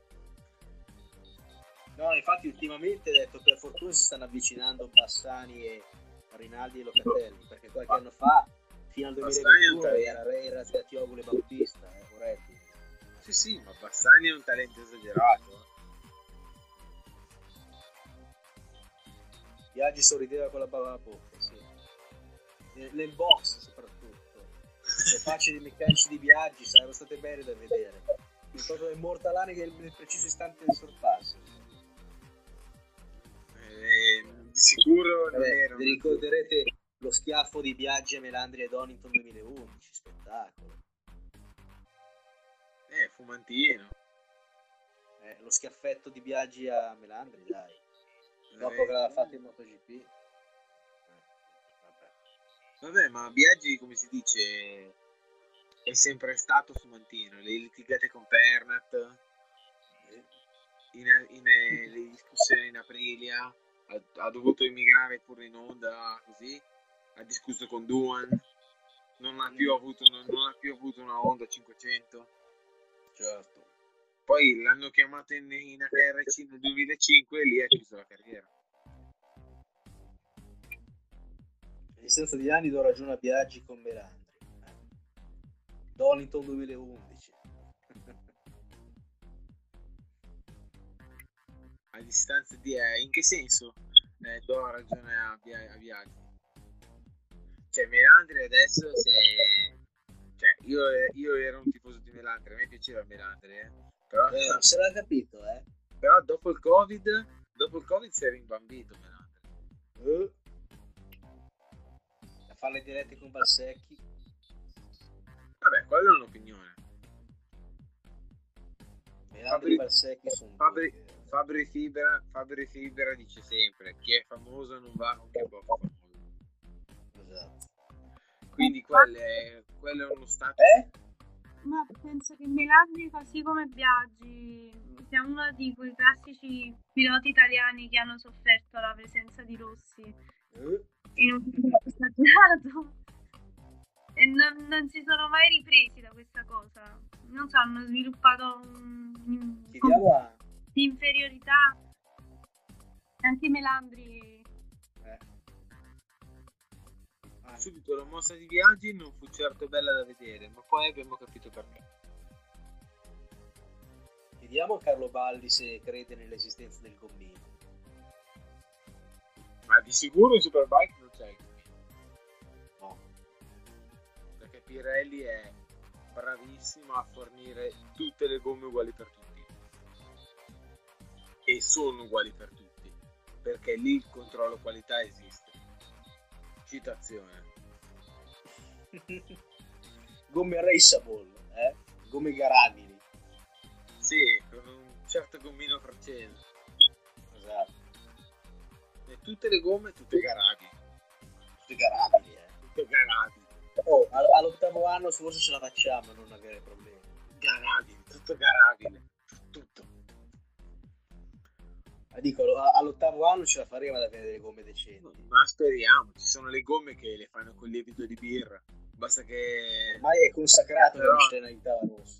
No, infatti ultimamente ho detto per fortuna si stanno avvicinando Bassani e Rinaldi e Locatelli, perché qualche anno fa fino al Bassani è un duemilaventuno talento. era Reira, Sgatioglu e Bautista, eh, Moretti. Sì, sì, ma Bassani è un talento esagerato. eh. Biaggi sorrideva con la bava alla bocca, sì. Nel, nel box soprattutto. Le facce dei meccanici di Biaggi sarebbero state belle da vedere. proprio il Mortalani che è nel preciso istante del sorpasso. Eh, di sicuro non Vabbè, era vi ricorderete lo schiaffo di Biaggi a Melandri e Donington duemilaundici, spettacolo. Eh, fumantino. Eh, lo schiaffetto di Biaggi a Melandri, dai. Dopo Eh, che l'aveva fatto in MotoGP. Eh, vabbè. Vabbè, ma Biaggi, come si dice, è sempre stato fumantino. Le litigate con Pernat, in, in, eh, le discussioni in Aprilia, ha, ha dovuto emigrare pure in Honda, così, ha discusso con Duan, non ha più avuto, non, non ha più avuto una Honda cinquecento. Certo. Poi l'hanno chiamato in, in H R C nel duemilacinque e lì ha chiuso la carriera. A distanza di anni do ragione a Biaggi con Melandri. Eh. Donington duemilaundici. A distanza di... Eh, in che senso eh, do ragione a, Bia- a Biaggi? Cioè, Melandri adesso se... Cioè, io, io ero un tifoso di Melandri, a me piaceva Melandri, eh. Però, Eh, non se l'ha capito, eh. però dopo il Covid, dopo il Covid si è rimbambito Melandri. Eh. A fare le dirette con Valsecchi. Vabbè, quella è un'opinione. Melandri Fabri- e Valsecchi sono Fabri, due che- Fabri Fibra, Fabri Fibra dice sempre: chi è famoso non va con chi è poco famoso. Esatto. Quindi quello è, quello è uno stato. Eh? Ma penso che Melandri, così come Biaggi, sia uno di quei classici piloti italiani che hanno sofferto la presenza di Rossi Eh? in un pilota stagionato e non, non si sono mai ripresi da questa cosa. Non so, hanno sviluppato un, un Chiediamo a... di inferiorità. Anche Melandri. Eh. Ah, Subito la mossa di Biaggi non fu certo bella da vedere, ma poi abbiamo capito perché. chiediamo a Carlo Baldi se crede nell'esistenza del gommino. Ma di sicuro in Superbike non c'è il gommino. No. Perché Pirelli è bravissimo a fornire tutte le gomme uguali per tutti. E sono uguali per tutti. Perché lì il controllo qualità esiste. Citazione. Gomme raceable, eh? Gomme garabili. Sì, con un certo gommino francese. Esatto. E tutte le gomme, tutte garabili. Tutte garabili, eh. Tutte garabili. Oh, all- all'ottavo anno forse ce la facciamo a non avere problemi. Garabili, tutto garabile. Tutto. Ma dico, a- all'ottavo anno ce la faremo ad avere delle gomme decenti. Ma speriamo, ci sono le gomme che le fanno con lievito di birra. Basta che... Ormai è consacrato Però- la Michelin in Italia Rossa.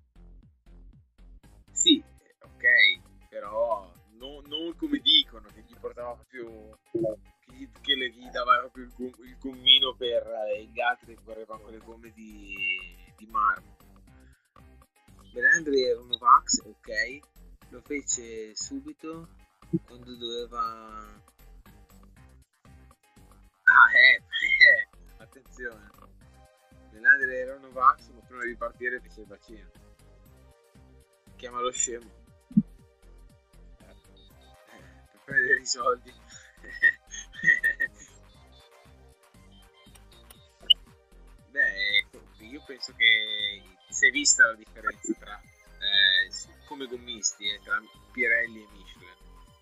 Sì, ok, però non, non come dicono, che gli portava proprio... Che gli, che le- gli dava proprio il, gom- il gommino per eh, gli altri che correvano con le gomme di, di marmo. Melandri era un Novax, ok, lo fece subito quando doveva... Ah, eh, eh, attenzione. Melandri era un Novax, ma prima di partire fece il bacino. Chiama lo scemo. Eh, per prendere i soldi. Beh, ecco, io penso che si è vista la differenza tra eh, come gommisti eh, tra Pirelli e Michelin.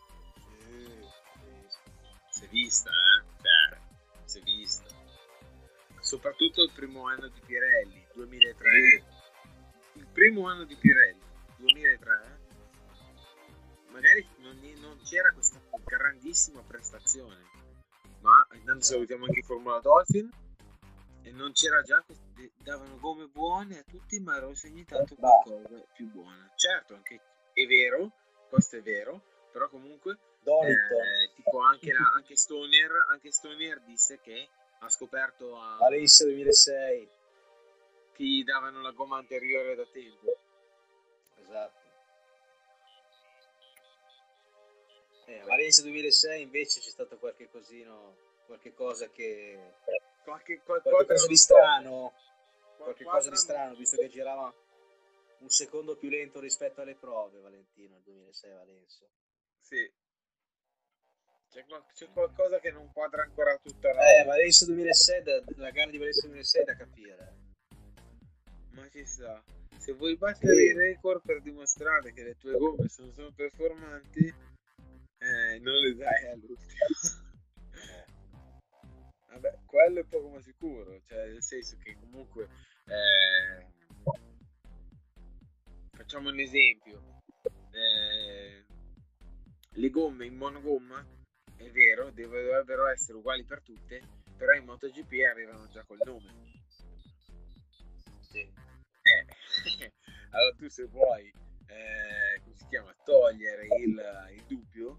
Si è vista, eh? Cioè, si è vista. Soprattutto il primo anno di Pirelli, duemilatré. Il primo anno di Pirelli, duemilatré. Magari non, non c'era questa grandissima prestazione, ma intanto salutiamo anche Formula Dolphin. E non c'era già, queste- davano gomme buone a tutti, ma Rossi ogni tanto qualcosa più buona. Certo, anche è vero, questo è vero, però comunque Donington, eh, tipo anche, la, anche Stoner anche Stoner disse che ha scoperto a, Valencia duemilasei. che gli davano la gomma anteriore da tempo. Esatto. Eh, a Valencia duemilasei invece c'è stato qualche cosino, qualche cosa che... Qualche, qualche qualcosa cosa di non- strano, qualche qualcosa cosa di strano, visto che girava un secondo più lento rispetto alle prove, Valentino, il duemilasei a Valencia. Sì. C'è, qual- c'è qualcosa che non quadra ancora tutta la... Eh, Valencia duemilasei, da, la gara di Valencia duemilasei è da capire. Ma ci sta. Se vuoi battere Sì. il record per dimostrare che le tue gomme sono, sono performanti, eh, non le dai all'ultimo. Vabbè, quello è poco ma sicuro, cioè nel senso che comunque eh, facciamo un esempio, eh, le gomme in monogomma è vero, dovrebbero essere uguali per tutte, però in MotoGP arrivano già col nome. Sì. Eh, allora tu se vuoi eh, come si chiama, togliere il, il dubbio,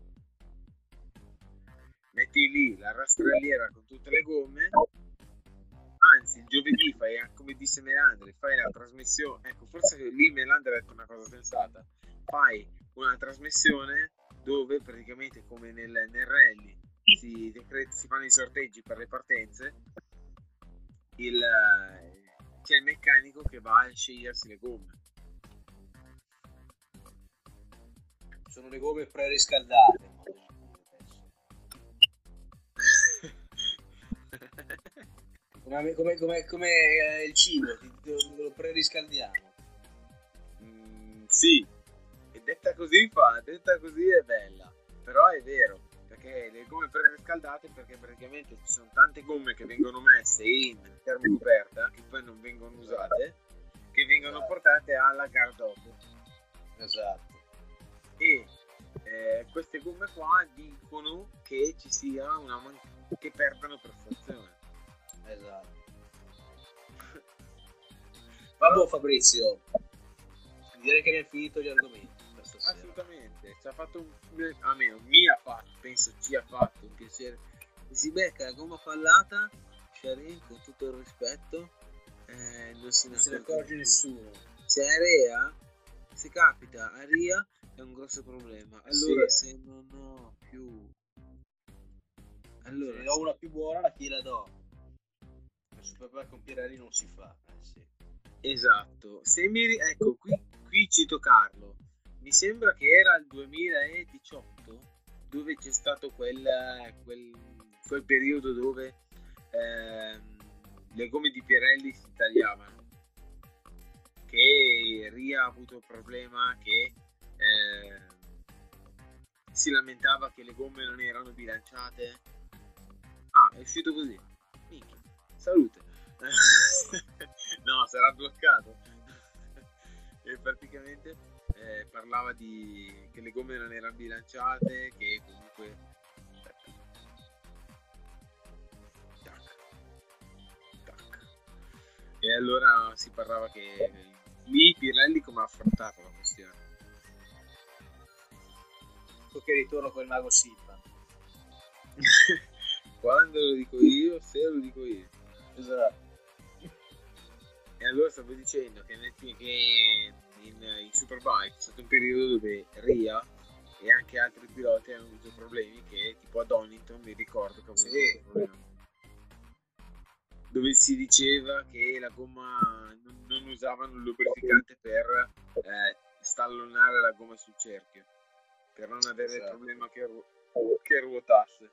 metti lì la rastrelliera con tutte le gomme, anzi il giovedì fai, come disse Melandri, fai la trasmissione, ecco forse lì Melandri ha detto una cosa sensata, fai una trasmissione dove praticamente come nel, nel rally si, decreti, si fanno i sorteggi per le partenze, il, c'è il meccanico che va a scegliersi le gomme. Sono le gomme preriscaldate. Come, come, come, come eh, il cibo, lo, lo preriscaldiamo. Mm, sì, e detta così fa, detta così è bella, però è vero, perché le gomme preriscaldate, perché praticamente ci sono tante gomme che vengono messe in termocoperta, che poi non vengono usate, che vengono Esatto. portate alla gara dopo. Esatto. E eh, queste gomme qua dicono che ci sia una man- che perdano prestazione. Esatto. Vabbè Fabrizio, direi che abbiamo finito gli argomenti per stasera. Assolutamente, ci ha fatto un, almeno mi ha fatto, penso ci ha fatto un piacere. Si becca la gomma fallata, Sharin, con tutto il rispetto, eh, non se ne Non se ne accorge nessuno. Se è Rea, se capita a Ria è un grosso problema. Allora Sì, eh. se non ho più, Se allora ne do una più buona, la chi la do? Il Superbike con Pirelli non si fa. Eh sì. esatto, se mi ri- ecco qui, qui cito Carlo, mi sembra che era il duemiladiciotto dove c'è stato quel, quel, quel periodo dove ehm, le gomme di Pirelli si tagliavano, che Ria ha avuto il problema che eh, si lamentava che le gomme non erano bilanciate. Ah, è uscito così. Minchia, salute. No, sarà bloccato. E praticamente eh, parlava di che le gomme non erano bilanciate, che comunque tac, tac. E allora si parlava che lì Pirelli come ha affrontato la questione. Che ritorno con il mago Silva. Quando lo dico io, se lo dico io. Esatto. E allora stavo dicendo che, nel, che in, in Superbike c'è stato un periodo dove Ria e anche altri piloti hanno avuto problemi, che tipo a Donington mi ricordo che avevo Sì. avuto problemi, dove si diceva che la gomma non, non usavano il lubrificante per eh, stallonare la gomma sul cerchio, per non avere Esatto. il problema che, ru- che ruotasse.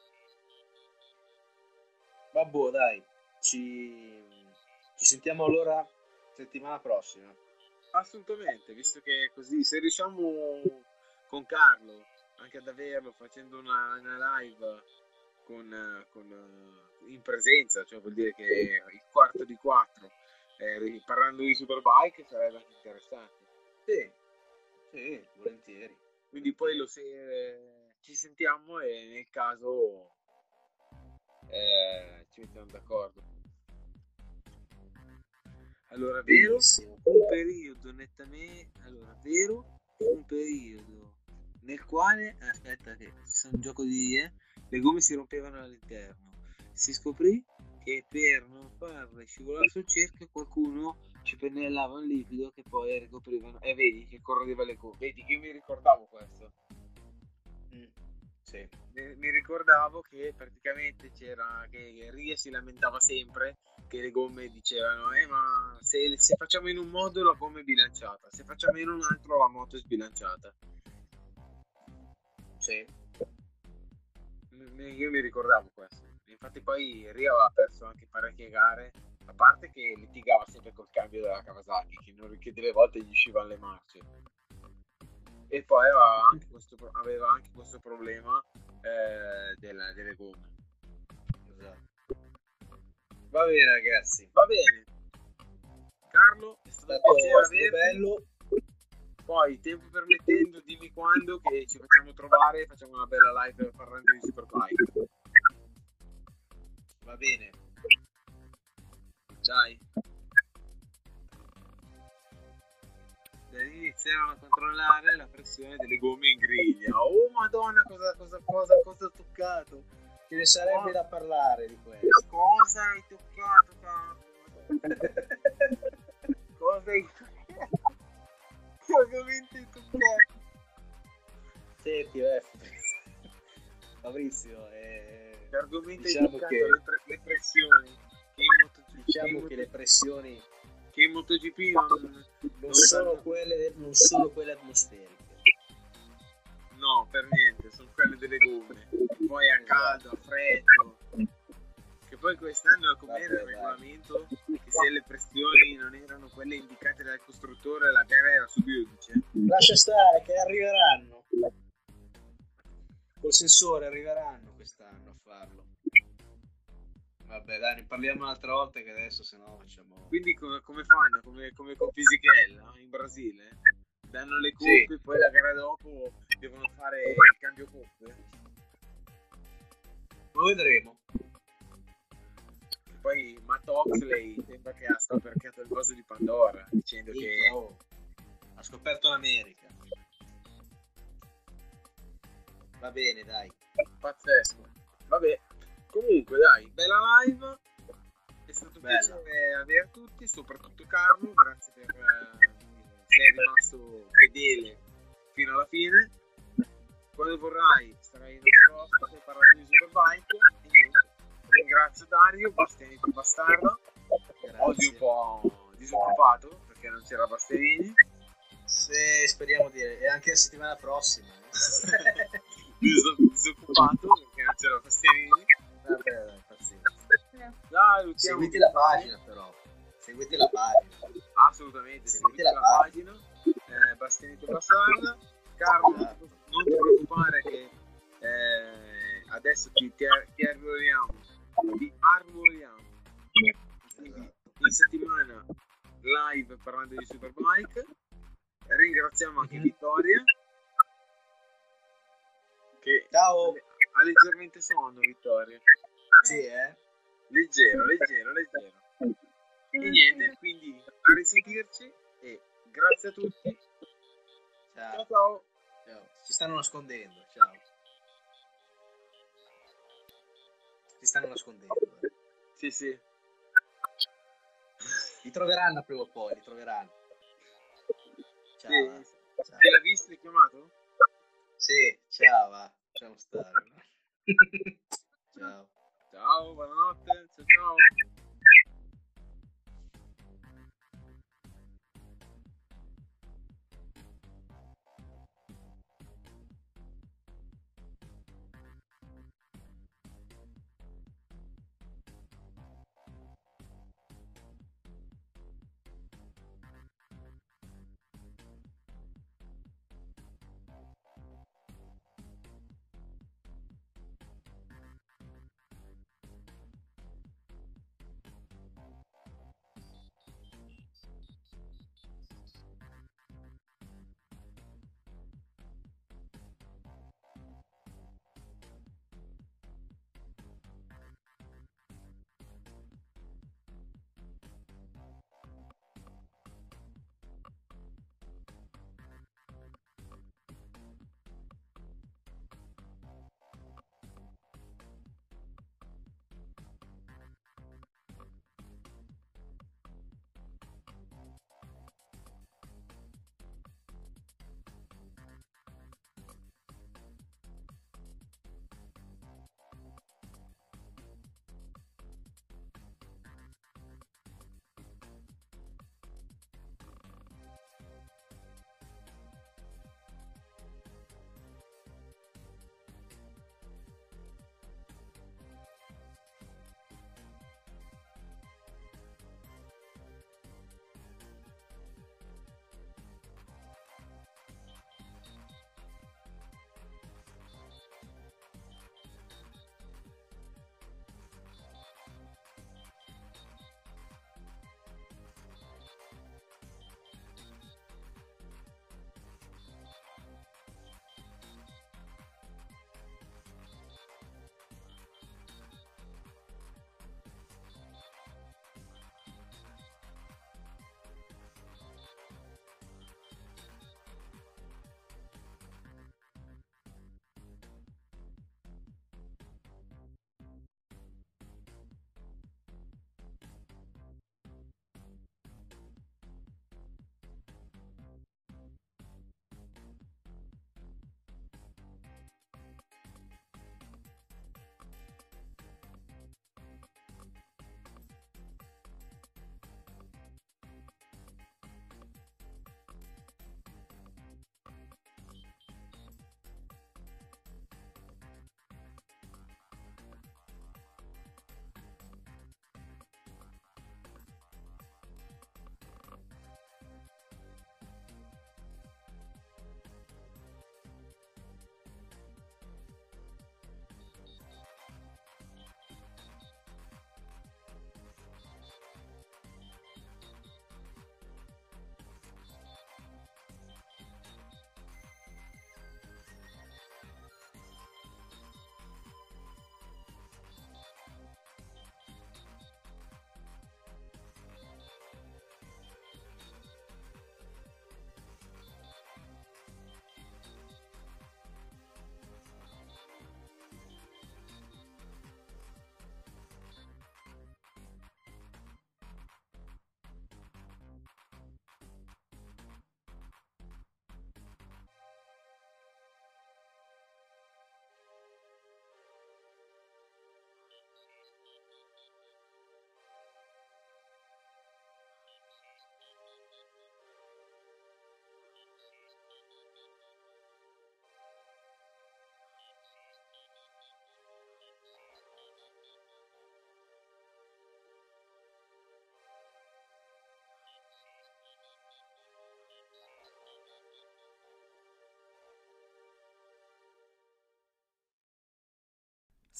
Vabbè, dai, ci, ci sentiamo allora settimana prossima. Assolutamente, visto che è così, se riusciamo con Carlo anche ad averlo facendo una, una live con, con, in presenza, cioè vuol dire che il quarto di quattro, eh, parlando di Superbike, sarebbe anche interessante. Sì, sì, volentieri. Quindi poi lo se eh, ci sentiamo e nel caso eh, ci mettiamo d'accordo. Allora, vero, Benissimo. un periodo nettamente, allora, vero, un periodo nel quale, aspetta che ci sono un gioco di idee, le gomme si rompevano all'interno. Si scoprì che per non farle scivolare sul cerchio qualcuno ci pennellava un liquido che poi ricoprivano. E vedi che corrodeva le gomme. Vedi che io mi ricordavo questo. Mm. Sì. mi, mi ricordavo che praticamente c'era che Ria si lamentava sempre che le gomme dicevano eh ma se, se facciamo in un modo la gomma è bilanciata, se facciamo in un altro la moto è sbilanciata. Sì. Mi- io mi ricordavo questo, infatti poi Ria aveva perso anche parecchie gare, a parte che litigava sempre col cambio della Kawasaki che, non, che delle volte gli uscivano le marce, e poi aveva anche questo, pro- aveva anche questo problema eh, della- delle gomme. Esatto. Va bene ragazzi, Va bene, Carlo, è è stato un stato, piacere è stato averti. bello. Poi, tempo permettendo, dimmi quando che ci facciamo trovare e facciamo una bella live parlando di Superbike. Va bene. Dai. Iniziano a controllare la pressione delle gomme in griglia. Oh madonna, cosa, cosa, cosa, cosa ho toccato? Ce ne sarebbe Oh. da parlare di questo. Cosa hai toccato, Carlo? Cosa hai toccato? Che argomento hai toccato? Senti, eh, Fabrizio, eh, Che argomento diciamo hai toccato? che- Le, pre- le pressioni. Che in MotoGP, diciamo che che in le pressioni che in MotoGP non, non sono quelle, non sono quelle atmosferiche. no, per niente, sono quelle delle gomme. Poi a caldo, a freddo. Che poi quest'anno com'era Vabbè, il dai. regolamento? Che se le pressioni non erano quelle indicate dal costruttore, la gara era su giudice. Lascia stare che arriveranno. Col sensore arriveranno quest'anno a farlo. Vabbè, dai, ne parliamo un'altra volta che adesso se no facciamo... Quindi come, come fanno? Come, come con Fisichella in Brasile? Danno le Sì. coppe, poi la gara dopo devono fare il cambio coppe. Lo vedremo. E poi Matt Oxley sembra che ha scoperchiato il vaso di Pandora dicendo che Minchia, oh. Ha scoperto l'America. Va bene, dai. pazzesco. Vabbè, comunque dai, bella live. È stato un Bella. piacere avere tutti, soprattutto Carlo, grazie per eh, sei rimasto fedele fino alla fine. Quando vorrai sarai il nostro ospite parlando di Superbike. E niente, ringrazio Dario, Bastianito Bastardo. Grazie. Oggi un po' disoccupato perché non c'era Bastianini. Se speriamo di... E anche la settimana prossima. eh. Dis- disoccupato perché non c'era Bastianini. Vabbè, dai, pazienza. Dai, lottiamo. Seguite la pagina però. Seguite la pagina. Assolutamente, Seguite seguite la la pagina. Eh, Bastianito Bastarda. Carlo, Esatto. non ti preoccupare che eh, adesso ti, ti, ti arruoliamo. Ti arruoliamo. Quindi in settimana live parlando di Superbike. Ringraziamo anche Mhm. Vittoria che Ciao. ha leggermente sonno. Vittoria, Sì, eh? leggero, leggero, leggero. E niente, quindi a risentirci e grazie a tutti. Ciao Ciao. ciao. Ciao. Si stanno nascondendo. Ciao. Si stanno nascondendo. eh. Sì, sì. Li troveranno prima o poi, li troveranno. Ciao. Sì. Ciao. Te l'ha visto? L'hai chiamato? Sì, ciao, va. Lasciamo stare. Ciao. Ciao, buonanotte. Ciao ciao.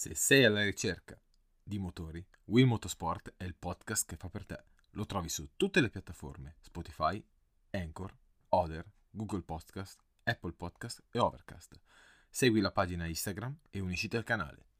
Se sei alla ricerca di motori, Will Motorsport è il podcast che fa per te. Lo trovi su tutte le piattaforme: Spotify, Anchor, Other, Google Podcast, Apple Podcast e Overcast. Segui la pagina Instagram e unisciti al canale.